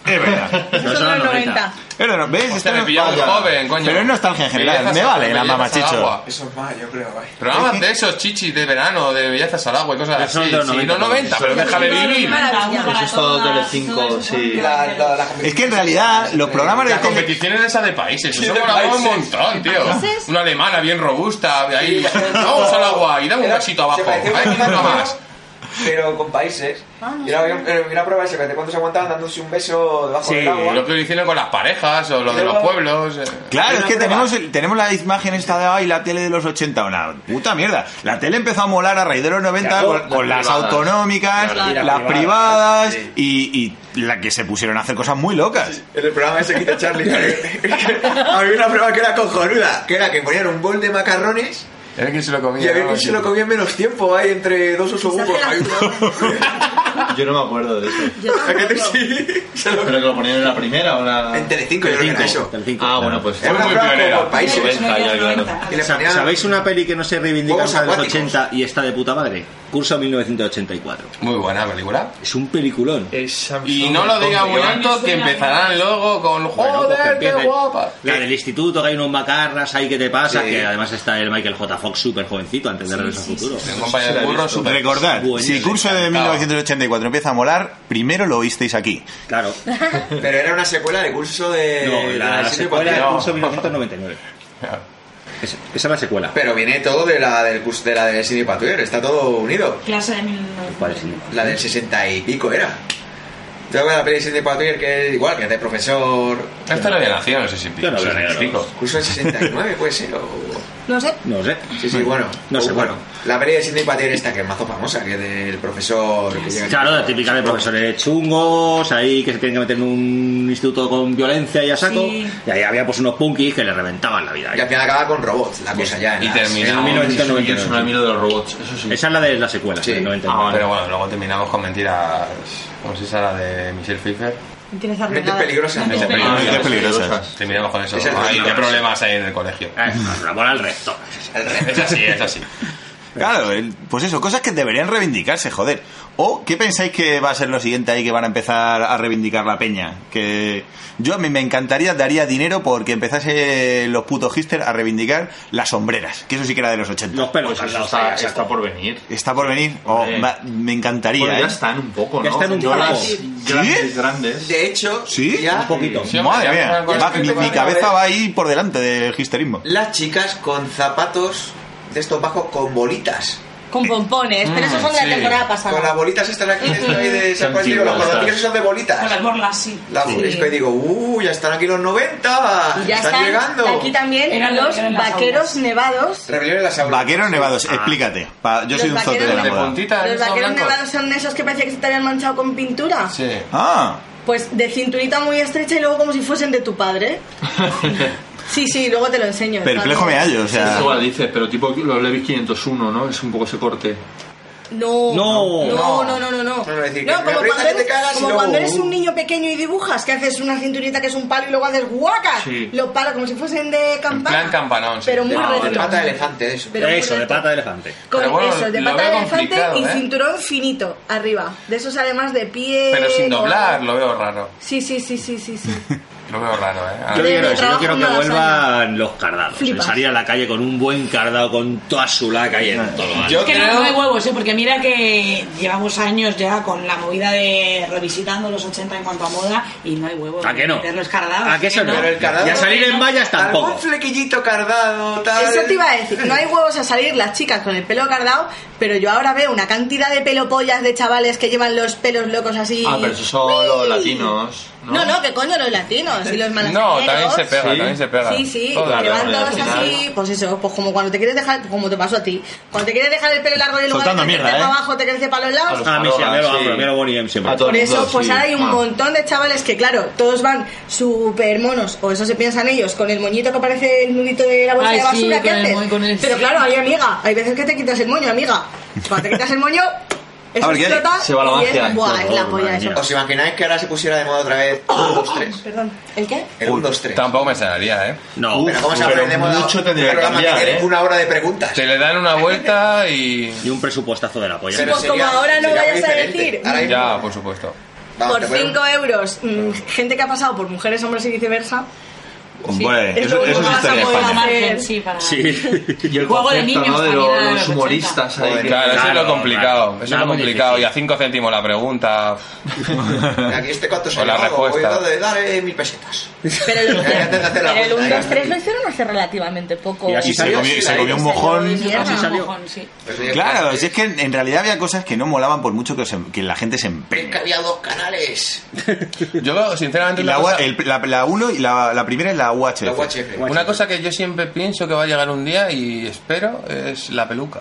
Es verdad. Esos son los 90. Pero no, ¿ves? Hostia, me pilló muy joven, coño. Pero es nostalgia en general, Bellezas me vale al- la bellezas al mamachicho. agua. Eso es más, yo creo, güey. Programas de esos chichis de verano, de bellezas al agua y cosas Pero son así. de los Sí, 90, los 90, pero déjame vivir. Eso es todo Telecinco, sí. Es que en realidad los programas de La tele... competición es esa de países, Sí, eso de molaba un países. montón, tío. ¿Países? Una alemana bien robusta, ahí, vamos al agua y dame un besito abajo. Se parecía Hay un que uno poco más. pero con países. Y era una prueba de secreto, cuando se aguantaban dándose un beso debajo del agua. Lo que lo hicieron con las parejas o lo de los pueblos. Claro, es que tenemos la imagen esta de ahí, la tele de los 80, una puta mierda. La tele empezó a molar a raíz de los 90 Claro, con las privadas. autonómicas, Claro. las privadas Sí. y la que se pusieron a hacer cosas muy locas. En el programa ese quita Charlie. Había una prueba que era cojonuda, que era que ponían un bol de macarrones Era quien se lo comía. y a ver ¿no? quién se lo comía en menos tiempo, ahí entre dos osobugos. Yo no me acuerdo de eso. ¿A qué te sí? Se lo- ¿Pero que lo ponían en la primera o la...? En Telecinco, yo creo que era eso. Telecinco. Ah, bueno, pues... Era una muy prueba pionera. por países. 90 ya, claro. Y le ponían... ¿Sabéis una peli que no se reivindica Juegos de los acuáticos. 80 y está de puta madre? Curso 1984. Muy buena película. Es un peliculón. Y no lo diga muy alto que empezarán luego con Bueno, pues que joder, qué empiecen. guapa. La del instituto, que hay unos macarras ahí que te pasa, Sí. que además está el Michael J. Fox súper jovencito antes de Regreso al Futuro. Un compañero de burro súper. Recordad, Buenísimo. si Curso de 1984 empieza a molar, primero lo oísteis aquí. Claro. Pero era una secuela de curso de... No, de la Sidney secuela Poitier. del curso 1999. Esa es la secuela. Pero viene todo de la del curso de la de Sidney Poitier, está todo unido. Clase de ¿Cuál es? La del 60 y pico era. ¿Te acuerdas de la peli de Sidney Poitier que es igual, que es de profesor? Esta no había nacido, no sé si Yo no veo negros. pico. Curso del 69 puede ser o... No sé. No sé. Sí, sí, bueno. No sé, bueno. La peli de Sidney Poitier esta que es mazo famosa, que es del profesor que llega... Claro, la típica de profesores chungos, ahí que se tienen que meter en un instituto con violencia y a saco. Sí. Y ahí había pues unos punkis que le reventaban la vida. Y al final acaba con robots, la cosa ya en Y las- termina. En 1999. Yo soy un amigo de los robots, eso sí. Esa es la de la secuela, Sí. del 99. Pero bueno, luego terminamos con mentiras. ¿Cómo se llama la de Michelle Pfeiffer? Tienes Mentes arruinada. peligrosas. Mentes Ah, peligrosas. mentes peligrosas. Terminamos con eso. Es el Ay, resto. qué problemas hay en el colegio. La bola al resto. Es así, es así. Claro, pues eso, cosas que deberían reivindicarse, joder. ¿O qué pensáis que va a ser lo siguiente ahí que van a empezar a reivindicar la peña? Que yo a mí me encantaría, daría dinero porque empezase los putos hipsters a reivindicar las sombreras, que eso sí que era de los 80. Los pelos Pues al eso lado, ahí a está saco. por venir. ¿Está por venir? Oh, Hombre. me encantaría, Bueno, ya ¿eh? están un poco, ¿no? Ya están un Yo poco. las ¿Sí? grandes. De hecho, ¿Sí? ya Un poquito. Sí, hombre, Madre ya mía, empiezan con va, este mi tema. cabeza va ahí por delante del histerismo. las chicas con zapatos de estos bajos con bolitas. Con pompones, pero esos son de la sí. temporada Con las pasada. bolitas estas aquí de esto ahí de San Juan, digo, antiguas, los cordotillos estas. son de bolitas. Con las borlas, sí. La es que digo, ya están aquí los 90, Y ya están llegando. aquí también Eran los las vaqueros aulas. nevados. Rebelión en las aulas. Vaqueros nevados, explícate. Yo soy Los un zote de vaqueros la De moda. puntita, Los esos vaqueros blancos. nevados son esos que parecía que se te habían manchado con pintura. Sí. Ah, Pues de cinturita muy estrecha y luego como si fuesen de tu padre. Sí, luego te lo enseño. perplejo me hallo, o sea... Igual dice, pero tipo los Levi's 501, ¿no? Es un poco ese corte. No, No. No, es decir, que No, me como aprietas cuando y te eres, cagas y como luego, cuando eres un niño pequeño y dibujas, que haces una cinturita que es un palo y luego haces guacas. Sí. Los palos como si fuesen de En campana. plan campanón, sí. Pero muy No, de recto. pata de elefante, de eso. Pero muy Eso, de recto. pata de elefante. Con Pero bueno, eso, de lo pata veo de elefante complicado, y ¿eh? cinturón finito arriba. De esos además de pie. Pero sin o doblar, algo. lo veo raro. Sí. Lo veo raro, Yo De quiero eso, yo trabajo quiero que no las vuelvan los cardados. Flipas. Salir a la calle con un buen cardado, con toda su laca y en todo. Yo Es que no creo... hay huevos, porque mira que llevamos años ya con la movida de revisitando los 80 en cuanto a moda y no hay huevos. ¿A qué no? Meterlos cardados. ¿A qué eso no? Pero el cardado... Y a salir en vallas tampoco. Algún flequillito cardado, tal... Eso te iba a decir, no hay huevos a salir las chicas con el pelo cardado, pero yo ahora veo una cantidad de pelopollas de chavales que llevan los pelos locos así. Ah, pero esos son los latinos, ¿no? No, que coño los latinos y los No, también se pega, Sí. también se pega. Sí, Todo, que van claro, todos al final. así, pues eso, pues como cuando te quieres dejar, como te pasó a ti, cuando te quieres dejar el pelo largo y en lugar de Soltando crecerte mierda, para ¿eh? abajo te crece para los lados. A mí sí, a mí lo Sí. hago, a mí lo Bonnie siempre. A todo Por el eso, mundo, pues sí. ahora hay un Ah. montón de chavales que, claro, todos van súper monos, o eso se piensan ellos, con el moñito que parece el nudito de la bolsa Ay, de sí, basura que con el haces. moño, con el- Pero claro, hay amiga, hay veces que te quitas el moño, amiga. Cuando te quitas el moño, eso A ver, ¿qué? explota Se va la y magia. es, buah, es la polla Madre eso. mía. ¿Os imagináis que ahora se pusiera de moda otra vez 1, 2, 3? Perdón, ¿el qué? El 1, 2, 3. Tampoco me sanaría, ¿eh? No, Pero ¿cómo se Pero aprende de moda? mucho tendría un que programa cambiar, tiene ¿eh? una hora de preguntas. Te le dan una vuelta y... y un presupuestazo de la polla. Pero Pues como ahora no sería muy vayas a diferente. decir, Ahora mismo- Ya, por supuesto. por 5 euros, gente que ha pasado por mujeres, hombres y viceversa. Bueno, es eso lo es único que vas a historia de poder España. hacer. Sí, para... Y el Juego de concepto, niños ¿no? De también era de los los humoristas ahí. Claro, eso es lo complicado. Eso es Nada, lo muy complicado. difícil. Y a 5 céntimos la pregunta. Aquí cuánto se O la respuesta. Voy a dar 1.000 pesetas. Pero el, Antes de hacer la pero el 1, cuenta, 2, 3 lo hicieron hace relativamente poco. Y así Y se salió. comió un mojón. Mierda, Así salió. mojón, sí. Claro, si es que en realidad había cosas que no molaban por mucho que la gente se Es que empeña. había 2 canales. Yo, sinceramente, Y una la, cosa, la 1 y la primera es la UHF. La UHF. una cosa que yo siempre pienso que va a llegar un día y espero es la peluca.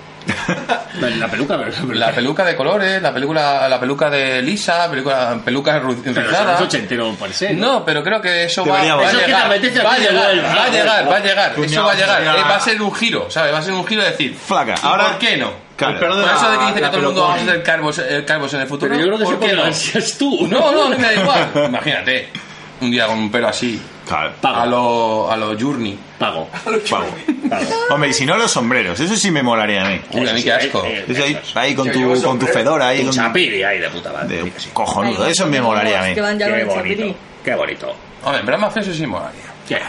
La peluca, La peluca de colores, la peluca de lisa, peluca Pero eso rizada. es ochentero per se. No, pero creo que eso va a Deberíamos. llegar. Eso es que te apetece Va a a ti de llegar, Huelva. va a llegar, va a llegar. Eso va a llegar. Cuñado, Va a ser un giro, ¿sabes? Va a ser un giro de decir. Flaca, ¿y ahora- ¿por qué no? Claro. El perro de Por eso de que dice que la todo el mundo pelopón. vamos a ser calvos en el futuro. Pero yo creo que ¿por se qué puede no? ansias tú. No, no, a mí me da igual. Imagínate, un día con un pelo así, Claro. a lo Journey. Pago. Pavo. Hombre, y si no los sombreros, eso sí me molaría a mí. Uy, a mí qué asco. Eso ahí con tu fedora ahí. Un Con, chapiri ahí de puta madre. de cojonudo, eso me molaría a mí. Que van ya Qué con el bonito. chapiri. Qué bonito. Hombre, en verdad más feo eso sí molaría. ¿Qué?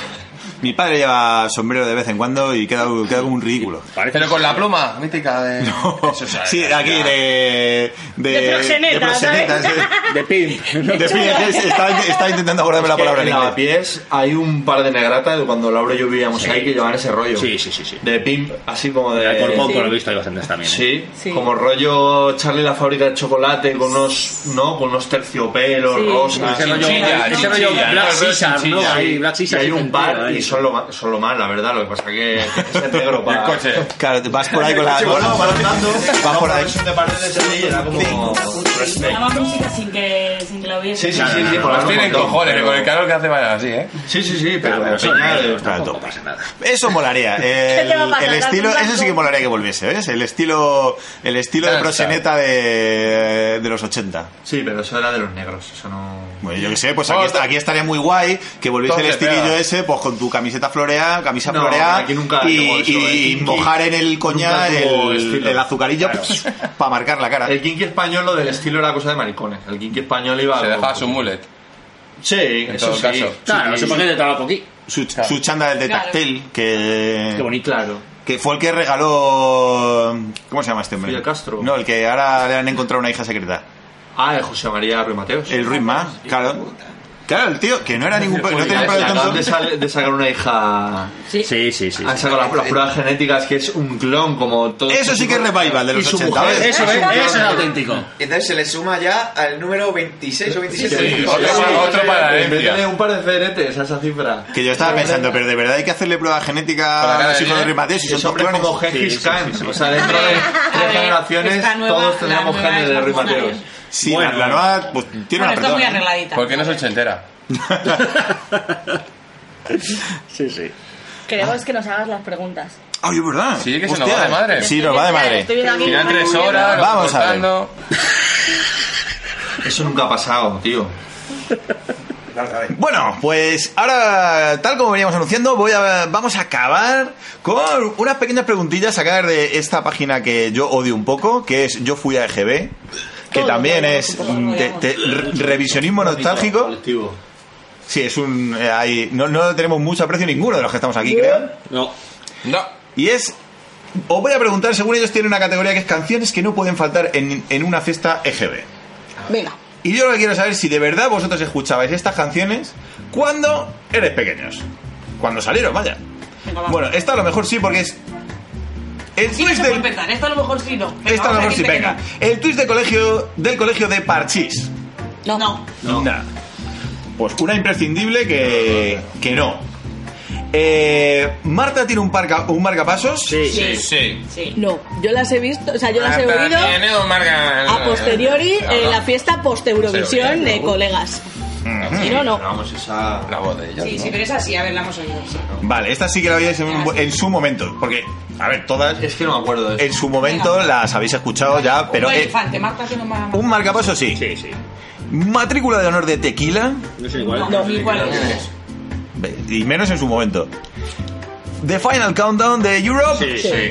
Mi padre lleva sombrero de vez en cuando y queda como un ridículo. Pero con la pluma mítica de... Eso, ¿sabes? Sí, aquí de proxeneta, proxeneta, ¿sabes? sí. De pimp. De pie, estaba intentando acordarme la palabra en En inglés. Lavapiés hay un par de negratas de cuando Laura y yo vivíamos ahí que llevaban ese rollo. Sí. De pimp, así como de... Por poco Sí. lo he visto hay bastantes también. Sí, Sí. como rollo Charlie la fábrica de chocolate con unos terciopelos Sí. rosas. Ese rollo, Chinchilla, ese rollo chinchilla, Black ¿no? Caesar, ¿no? Chinchilla. Ahí, Black Y Caesar. hay sí, un par ahí. y son lo más, la verdad. Lo que pasa que es negro para... El coche. Claro, vas por ahí con la... Bueno, van andando, Vas por ahí. de paredes y era como... Sonaba música sin que lo viese. Sí, por Pues algo tienen un montón, cojones, que pero- con el calor que hace vayan así, ¿eh? Sí, pero Pero son peña de- negros, Claro, tampoco todo. pasa nada. Eso molaría. ¿Qué te va a pasar? El estilo, ¿Darte un eso sí que blanco? molaría que volviese, ¿ves? El estilo de Claro, proxeneta de los 80. Sí, pero eso era de los negros, eso no... Bueno, yo qué sé, pues aquí estaría muy guay que volviese el Entonces, estilillo pega. ese, pues con tu camiseta floreada, camisa No, floreada aquí nunca llevó eso, el y kinky mojar en el coñac nunca tuvo estilo. el azucarillo para marcar la cara. El kinky español, lo del estilo era cosa de maricones. El kinky español iba... Se dejaba su mullet. Sí, En eso todo sí. caso. Claro, no sé por qué te trabajo aquí. Su chándal de Claro. tactel, Qué bonito. Claro. que fue el que regaló... ¿Cómo se llama este hombre? Fidel Castro. No, el que ahora le han encontrado una hija secreta. Ah, de José María Ruiz Mateos. El Ruiz Más, claro. Claro, el tío, que no era ningún... No tenía un pelo Acaban tonto. de sacar una hija... Sí. Han sacado las pruebas genéticas, que es un clon como todo. Eso sí que es revival de los Y su 80, mujer, ¿ves? Eso es auténtico. Y entonces se le suma ya al número 26 o 27. Sí, otro para la En vez herencia. de un par de ceretes a esa cifra. Que yo estaba pensando, pero de verdad hay que hacerle prueba genética Para la a los cara hijos de de Ruiz Mateos si son Es todos hombre clones. como Gengis Khan. O sea, dentro de 3 generaciones esta nueva- todos la tendremos nueva genes es de más Ruiz mona, Mateos. ¿eh? Sí, Bueno. la nueva pues, tiene Bueno, una está muy perdona. arregladita. ¿Por qué no es ochentera? Sí. Queremos que nos hagas las preguntas. Ay, es verdad. Sí, que se nos Hostia. va de madre. Sí, nos va de madre. Estoy viendo aquí. Final 3 horas. Vamos a ver. cortando. Eso nunca ha pasado, tío. Bueno, pues ahora, tal como veníamos anunciando, vamos a acabar con unas pequeñas preguntillas a sacar de esta página que yo odio un poco, que es Yo Fui a EGB, que Todos también odiamos es un poco, revisionismo nostálgico. Colectivo. Sí, es un... no tenemos mucho aprecio ninguno de los que estamos aquí, creo. No. No. Y es... Os voy a preguntar, según ellos tienen una categoría que es canciones que no pueden faltar en una fiesta EGB. Venga. Y yo lo que quiero saber es si de verdad vosotros escuchabais estas canciones cuando eres pequeños. Cuando salieron, vaya. Venga, va. Bueno, esta a lo mejor sí, porque es... El Sí, no twist se puede del... empezar. Esto a lo mejor sí no. Venga, Esta a lo vamos mejor sí, decirte que venga. El twist del colegio de Parchís. No. No. Nah. Pues una imprescindible que no. Marta tiene un marcapasos. Sí. Sí. No, yo las he visto, o sea, yo las he Marta oído tiene un marca- a posteriori Claro. en la fiesta post-Eurovisión Sí, de colegas. Si no, no. Pero vamos, esa... La voz de ella. Sí, ¿no? sí, pero es así. A ver, la hemos oído. Sí. Vale, esta sí que la habéis en su momento. Porque, a ver, todas Es que no me acuerdo de eso. en su momento las habéis escuchado ya, pero... Un buen infante. Marta tiene un marcapasos sí. Sí, sí. Matrícula de honor de Tequila. No sé igual. No, ni cuál es. Y menos en su momento. The Final Countdown de Europe. Sí.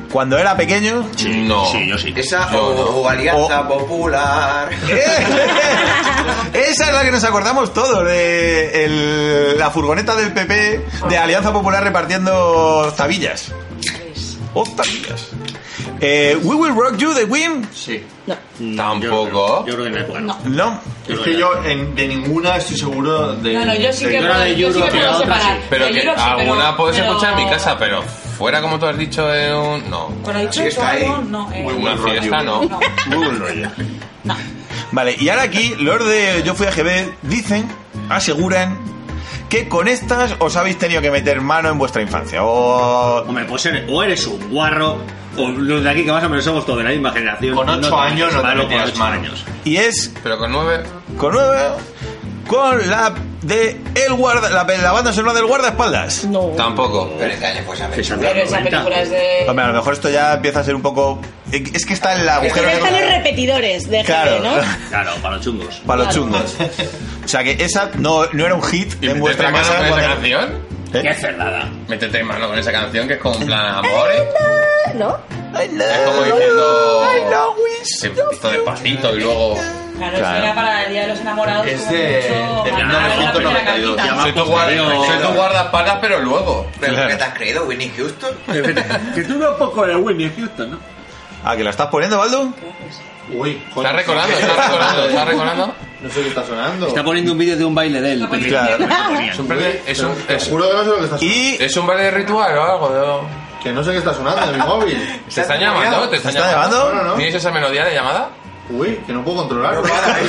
cuando era pequeño. No. Sí, yo sí. Esa Yo no. o Alianza Popular. Esa es la que nos acordamos todos, de la furgoneta del PP de Alianza Popular repartiendo tabillas. Tabillas. We Will Rock You de Wim. Sí. Tampoco. Yo creo que no es bueno. No. Es que yo de ninguna estoy seguro de... No, yo sí que yo la de yo sí que Europe y la puedo otra separar. sí. Pero De que Europe sí, alguna puedes pero- escuchar en mi casa, pero fuera, como tú has dicho, en un... No. ¿Cuál ha dicho Sí, eso? está ahí. Algo? No, Una fiesta, no. We Will Rock You. Vale, y ahora aquí los de Yo Fui a GB dicen, aseguran que con estas os habéis tenido que meter mano en vuestra infancia. Hombre, pues o eres un guarro, o los de aquí que más o menos somos todos de la misma generación. Con 8 te años metes no te mano metías con 8 mano. años. Y es Pero con 9... con 9, con la de la banda sonora del guardaespaldas. No. Tampoco. Pero en qué año pues a ver. Esa de Pero los esa 90. película es de... Hombre, a lo mejor esto ya empieza a ser un poco... Es que está en el agujero Pero están los negro repetidores de Claro. GB, ¿no? Claro, para los chungos. para los Claro. chungos. O sea que esa no era un hit ¿Y en meterte vuestra mano casa. con esa cuando- canción? ¿Eh? Qué cerdada. Métete mano con esa canción que es como en plan amor, ¿eh? ¿No? Ay, no. Es como diciendo... Ay, no, Wish. Esto despacito y luego... Claro, Claro. eso era para el Día de los Enamorados. Es como de- mucho de más tarde, la primera 1992. cartita. Llama- Soy tu guardaespaldas, pero luego. ¿Pero Claro. qué te has creído, Whitney Houston? Que tú no un poco de Whitney Houston, ¿no? Ah, ¿que la estás poniendo, Baldu? Uy, Está recordando. No sé qué está sonando. Está poniendo un vídeo de un baile de él. Claro. Es un baile- es un- Te es- juro que no sé lo que está sonando. Y ¿Es un baile ritual o algo? Que no sé qué está sonando en mi móvil. ¿Te están llamando? ¿Te ¿te está llamando? No, no, no. ¿Tienes esa melodía de llamada? Uy, que no puedo controlarlo.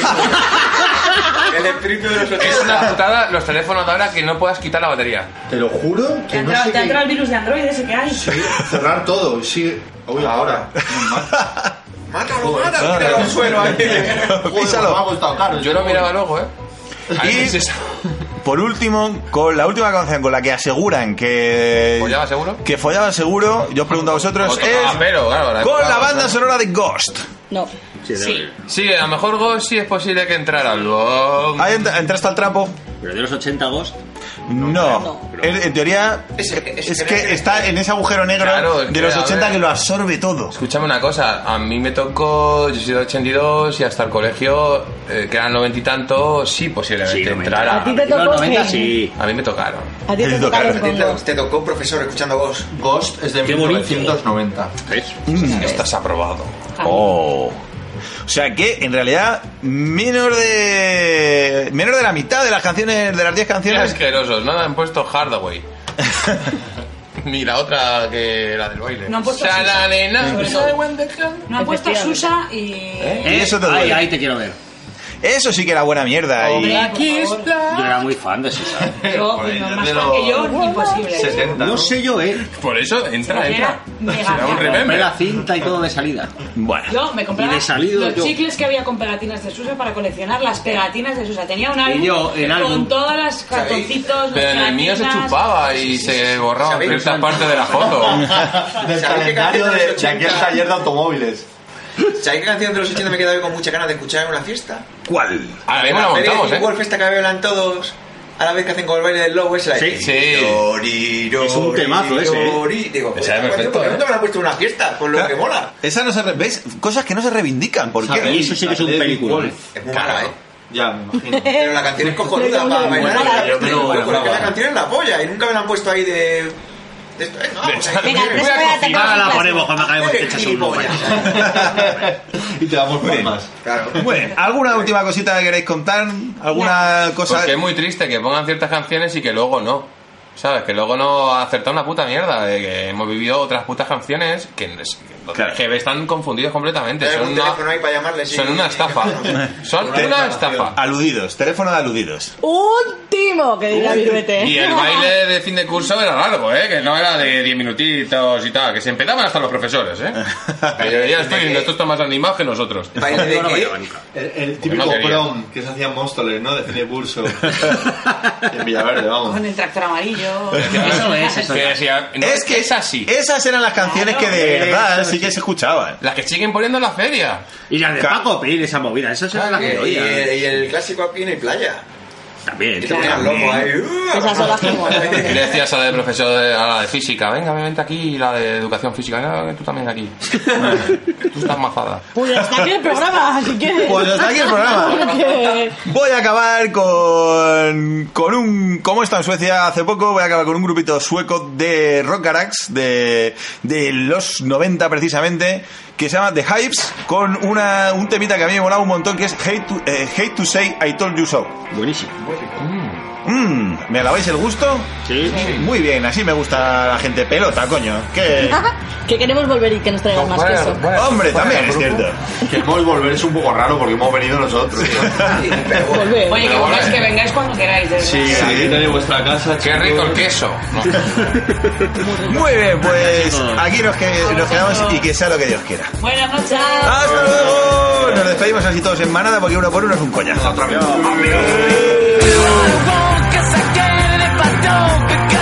El espíritu de los Es una putada los teléfonos de ahora que no puedas quitar la batería. Te lo juro Te que ha no entrado sé te ha entrado qué... el virus de Android ese que hay. Sí, cerrar todo. Sí. Uy, ahora. Mátalo, tíralo al suelo ahí. Písalo. Me ha costado caro. Yo lo miraba luego, ¿eh? Y- ¿Es esa? por último, con la última canción con la que aseguran que... ¿Follaba seguro? Que follaban seguro, yo os pregunto a vosotros, O tocaba es pelo, claro, con la banda sonora de Ghost. No. Sí. Sí, a lo mejor Ghost sí es posible que entrara algo. ¿Ahí entraste al trapo? Pero de los 80 Ghost. No. En teoría, es que está en ese agujero negro Claro, es de que, los a 80 ver. que lo absorbe todo. Escúchame una cosa, a mí me tocó, yo soy de 82 y hasta el colegio, que eran 90 y tantos, sí, posiblemente Sí, 90. entrara. ¿A ti te Los tocó? 90 Sí. sí. A mí me tocaron. A ti te tocaron con Ghost. Te tocó un profesor escuchando Ghost. Ghost es de Qué bonito. 1990. ¿Ves? Estás aprobado. Oh. O sea que en realidad menos de la mitad de las canciones, de las 10 Qué canciones. asquerosos, no han puesto Hardaway. Ni la otra que la del baile. No han puesto Shalalena, Susa, sobre todo. No han puesto a Efectivamente. Susa y... Eso te duele. Ahí te quiero ver. Eso sí que era buena mierda. Y... Hombre, por favor. Yo era muy fan de Susa. Yo, Joder, más de fan los que yo, imposible. 70. No sé yo, Por eso, entra. Era mega Será un fan. Compré remember. la cinta y todo de salida. Bueno. Yo me compraba Y de salido los yo. chicles que había con pegatinas de Susa para coleccionar las pegatinas de Susa. Tenía un álbum yo, el álbum. con todas las cartoncitos, Pero en el mío se pegatinas. chupaba y se borraba ¿Sabéis? cierta parte de la foto. Del ¿Sabéis qué calendario canción de los de aquel 80? taller de automóviles. ¿Sabéis qué canción de los 80 me he quedado con mucha ganas de escuchar en una fiesta? ¿Cuál? Ahora mismo la montamos, ¿eh? Wolf esta que bailan todos a la vez que hacen con el baile del lobo, esa Sí. Sí. Es un temazo ese, ¿eh? Digo, Esa es perfecto, ¿por qué ¿eh? nunca me la han puesto en una fiesta? Por lo que mola. Esa no se ¿ves? Cosas que no se reivindican. ¿Por Y qué? eso sí que es un David película. Wolf. Es muy mala, ¿eh? Ya, me imagino. Pero la canción es cojonuda para bailar. yo me lo Pero es que grababa. la canción es la polla y nunca me la han puesto ahí de esto, no, pues ahí- Venga, no se Voy a puede atacar cocinar, Ahora la clase. ponemos cuando acabemos de echar un Gilipollas. Y te damos palmas. Claro. Bueno, ¿alguna última cosita que queréis contar? ¿Alguna cosa? Porque es muy triste que pongan ciertas canciones y que luego no. ¿Sabes? Que luego no ha acertado una puta mierda. De que hemos vivido otras putas canciones que Claro. están confundidos completamente. Hay Son algún una, teléfono ahí para llamarles. son una estafa. Son una estafa. Aludidos, teléfono de aludidos. Último, que diga Viruete. Y el baile de fin de curso era largo, ¿eh? Que no era de 10 minutitos y tal. Que se empezaban hasta los profesores, ¿eh? Que yo ya estoy, esto está más animado que nosotros. ¿Baile de Yo no me qué? llevo nunca. El típico No quería. prom que se hacía en Móstoles, ¿no? De fin de curso. En Villaverde, vamos. Con el tractor amarillo. Eso es, eso Que es. decía, no, Es que es así. Esas eran las canciones que de verdad sí que se escuchaban. Las que siguen poniendo en la feria. Y la de Paco Pil, esa movida, esa es la que Y oía. el clásico aquí no hay playa. También. Quedan locos ahí. Esas son las que molan. Y le decías a la de profesor, a la de física, venga, vente aquí, y la de educación física, no, que tú también aquí. Tú estás mazada. Pues hasta aquí el programa, si quieres. Pues hasta aquí el programa. Porque- Voy a acabar con un... Como está en Suecia hace poco, voy a acabar con un grupito sueco de rockarax de los 90 precisamente, que se llama The Hypes, con un temita que a mí me molaba un montón, que es Hate to Say I Told You So. Buenísimo. ¿Me alabáis el gusto? Sí. Muy bien, así me gusta la gente pelota, coño. Que Que queremos volver y que nos traigan más queso. hombre, también es cierto. Queremos volver, es un poco raro porque hemos venido nosotros. Volver. Oye, que volváis, que vengáis cuando queráis. de Sí, verdad. aquí tenéis vuestra casa. Qué rico el queso. No. Muy bien, pues aquí nos quedamos y que sea lo que Dios quiera. Buenas noches. ¡Hasta luego! Nos despedimos así todos en manada porque uno por uno es un coñazo. I won't, 'cause I can if I don't.